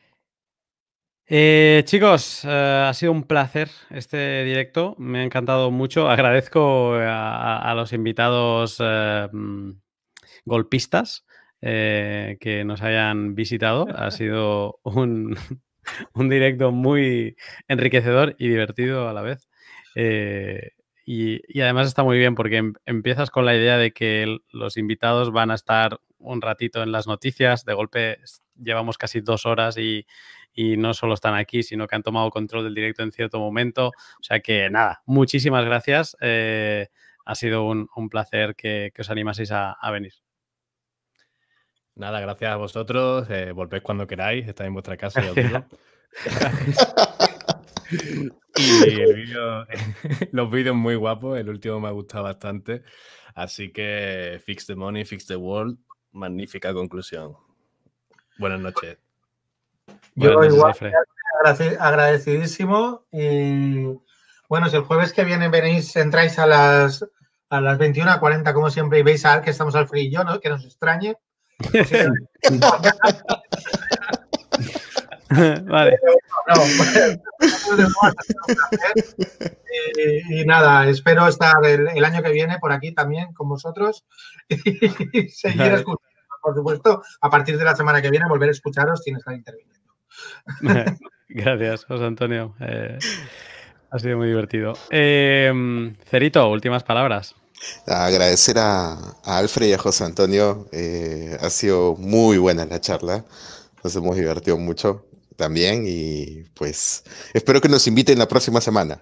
Chicos, ha sido un placer este directo. Me ha encantado mucho. Agradezco a los invitados golpistas que nos hayan visitado. Ha sido un directo muy enriquecedor y divertido a la vez. Y además está muy bien porque empiezas con la idea de que los invitados van a estar un ratito en las noticias. De golpe llevamos casi 2 horas y no solo están aquí, sino que han tomado control del directo en cierto momento. O sea que nada, muchísimas gracias. Ha sido un placer que os animaseis a venir. Nada, gracias a vosotros. Volvéis cuando queráis. Estáis en vuestra casa, ya os digo. Y el vídeo, los vídeos muy guapos. El último me ha gustado bastante. Así que fix the money, fix the world. Magnífica conclusión. Buenas noches. Yo igual, agradecidísimo. Y bueno, si el jueves que viene entráis a las 21:40, como siempre, y veis a que estamos Alfred y yo, ¿no? Que nos extrañe. Vale. Y nada, espero estar el año que viene por aquí también con vosotros y seguir escuchando. Por supuesto, a partir de la semana que viene volver a escucharos sin estar interviniendo. Gracias, José Antonio. Ha sido muy divertido. Cerito, últimas palabras. Agradecer a Alfred y a José Antonio. Ha sido muy buena la charla. Nos hemos divertido mucho también y pues espero que nos inviten la próxima semana.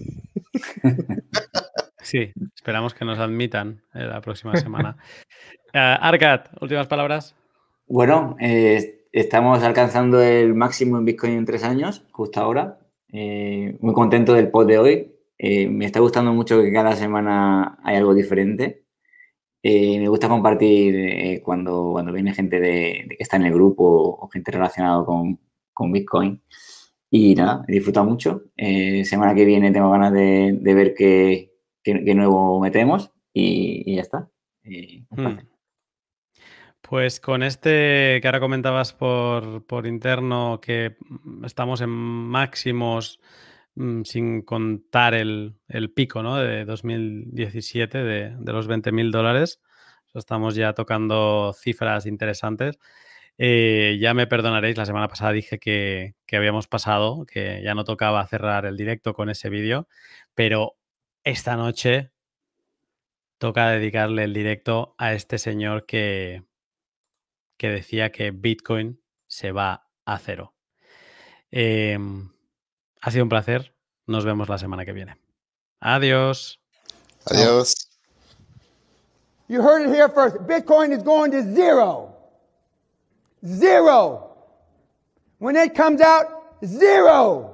Sí, esperamos que nos admitan la próxima semana. Arcad, últimas palabras. Bueno, estamos alcanzando el máximo en Bitcoin en 3 años, justo ahora. Muy contento del pod de hoy. Me está gustando mucho que cada semana hay algo diferente. Me gusta compartir cuando viene gente de que está en el grupo o gente relacionada con Bitcoin. Y nada, he disfrutado mucho. Semana que viene tengo ganas de ver qué nuevo metemos y ya está. Un placer. Pues con este que ahora comentabas por interno que estamos en máximos sin contar el pico, ¿no? De 2017 de los $20.000. Estamos ya tocando cifras interesantes. Ya me perdonaréis, la semana pasada dije que habíamos pasado, que ya no tocaba cerrar el directo con ese vídeo, pero esta noche toca dedicarle el directo a este señor que decía que Bitcoin se va a cero. Ha sido un placer. Nos vemos la semana que viene. Adiós. Adiós. You heard it here first. Bitcoin is going to zero. Zero. When it comes out, zero.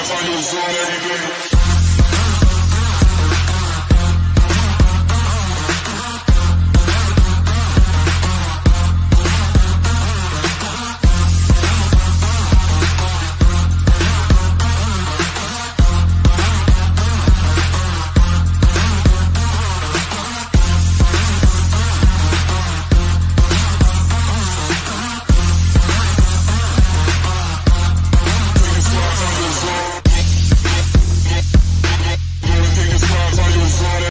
Cause I use all every day.